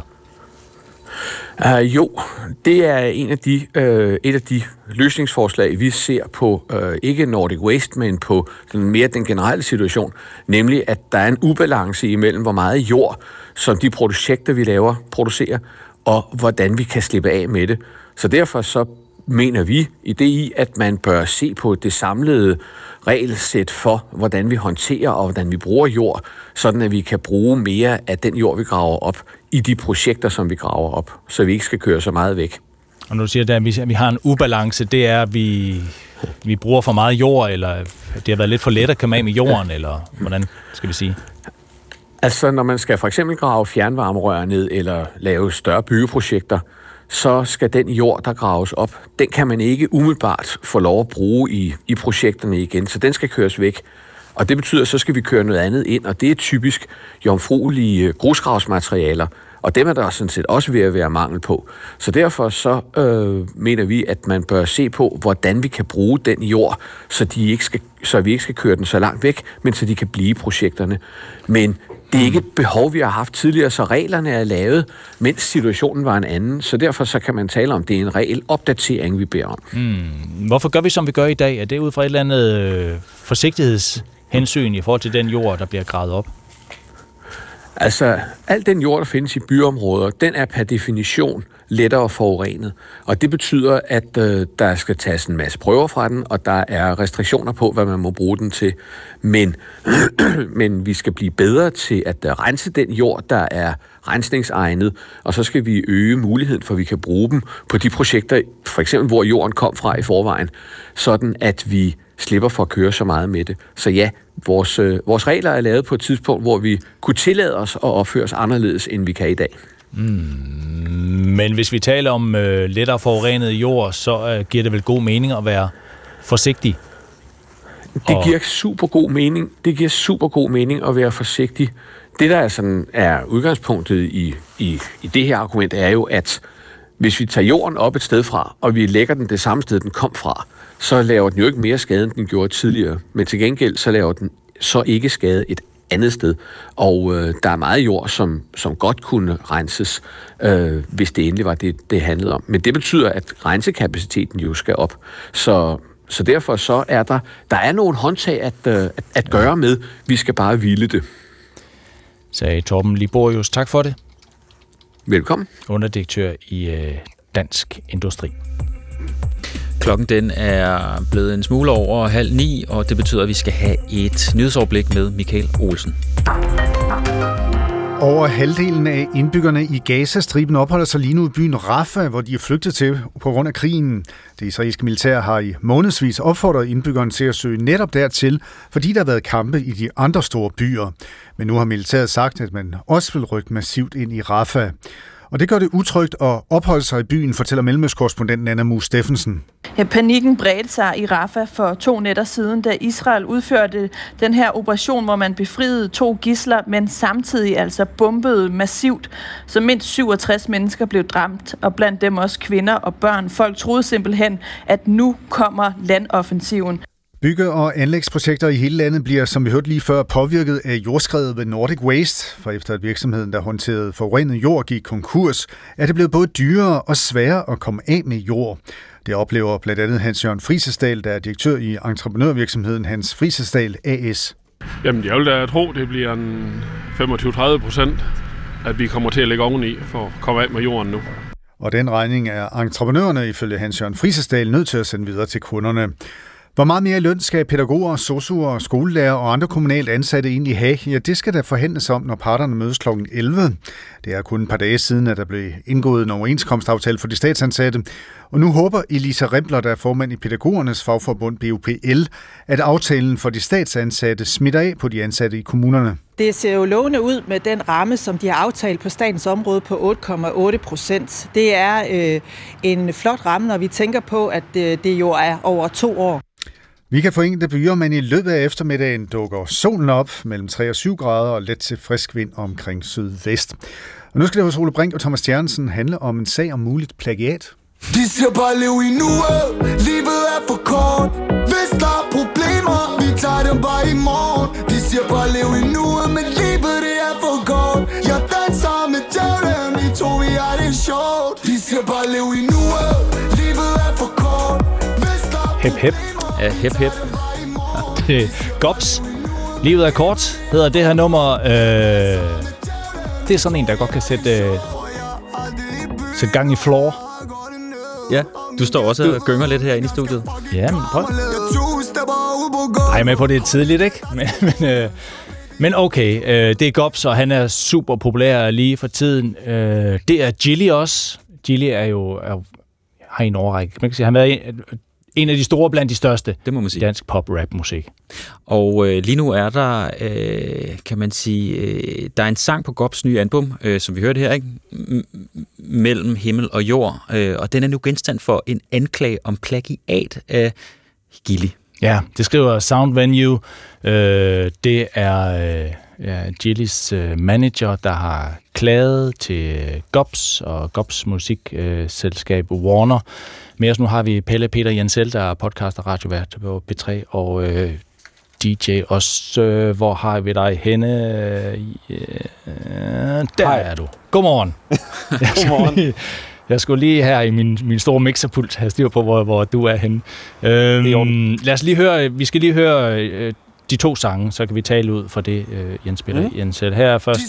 Jo, det er et af de løsningsforslag, vi ser på ikke Nordic Waste, men på mere den generelle situation, nemlig at der er en ubalance imellem, hvor meget jord, som de projekter, vi laver, producerer, og hvordan vi kan slippe af med det. Så derfor så mener vi i DI, at man bør se på det samlede regelsæt for, hvordan vi håndterer og hvordan vi bruger jord, sådan at vi kan bruge mere af den jord, vi graver op, i de projekter, som vi graver op, så vi ikke skal køre så meget væk. Og nu siger du, at vi har en ubalance, det er, at vi bruger for meget jord, eller det har været lidt for let at komme af med jorden, eller hvordan skal vi sige? Altså, når man skal for eksempel grave fjernvarmerør ned, eller lave større byggeprojekter, så skal den jord, der graves op, den kan man ikke umiddelbart få lov at bruge i projekterne igen, så den skal køres væk. Og det betyder, at så skal vi køre noget andet ind, og det er typisk jomfruelige grusgravsmaterialer, og dem er der sådan set også ved at være mangel på. Så derfor så mener vi, at man bør se på, hvordan vi kan bruge den jord, så vi ikke skal køre den så langt væk, men så de kan blive i projekterne. Men det er ikke et behov, vi har haft tidligere, så reglerne er lavet, mens situationen var en anden. Så derfor så kan man tale om, det er en regelopdatering, vi beder om. Hvorfor gør vi, som vi gør i dag? Er det ud fra et eller andet forsigtighedshensyn i forhold til den jord, der bliver gravet op? Altså, al den jord, der findes i byområder, den er per definition lettere forurenet. Og det betyder, at der skal tages en masse prøver fra den, og der er restriktioner på, hvad man må bruge den til. Men vi skal blive bedre til at rense den jord, der er rensningsegnet, og så skal vi øge muligheden for, at vi kan bruge dem på de projekter, for eksempel hvor jorden kom fra i forvejen, sådan at vi slipper for at køre så meget med det. Så ja, vores regler er lavet på et tidspunkt, hvor vi kunne tillade os at opføre os anderledes, end vi kan i dag. Men hvis vi taler om lettere forurenet jord, så giver det vel god mening at være forsigtig? Det giver super god mening. Det giver super god mening at være forsigtig. Det, der er udgangspunktet i det her argument, er jo, at hvis vi tager jorden op et sted fra, og vi lægger den det samme sted, den kom fra, så laver den jo ikke mere skade, end den gjorde tidligere. Men til gengæld, så laver den så ikke skade et andet sted. Og der er meget jord, som godt kunne renses, hvis det endelig var det handlede om. Men det betyder, at rensekapaciteten jo skal op. Så derfor så er der er nogle håndtag at gøre med. Vi skal bare hvile det. Sagde Torben Liborius. Tak for det. Velkommen. Underdirektør i Dansk Industri. Klokken den er blevet en smule over 8:30, og det betyder, at vi skal have et nyhedsoverblik med Michael Olsen. Over halvdelen af indbyggerne i Gazastriben opholder sig lige nu i byen Rafah, hvor de er flygtet til på grund af krigen. Det israelske militær har i månedsvis opfordret indbyggerne til at søge netop dertil, fordi der har været kampe i de andre store byer. Men nu har militæret sagt, at man også vil rykke massivt ind i Rafah. Og det gør det utrygt at opholde sig i byen, fortæller mellemøstkorrespondenten Anna Mus Steffensen. Ja, panikken bredte sig i Rafah for 2 nætter siden, da Israel udførte den her operation, hvor man befriede 2 gidsler, men samtidig altså bombede massivt, så mindst 67 mennesker blev dræbt, og blandt dem også kvinder og børn. Folk troede simpelthen, at nu kommer landoffensiven. Bygge- og anlægsprojekter i hele landet bliver, som vi hørte lige før, påvirket af jordskredet ved Nordic Waste. For efter at virksomheden, der håndterede forurenet jord, gik konkurs, er det blevet både dyrere og sværere at komme af med jord. Det oplever blandt andet Hans-Jørgen Friisesdal, der er direktør i entreprenørvirksomheden Hans Friisesdal AS. Jamen, jeg vil da tro, det bliver en 25-30%, at vi kommer til at lægge oveni for at komme af med jorden nu. Og den regning er entreprenørerne ifølge Hans-Jørgen Friisesdal nødt til at sende videre til kunderne. Hvor meget mere løn skal pædagoger, sosuer, skolelærer og andre kommunalt ansatte egentlig have? Ja, det skal der forhandles om, når parterne mødes kl. 11. Det er kun et par dage siden, at der blev indgået en overenskomstaftale for de statsansatte. Og nu håber Elisa Rempler, der er formand i pædagogernes fagforbund BUPL, at aftalen for de statsansatte smitter af på de ansatte i kommunerne. Det ser jo lovende ud med den ramme, som de har aftalt på statens område på 8,8%. Det er en flot ramme, når vi tænker på, at det jo er over 2 år. Vi kan få enkelte byer, men i løbet af eftermiddagen dukker solen op mellem 3 og 7 grader og let til frisk vind omkring sydvest. Og nu skal det hos Ole Brink og Thomas Stjernsen handle om en sag om muligt plagiat. De siger bare lev i nuet, livet er for kort. Hvis der er problemer, vi tager dem bare i morgen. De siger bare lev i nuet, men livet det er for kort. Jeg danser med djævlen, vi to vi har det sjovt. De siger bare lev i nuet, livet er for kort. Hep hep. Ja, hep hep. Det er Gops. Livet er kort, hedder det her nummer. Det er sådan en, der godt kan sætte gang i floor. Ja, du står også og gynger lidt herinde i studiet. Ja, men prøv. Ej, med på det er tidligt, ikke? Men okay, det er Gops, og han er super populær lige for tiden. Det er Gilly også. Gilly er jo har en overrække. Man kan sige, han er en af de store blandt de største. Det må man sige. Dansk pop-rap-musik. Og lige nu er der, kan man sige, der er en sang på Gops nye album, som vi hørte her, ikke? Mellem himmel og jord. Og den er nu genstand for en anklage om plagiat af Gilly. Ja, det skriver Sound Venue. Det er Gillys manager, der har klaget til Gops og Gops musikselskab Warner. Med os nu har vi Pelle Peter Jensel, der er podcast og radiovært på P3, og DJ også. Hvor har vi dig henne? Der er du. Godmorgen. Godmorgen. Jeg skulle lige her i min store mixerpult have styr på, hvor du er henne. Lad os lige høre, vi skal lige høre de 2 sange, så kan vi tale ud for det, Jens Peter Jensel. Her er først...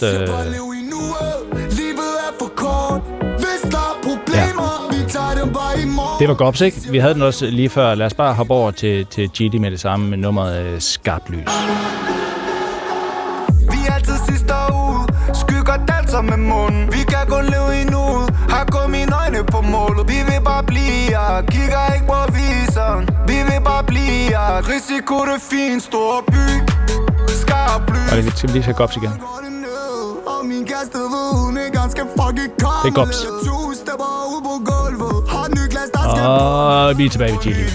Det var Gops, ikke? Vi havde den også lige før. Lad os bare hoppe over til Gilly med det samme med nummeret Skarpt Lys. Vi er altid sidst derude, skygger danser med munden. Vi kan kun leve i nuet, har kun mine øjne på målet. Vi vil bare blive her, kigger ikke på viseren. Vi vil bare blive her, risiko det fin, stor by, skarpt lys. Og det skal vi lige have Gops igen. Det er Gops. Og vi er tilbage ved Gilly.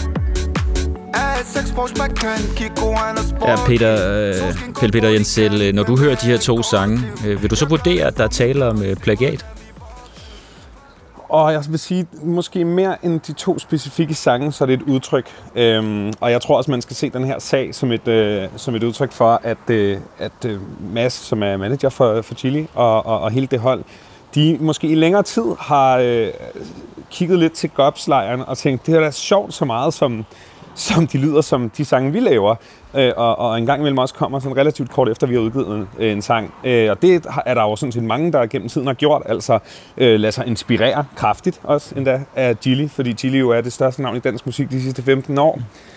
Ja, Peter Jensel, når du hører de her 2 sange, vil du så vurdere, at der taler om plagiat? Og jeg vil sige, måske mere end de 2 specifikke sange, så er det et udtryk. Og jeg tror også, man skal se den her sag som et udtryk for, at Mads, som er manager for Gilly, og hele det hold, de måske i længere tid har kigget lidt til Gops-lejren og tænkt, det er da sjovt så meget, som de lyder som de sange, vi laver. Og en gang imellem også kommer sådan relativt kort efter, vi har udgivet en sang. Og det er der jo sådan set mange, der gennem tiden har gjort. Altså lade sig inspirere kraftigt også endda af Gilly, fordi Gilly jo er det største navn i dansk musik de sidste 15 år.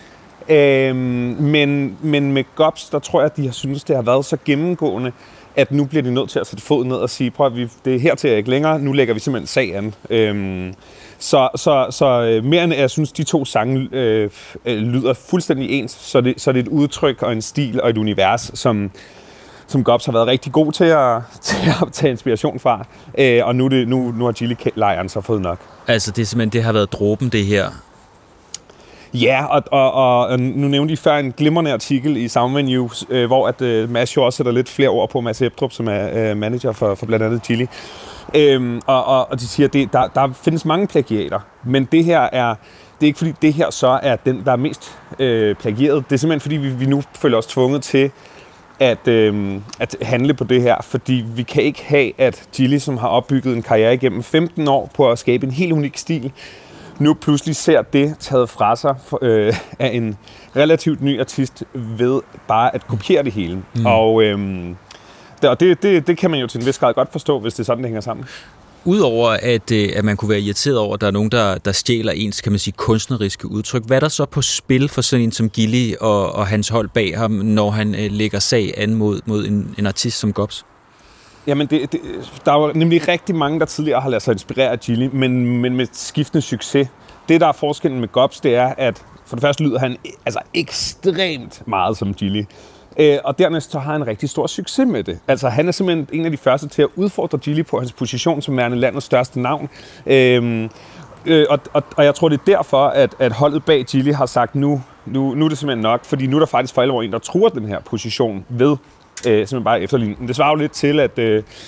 Men med Gops, der tror jeg, at de har syntes, det har været så gennemgående, at nu bliver de nødt til at sætte foden ned og sige, prøv at det er hertil ikke længere, nu lægger vi simpelthen sag an. Så mere end jeg synes, de 2 sange lyder fuldstændig ens, så det er et udtryk og en stil og et univers, som Gops har været rigtig god til at tage inspiration fra. Og nu har Gilly-lejren så fået nok. Altså det er simpelthen, det har været dråben, det her? Ja, og nu nævnte I før en glimrende artikel i Sound Venue, hvor at Mads jo også sætter lidt flere ord på, Mads Ebdrup, som er manager for blandt andet Gilly. Og de siger, at der findes mange plagiater, men det er ikke fordi det her så er den, der er mest plagieret. Det er simpelthen fordi, vi nu føler os tvunget til at handle på det her, fordi vi kan ikke have, at Gilly, som har opbygget en karriere igennem 15 år på at skabe en helt unik stil, nu pludselig ser det taget fra sig af en relativt ny artist ved bare at kopiere det hele. Og det kan man jo til en vis grad godt forstå, hvis det er sådan, det hænger sammen. Udover at man kunne være irriteret over, at der er nogen, der stjæler ens, kan man sige, kunstneriske udtryk, hvad er der så på spil for sådan en som Gilly og hans hold bag ham, når han lægger sag an mod en artist som Gobs? Jamen, der er jo nemlig rigtig mange, der tidligere har ladet sig inspirere af Gilly, men med skiftende succes. Det, der er forskellen med Gobs, det er, at for det første lyder han altså ekstremt meget som Gilly. Og dernæst så har han en rigtig stor succes med det. Altså, han er simpelthen en af de første til at udfordre Gilly på hans position som værende landets største navn. Og jeg tror, det er derfor, at holdet bag Gilly har sagt, nu er det simpelthen nok, fordi nu er der faktisk for alvor en, der truer den her position ved simpelthen bare efterligning. Det svarer jo lidt til, at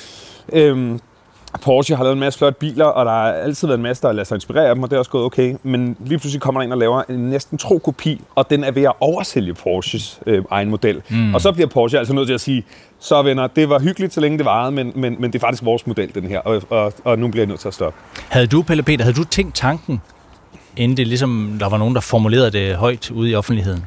Porsche har lavet en masse flotte biler, og der har altid været en masse, der lader sig inspirere af dem, og det er også gået okay. Men lige pludselig kommer der en og laver en næsten tro kopi, og den er ved at oversælge Porsches egen model. Og så bliver Porsche altså nødt til at sige, så venner, det var hyggeligt, så længe det varede, men det er faktisk vores model, den her, og nu bliver jeg nødt til at stoppe. Havde du, Pelle Peter, havde du tænkt tanken, inden det ligesom, der var nogen, der formulerede det højt ude i offentligheden?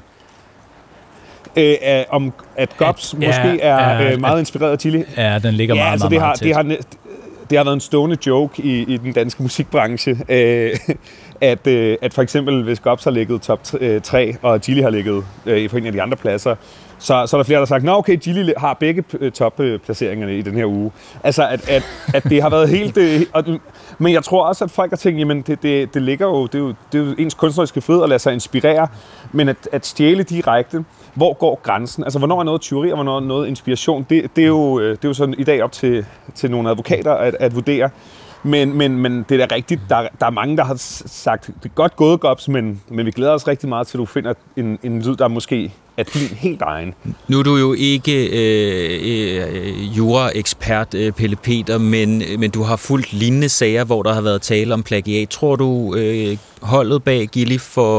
Om at Gobs måske er meget inspireret af Gilly? Ja, den ligger meget, altså meget tæt. Det har været en stående joke i den danske musikbranche, at for eksempel, hvis Gobs har ligget top 3, og Gilly har ligget på en af de andre pladser, så er der flere, der har sagt, nå okay, Gilly har begge topplaceringerne i den her uge. Altså, at det har været helt... men jeg tror også, at folk har tænkt, jamen, det ligger jo... Det er jo ens kunstneriske frihed at lade sig inspirere, men at stjæle direkte, hvor går grænsen? Altså, hvornår er noget tyveri, og hvornår er noget inspiration? Det er jo sådan i dag op til nogle advokater at vurdere. Men det er da rigtigt. Der er mange, der har sagt, det er godt gået, Gobs, men vi glæder os rigtig meget til, at du finder en lyd, der måske er din helt egen. Nu er du jo ikke jura-ekspert, Pelle Peter, men du har fulgt lignende sager, hvor der har været tale om plagiat. Tror du, holdet bag Gilly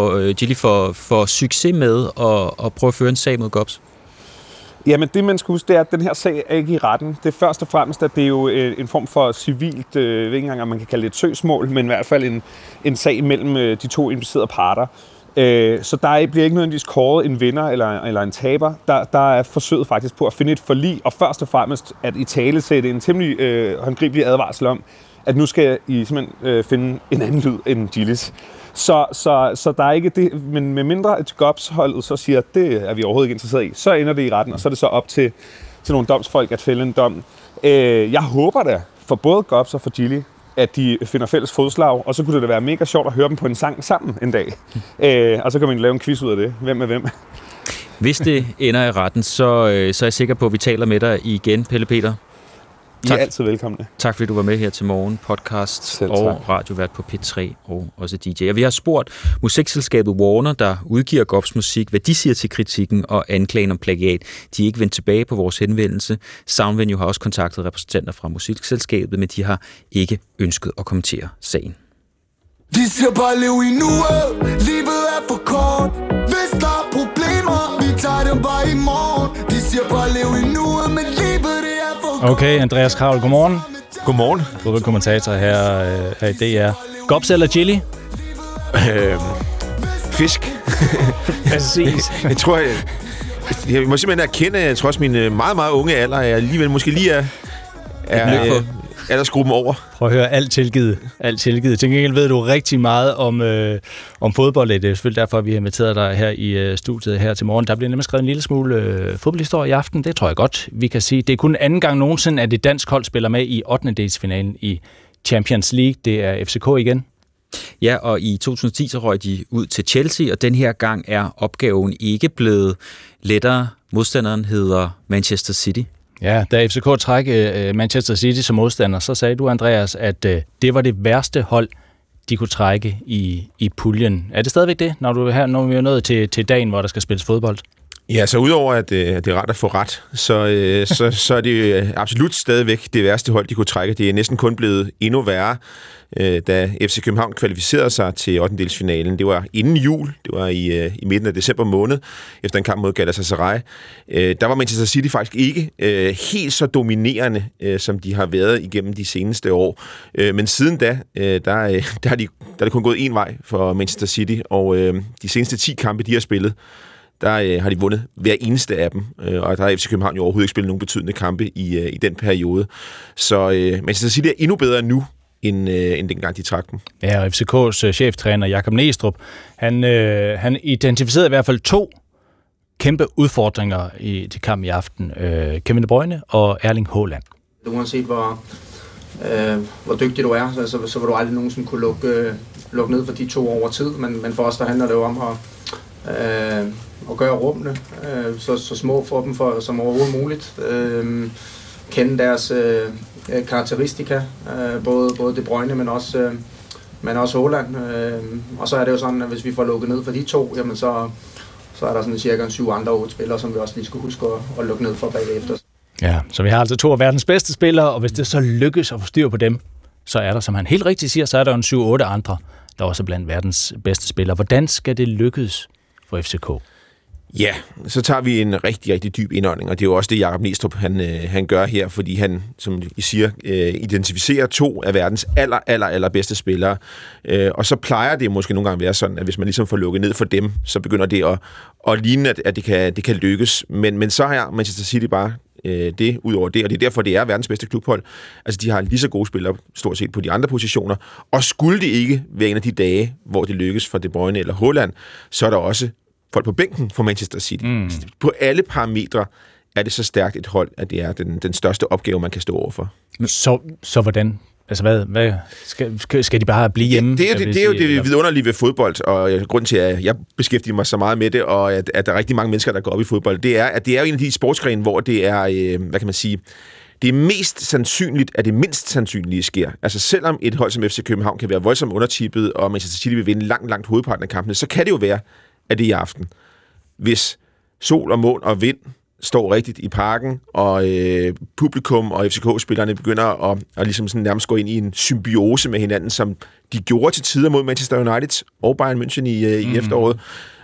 får succes med at prøve at føre en sag mod Gobs? Jamen det, man skal huske, det er, at den her sag er ikke i retten. Det er først og fremmest, at det er jo en form for civilt, jeg ved ikke engang, om man kan kalde det et søgsmål, men i hvert fald en sag mellem de to implicerede parter. Så der bliver ikke nødvendigvis kåret en vinder eller en taber. Der er forsøget faktisk på at finde et forlig, og først og fremmest at italesætte en temmelig håndgribelig advarsel om, at nu skal I simpelthen finde en anden lyd end Gillys. Så der er ikke det, men med mindre at Gobs-holdet så siger, at det er vi overhovedet ikke interesseret i, så ender det i retten, og så er det så op til nogle domsfolk at fælde en dom. Jeg håber da for både Gobs og for Gilly, at de finder fælles fodslag, og så kunne det da være mega sjovt at høre dem på en sang sammen en dag. Og så kan man lave en quiz ud af det. Hvem er hvem? Hvis det ender i retten, så er jeg sikker på, at vi taler med dig igen, Pelle Peter. Tak. I er altid velkomne. Tak fordi du var med her til morgen, podcast og radiovært på P3 og også DJ. Og vi har spurgt musikselskabet Warner, der udgiver Gobs musik, hvad de siger til kritikken og anklagen om plagiat. De er ikke vendt tilbage på vores henvendelse. Soundvenue har også kontaktet repræsentanter fra musikselskabet, men de har ikke ønsket at kommentere sagen. De siger bare lev i nuet, livet er for kort. Hvis der er problemer, vi tager dem bare i morgen. De siger bare lev i nuet, men livet det er for kort. Okay, Andreas Kravl, godmorgen. Godmorgen. Fodboldkommentator her i DR. Gobs eller Gilly? Fisk. Præcis. Jeg tror, jeg må simpelthen erkende, trods min meget, meget unge alder, jeg alligevel måske lige er aldersgruppen over. Prøv at høre, alt tilgivet. Til gengæld ved du rigtig meget om fodbold. Det er selvfølgelig derfor, at vi har inviteret dig her i studiet her til morgen. Der bliver nemlig skrevet en lille smule fodboldhistorie i aften. Det tror jeg godt, vi kan sige. Det er kun anden gang nogensinde, at det dansk hold spiller med i 8. i Champions League. Det er FCK igen. Ja, og i 2010 så røg de ud til Chelsea, og den her gang er opgaven ikke blevet lettere. Modstanderen hedder Manchester City. Ja, da FCK træk Manchester City som modstander, så sagde du, Andreas, at det var det værste hold, de kunne trække i puljen. Er det stadigvæk det, når vi er nået til dagen, hvor der skal spilles fodbold? Ja, så udover at det er ret at få ret, så er det absolut stadigvæk det værste hold, de kunne trække. Det er næsten kun blevet endnu værre, da FC København kvalificerede sig til 8-delsfinalen. Det var inden jul, det var i midten af december måned, efter en kamp mod Galatasaray. Der var Manchester City faktisk ikke helt så dominerende, som de har været igennem de seneste år. Men siden da, der er det kun gået en vej for Manchester City, og de seneste 10 kampe, de har spillet, der har de vundet hver eneste af dem, og der har FC København jo overhovedet ikke spillet nogen betydende kampe i den periode. Så Manchester City er endnu bedre nu, end dengang de trak dem. Ja, og FCK's cheftræner Jakob Næstrup, han identificerede i hvert fald 2 kæmpe udfordringer til kampen i aften. Kevin De Bruyne og Erling Haaland. Uanset hvor dygtig du er, så vil du aldrig nogensinde kunne lukke ned for de 2 over tid, men for os der handler det jo om at gøre rummene så små for dem som overhovedet muligt. Kende deres karakteristika, både De Bruyne, men også Haaland. Og så er det jo sådan, at hvis vi får lukket ned for de 2, jamen så er der sådan cirka 7 andre 8 spillere, som vi også lige skulle huske at lukke ned for bagefter. Ja, så vi har altså 2 af verdens bedste spillere, og hvis det så lykkes at få styr på dem, så er der, som han helt rigtigt siger, så er der en 7-8 andre, der også er blandt verdens bedste spillere. Hvordan skal det lykkes for FCK? Ja, så tager vi en rigtig, rigtig dyb indånding, og det er jo også det, Jakob Næstrup han gør her, fordi han, som I siger, identificerer 2 af verdens allerbedste spillere. Og så plejer det måske nogle gange at være sådan, at hvis man ligesom får lukket ned for dem, så begynder det at ligne, at det kan lykkes. Men så har Manchester City bare det ud over det, og det er derfor, det er verdens bedste klubhold. Altså, de har lige så gode spillere stort set på de andre positioner, og skulle det ikke være en af de dage, hvor det lykkes for De Bruyne eller Haaland, så er der også folk på bænken for Manchester City. På alle parametre er det så stærkt et hold, at det er den største opgave, man kan stå overfor. Så hvordan? Altså, hvad skal de bare blive hjemme? Det er jo det vidunderlige ved fodbold, og grunden til, at jeg beskæftiger mig så meget med det, og at der er rigtig mange mennesker, der går op i fodbold, det er, at det er jo en af de sportsgrene, hvor det er, hvad kan man sige, det er mest sandsynligt, at det mindst sandsynlige sker. Altså selvom et hold som FC København kan være voldsomt undertippet, og Manchester City vil vinde langt hovedparten af kampene, så kan det jo være, at det er i aften. Hvis sol og måne og vind står rigtigt i parken, og publikum og FCK-spillerne begynder at ligesom sådan nærmest gå ind i en symbiose med hinanden, som de gjorde til tider mod Manchester United og Bayern München i efteråret,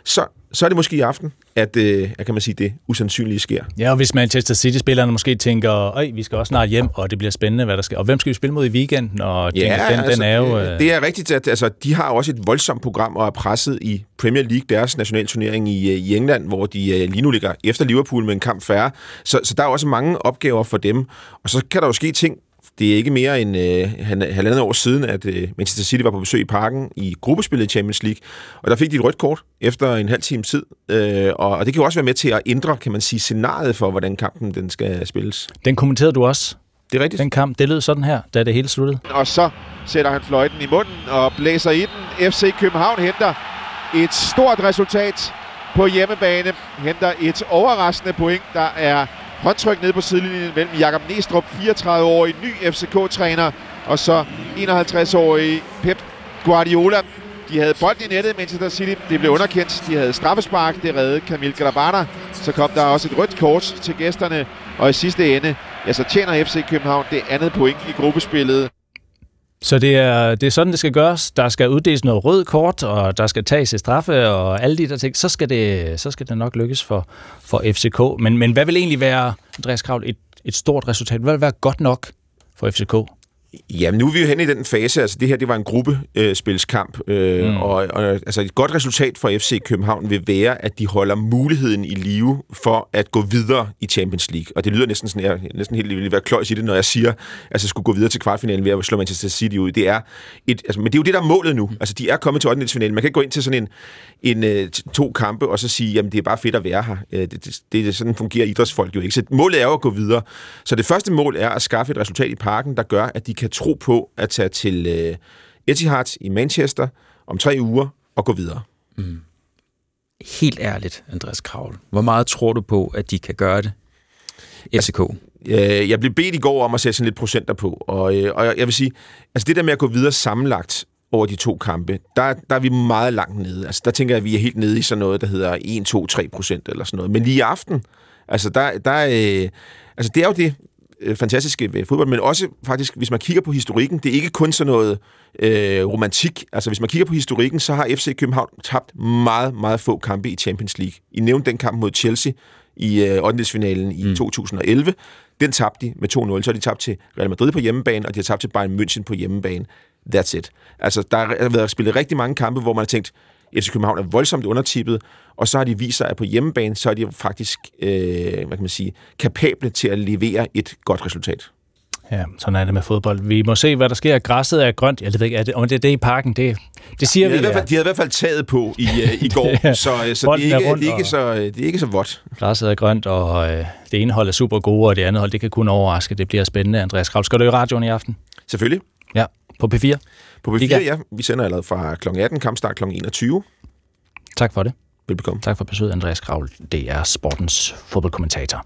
så er det måske i aften, at kan man sige, det usandsynlige sker. Ja, og hvis Manchester City-spillerne måske tænker, vi skal også snart hjem, og det bliver spændende, hvad der sker. Og hvem skal vi spille mod i weekenden? Og den er jo... Det er rigtigt, at altså, de har også et voldsomt program, og er presset i Premier League, deres nationalturnering i England, hvor de lige nu ligger efter Liverpool med en kamp færre. Så der er også mange opgaver for dem. Og så kan der jo ske ting. Det er ikke mere end halvandet år siden, at Manchester City var på besøg i parken i gruppespillet i Champions League, og der fik de et rødt kort efter en halv times tid, og det kan jo også være med til at ændre, kan man sige, scenariet for, hvordan kampen den skal spilles. Den kommenterede du også. Det er rigtigt. Den kamp, det lød sådan her, da det hele sluttede. Og så sætter han fløjten i munden og blæser i den. FC København henter et stort resultat på hjemmebane, henter et overraskende point, der er håndtryk nede på sidelinjen mellem Jakob Næstrup, 34-årig ny FCK-træner, og så 51-årig Pep Guardiola. De havde bolden i nettet i Manchester City. Det blev underkendt. De havde straffespark. Det reddede Kamil Grabara. Så kom der også et rødt kort til gæsterne. Og i sidste ende, så tjener FC København det andet point i gruppespillet. Så det er sådan, det skal gøres. Der skal uddeles noget rød kort, og der skal tages et straffe, og alle de der ting. Så skal det nok lykkes for FCK. Men hvad vil egentlig være, Andreas Kravl, et stort resultat? Hvad vil være godt nok for FCK? Jamen, nu er vi jo henne i den fase. Altså, det her, det var en gruppespilskamp. Og altså, et godt resultat for FC København vil være, at de holder muligheden i live for at gå videre i Champions League. Og det lyder næsten sådan, jeg næsten helt vildt være kløjs i det, når jeg siger, at jeg skulle gå videre til kvartfinalen ved at slå Manchester City ud. Det er men det er jo det, der er målet nu. Altså, de er kommet til 8. Man kan ikke gå ind til sådan en 2 kampe og så sige, jamen, det er bare fedt at være her. Det sådan fungerer idrætsfolk jo ikke. Så målet er jo at gå videre. Så det første mål er at skaffe et resultat i parken, der gør, at de kan tro på at tage til Etihad i Manchester om 3 uger og gå videre. Helt ærligt, Andreas Kravl. Hvor meget tror du på, at de kan gøre det? FCK? Jeg blev bedt i går om at sætte sådan lidt procenter på, og jeg vil sige, altså det der med at gå videre sammenlagt over de 2 kampe, der er vi meget langt nede. Altså der tænker jeg, at vi er helt nede i sådan noget, der hedder 1, 2, 3% eller sådan noget. Men lige i aften, altså altså det er jo det fantastiske ved fodbold, men også faktisk, hvis man kigger på historikken, det er ikke kun sådan noget romantik. Altså hvis man kigger på historikken, så har FC København tabt meget, meget få kampe i Champions League. I nævnte den kamp mod Chelsea i 8. i 2011. Den tabte de med 2-0. Så har de tabt til Real Madrid på hjemmebane, og de har tabt til Bayern München på hjemmebane. That's it. Altså der har været spillet rigtig mange kampe, hvor man har tænkt, FC København er voldsomt undertippet, og så har de vist sig, at på hjemmebane, så er de faktisk, kapable til at levere et godt resultat. Ja, sådan er det med fodbold. Vi må se, hvad der sker. Græsset er grønt. Jeg ved ikke, om det er i parken. Det siger vi. De havde i hvert fald taget på i går, ja. så det er ikke så vådt. Græsset er grønt, og det ene hold er super gode, og det andet hold, det kan kun overraske. Det bliver spændende. Andreas Kravl, skal du i radioen i aften? Selvfølgelig. Ja, på P4. På P4, ja. Vi sender allerede fra kl. 18, kampstart kl. 21. Tak for det. Velbekomme. Tak for besøget, Andreas Kravl. Det er sportens fodboldkommentator.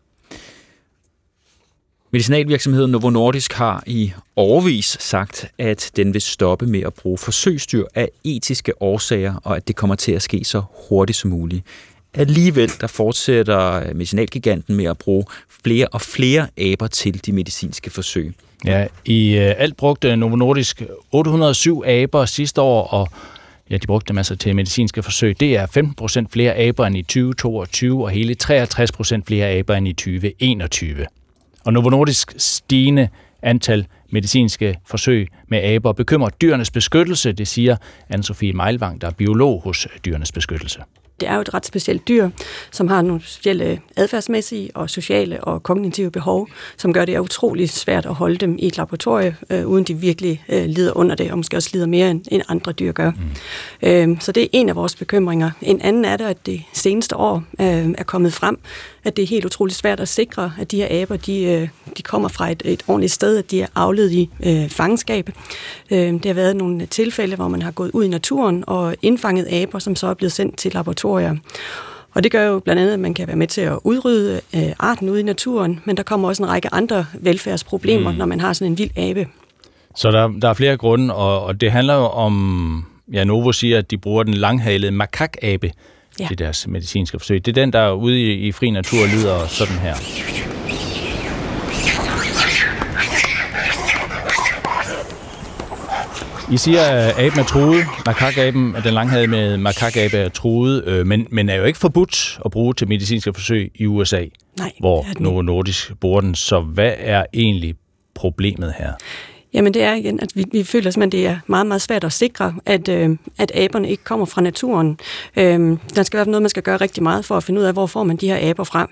Medicinalvirksomheden Novo Nordisk har i årevis sagt, at den vil stoppe med at bruge forsøgsdyr af etiske årsager, og at det kommer til at ske så hurtigt som muligt. Alligevel der fortsætter medicinalgiganten med at bruge flere og flere aber til de medicinske forsøg. Ja, i alt brugte Novo Nordisk 807 aber sidste år, og ja, de brugte dem altså til medicinske forsøg. Det er 15% flere aber end i 2022, og hele 63% flere aber end i 2021. Og Novo Nordisk stigende antal medicinske forsøg med aber bekymrer Dyrenes Beskyttelse, det siger Anne-Sophie Meilvang, der er biolog hos Dyrenes Beskyttelse. Det er jo et ret specielt dyr, som har nogle specielle adfærdsmæssige og sociale og kognitive behov, som gør det utrolig svært at holde dem i et laboratorie, uden de virkelig lider under det, og måske også lider mere end andre dyr gør. Så det er en af vores bekymringer. En anden er det, at det seneste år er kommet frem, at det er helt utroligt svært at sikre, at de her aber, de kommer fra et ordentligt sted, at de er avlet i fangenskab. Det har været nogle tilfælde, hvor man har gået ud i naturen og indfanget aber, som så er blevet sendt til laboratorier. Og det gør jo blandt andet, at man kan være med til at udrydde arten ude i naturen, men der kommer også en række andre velfærdsproblemer, når man har sådan en vild abe. Så der er flere grunde, og det handler jo om, ja, Novo siger, at de bruger den langhalede makakabe til deres medicinske forsøg. Det er den, der ude i fri natur lyder sådan her. I siger, at aben er truet. Makakaben, den langhalede makakabe er truet, men er jo ikke forbudt at bruge til medicinske forsøg i USA, hvor Novo Nordisk bruger den. Så hvad er egentlig problemet her? Jamen det er igen, at vi føler simpelthen, det er meget, meget svært at sikre, at aberne ikke kommer fra naturen. Der skal være noget, man skal gøre rigtig meget for at finde ud af, hvor får man de her aber fra.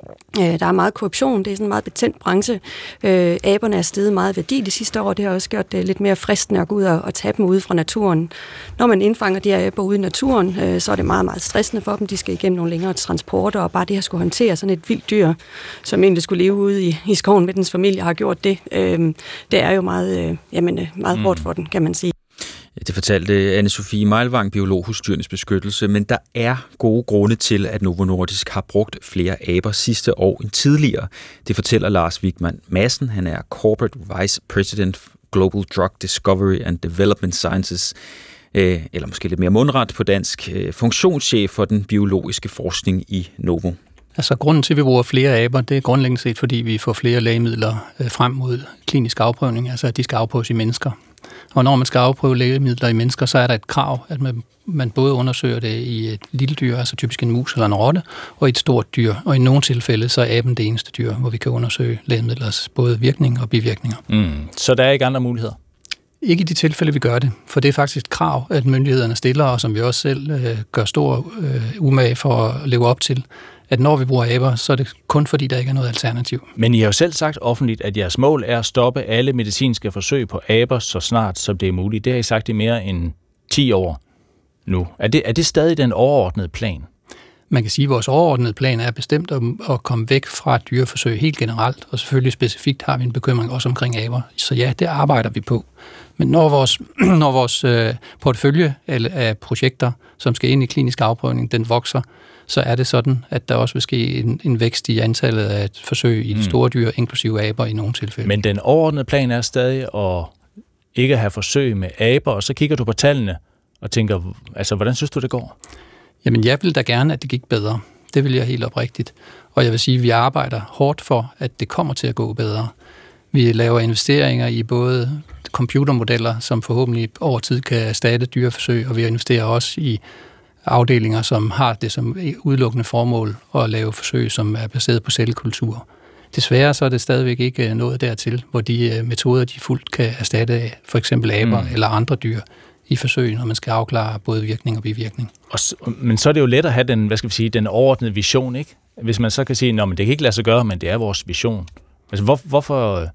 Der er meget korruption, det er sådan en meget betændt branche. Aberne er steget meget værdi de sidste år, det har også gjort det lidt mere fristende at gå ud og tage dem ude fra naturen. Når man indfanger de her aber ude i naturen, så er det meget, meget stressende for dem. De skal igennem nogle længere transporter, og bare det her skulle håndtere sådan et vildt dyr, som egentlig skulle leve ude i skoven med dens familie, har gjort det. Det er jo meget, meget hårdt for den, kan man sige. Det fortalte Anne-Sophie Meilvang, biolog hos Dyrenes Beskyttelse, men der er gode grunde til, at Novo Nordisk har brugt flere aber sidste år end tidligere. Det fortæller Lars Wigman Madsen. Han er Corporate Vice President Global Drug Discovery and Development Sciences, eller måske lidt mere mundret på dansk, funktionschef for den biologiske forskning i Novo. Altså grunden til, at vi bruger flere aber, det er grundlæggende set, fordi vi får flere lægemidler frem mod klinisk afprøvning, altså at de skal afprøves i mennesker. Og når man skal afprøve lægemidler i mennesker, så er der et krav, at man både undersøger det i et lille dyr, altså typisk en mus eller en rotte, og i et stort dyr. Og i nogle tilfælde, så er aben det eneste dyr, hvor vi kan undersøge lægemidlers både virkning og bivirkninger. Så der er ikke andre muligheder? Ikke i de tilfælde, vi gør det, for det er faktisk et krav, at myndighederne stiller, og som vi også selv gør stor umage for at leve op til, at når vi bruger aber, så er det kun fordi, der ikke er noget alternativ. Men I har jo selv sagt offentligt, at jeres mål er at stoppe alle medicinske forsøg på aber så snart som det er muligt. Det har I sagt i mere end 10 år nu. Er det stadig den overordnede plan? Man kan sige, at vores overordnede plan er bestemt at komme væk fra dyreforsøg helt generelt, og selvfølgelig specifikt har vi en bekymring også omkring aber. Så ja, det arbejder vi på. Men når vores portefølje af projekter, som skal ind i klinisk afprøvning, den vokser, så er det sådan, at der også vil ske en vækst i antallet af forsøg i de store dyr, inklusive aber i nogle tilfælde. Men den overordnede plan er stadig at ikke have forsøg med aber, og så kigger du på tallene og tænker, altså hvordan synes du, det går? Jamen jeg vil da gerne, at det gik bedre. Det vil jeg helt oprigtigt. Og jeg vil sige, at vi arbejder hårdt for, at det kommer til at gå bedre. Vi laver investeringer i både computermodeller, som forhåbentlig over tid kan erstatte dyreforsøg, og vi investerer også i afdelinger, som har det som udelukkende formål at lave forsøg, som er baseret på cellekultur. Desværre så er det stadigvæk ikke nået dertil, hvor de metoder, de fuldt kan erstatte for eksempel aber eller andre dyr i forsøg, når man skal afklare både virkning og bivirkning. Men så er det jo let at have den overordnede vision, ikke? Hvis man så kan sige, at det kan ikke lade sig gøre, men det er vores vision. Altså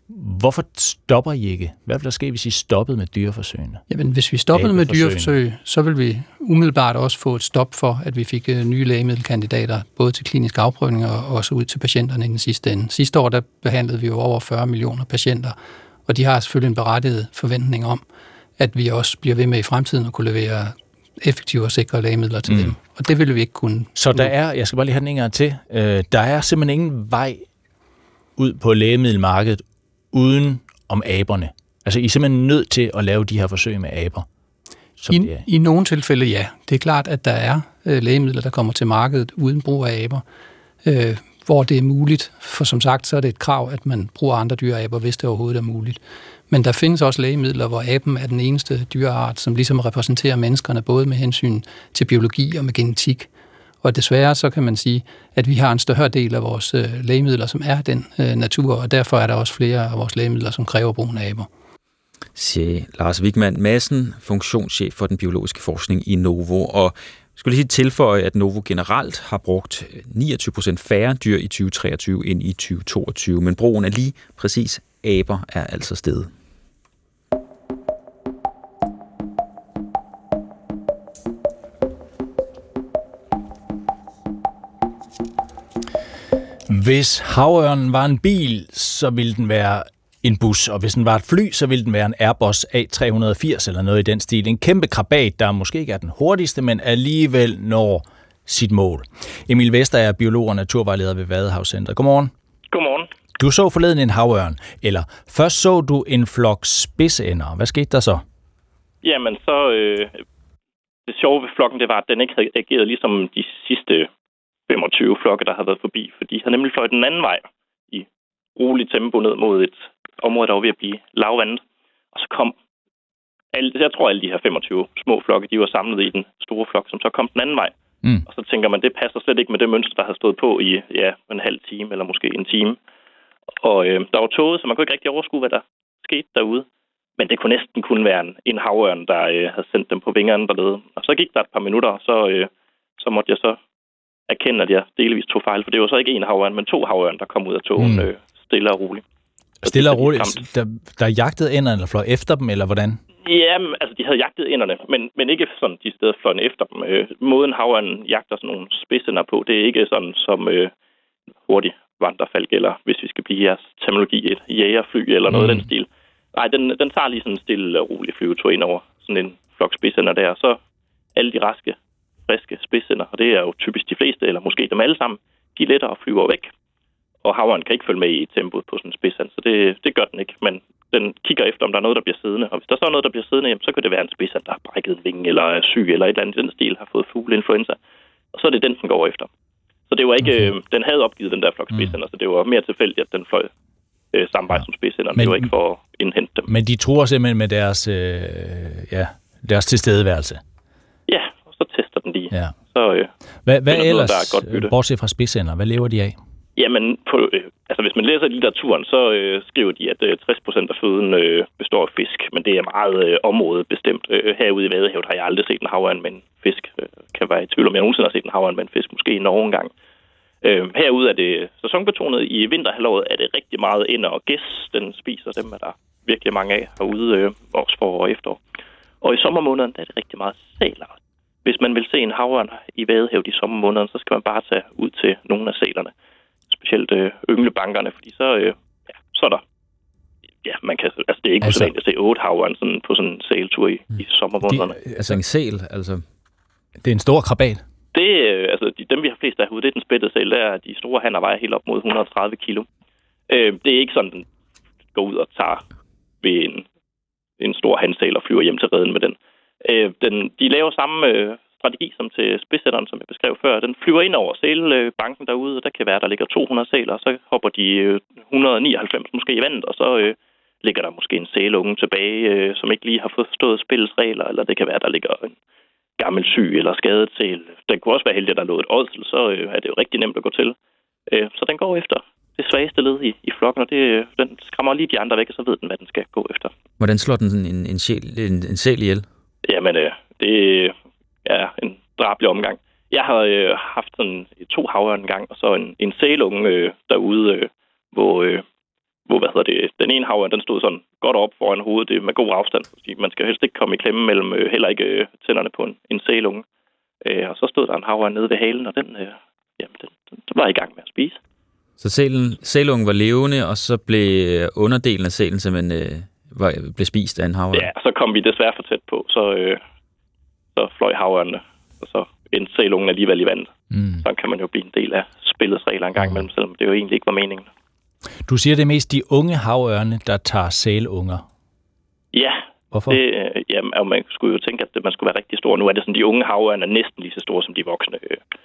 Hvorfor stopper I ikke? Hvad vil der ske, hvis I stoppede med dyreforsøgene? Jamen, hvis vi stoppede med dyreforsøg, så vil vi umiddelbart også få et stop for, at vi fik nye lægemiddelkandidater, både til klinisk afprøvning og også ud til patienterne i den sidste ende. Sidste år, der behandlede vi jo over 40 millioner patienter, og de har selvfølgelig en berettiget forventning om, at vi også bliver ved med i fremtiden at kunne levere effektive og sikre lægemidler til dem. Og det ville vi ikke kunne. Så jeg skal bare lige have den en gang til, der er simpelthen ingen vej ud på lægemiddelmarkedet uden om aberne. Altså, I er simpelthen nødt til at lave de her forsøg med aber. I nogle tilfælde, ja. Det er klart, at der er lægemidler, der kommer til markedet uden brug af aber, hvor det er muligt. For som sagt, så er det et krav, at man bruger andre dyreaber, hvis det overhovedet er muligt. Men der findes også lægemidler, hvor aben er den eneste dyreart, som ligesom repræsenterer menneskerne, både med hensyn til biologi og med genetik. Og desværre så kan man sige, at vi har en større del af vores lægemidler, som er den natur, og derfor er der også flere af vores lægemidler, som kræver brugen af aber. Siger Lars Wigman Madsen, funktionschef for den biologiske forskning i Novo. Og jeg skulle lige tilføje, at Novo generelt har brugt 29% færre dyr i 2023 end i 2022, men brugen af lige præcis aber er altså steget. Hvis havørnen var en bil, så ville den være en bus, og hvis den var et fly, så ville den være en Airbus A380 eller noget i den stil. En kæmpe krabat, der måske ikke er den hurtigste, men alligevel når sit mål. Emil Vester er biolog og naturvejleder ved Vadehavscentret. Godmorgen. Godmorgen. Du så forleden en havørn, eller først så du en flok spidsænder. Hvad skete der så? Jamen, så det sjove ved flokken, det var, at den ikke havde ageret ligesom de sidste 25 flokke, der havde været forbi, for de havde nemlig fløjet den anden vej i roligt tempo ned mod et område, der var ved at blive lavvandet. Og så kom jeg tror alle de her 25 små flokke, de var samlet i den store flok, som så kom den anden vej. Og så tænker man, det passer slet ikke med det mønster, der havde stået på i en halv time eller måske en time. Og der var tåget, så man kunne ikke rigtig overskue, hvad der skete derude. Men det kunne næsten kun være en havørn, der havde sendt dem på vingerne dernede. Og så gik der et par minutter, og så måtte jeg så erkende, at jeg delvis tog fejl. For det var så ikke en havørn, men 2 havørn, der kom ud af togen stille og roligt. Stille og roligt? Der jagtede ænderne eller fløj efter dem, eller hvordan? Ja, altså de havde jagtet ænderne, men ikke sådan de steder fløjne efter dem. Måden havørnen jagter sådan nogle spidsænder på, det er ikke sådan som hurtig vandrefalk, eller hvis vi skal blive i jeres terminologi, et jægerfly eller noget af den stil. Nej, den tager lige sådan en stille og rolig flyvetur ind over sådan en flok spidsænder der, og så alle de raske, friske spidsænder, og det er jo typisk de fleste, eller måske dem alle sammen, de letter og flyver væk. Og havørnen kan ikke følge med i tempoet på sådan en spidsand, så det gør den ikke, men den kigger efter, om der er noget, der bliver siddende. Og hvis der så er noget, der bliver siddende, jamen, så kan det være en spidsand, der har brækket en vinge, eller er syg, eller et eller andet i den stil, har fået fugleinfluenza. Og så er det den går efter. Så det var ikke, den havde opgivet den der flok spidsænder, så det var mere tilfældigt, at den fløj samme vej som spidsænderne. Det var ikke for at indhente dem. Men de tror simpelthen med deres tilstedeværelse? Ja, og så tester den lige. Ja. Så, hvad ellers, bortset fra spidsænder, hvad lever de af? Jamen, hvis man læser litteraturen, så skriver de, at 60% af føden består af fisk, men det er meget områdebestemt. Herude i Vadehavet har jeg aldrig set en havørn med en fisk. Kan være i tvivl om, jeg nogensinde har set en havørn med en fisk, måske i Norge engang. Herude er det sæsonbetonet. I vinterhalvåret er det rigtig meget ænder og gæs. Den spiser dem, er der virkelig mange af herude, også forår og efterår. Og i sommermånederne der er det rigtig meget sæler. Hvis man vil se en havørn i Vadehavet i sommermånederne, så skal man bare tage ud til nogle af sælerne. Specielt ynglebankerne, fordi så er der... Ja, man kan, altså det er ikke usædvanligt at se 8 havørn sådan, på sådan en sæltur i sommermånederne. Altså en sæl, altså... Det er en stor krabat. Dem vi har flest af herude, det er den spættede sæl, der er de store hanner vejer helt op mod 130 kilo. Det er ikke sådan, den går ud og tager ved en stor handsæl og flyver hjem til reden med den. De laver samme strategi som til spidsætteren, som jeg beskrev før. Den flyver ind over sælbanken derude, og der kan være, der ligger 200 sæler, og så hopper de 199 måske i vandet, og så ligger der måske en sælunge tilbage, som ikke lige har forstået spillets regler, eller det kan være, der ligger en gammel syg eller skadet sæl. Den kunne også være heldig, at der lå et ådsel, så er det jo rigtig nemt at gå til. Så den går efter det svageste led i flokken, og den skræmmer lige de andre væk, og så ved den, hvad den skal gå efter. Hvordan slår den en sæl ihjel? Jamen, det er en drabelig omgang. Jeg har haft sådan 2 havørn en gang, og så en sælunge derude, hvor den ene havørn, den stod sådan godt op foran hovedet, det med god afstand, fordi man skal helst ikke komme i klemme mellem heller ikke tænderne på en sælunge. Og så stod der en havørn nede ved halen, og den var i gang med at spise. Så sælungen var levende, og så blev underdelen af sælen simpelthen blev spist af en havørn? Ja, så kom vi desværre for tæt på, så fløj havørnene, og så en sælungen alligevel i vandet. Så kan man jo blive en del af spillets regler en gang imellem, selvom det jo egentlig ikke var meningen. Du siger, det er mest de unge havørne, der tager sælunger. Ja. Hvorfor? Man skulle jo tænke, at man skulle være rigtig stor. Nu er det sådan, de unge havørne er næsten lige så store som de voksne.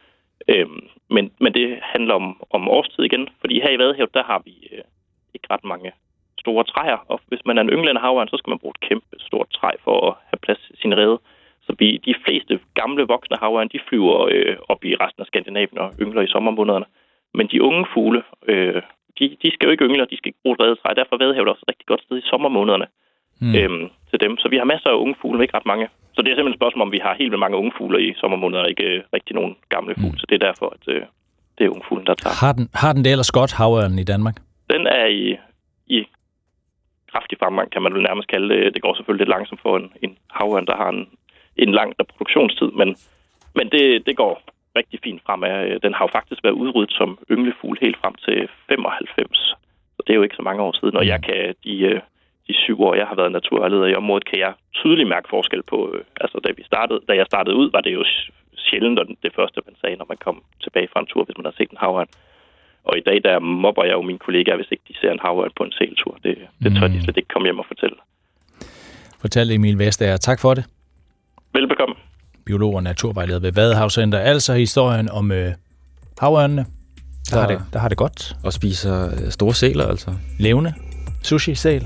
Men det handler om årstid igen, fordi her i Vadehavet, der har vi ikke ret mange store træer, og hvis man er en ynglende havørn, så skal man bruge et kæmpe stort træ for at have plads i sin rede. Så de fleste gamle voksne havørn, de flyver op i resten af Skandinavien og yngler i sommermånederne. Men de unge fugle, de skal jo ikke yngle, og de skal ikke bruge et redetræ. Derfor er Vadehavet også et rigtig godt sted i sommermånederne til dem. Så vi har masser af unge fugle, ikke ret mange. Så det er simpelthen et spørgsmål, om vi har helt vildt mange unge fugle i sommermåneder, og ikke rigtig nogen gamle fugle. Så det er derfor, at det er unge fugle, der tager. Har den det ellers godt, havørnen i Danmark? Den er i kraftig fremgang, kan man vel nærmest kalde det. Det går selvfølgelig lidt langsomt for en havørn, der har en lang produktionstid, men det går rigtig fint fremad. Den har jo faktisk været udryddet som ynglefugl helt frem til 95. Så det er jo ikke så mange år siden, og jeg kan de 7 år, jeg har været naturvejleder i området, kan jeg tydeligt mærke forskel på, da jeg startede ud, var det jo sjældent det første, man sagde, når man kom tilbage fra en tur, hvis man har set en havørn. Og i dag, der mobber jeg jo mine kollegaer, hvis ikke de ser en havørn på en sæltur. Det tør de slet ikke komme hjem og fortælle. Fortæl Emil Vestager. Tak for det. Velbekomme. Biolog og naturvejleder ved Vadehavscenter. Altså historien om havørnene. Der har det godt. Og spiser store sæler, altså. Levende. Sushi-sæl.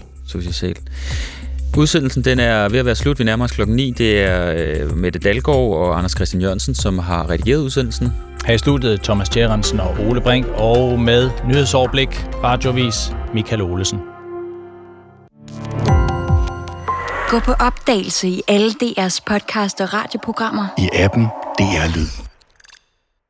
Udsendelsen den er ved at være slut. Vi nærmer os 9:00. Det er Mette Dalgaard og Anders Christian Jørgensen, som har redigeret udsendelsen. Her i studiet Thomas Tjærensen og Ole Brink, og med nyhedsoverblik, radiovis Michael Olesen. Gå på opdagelse i alle DR's podcast og radioprogrammer. I appen DR Lyd.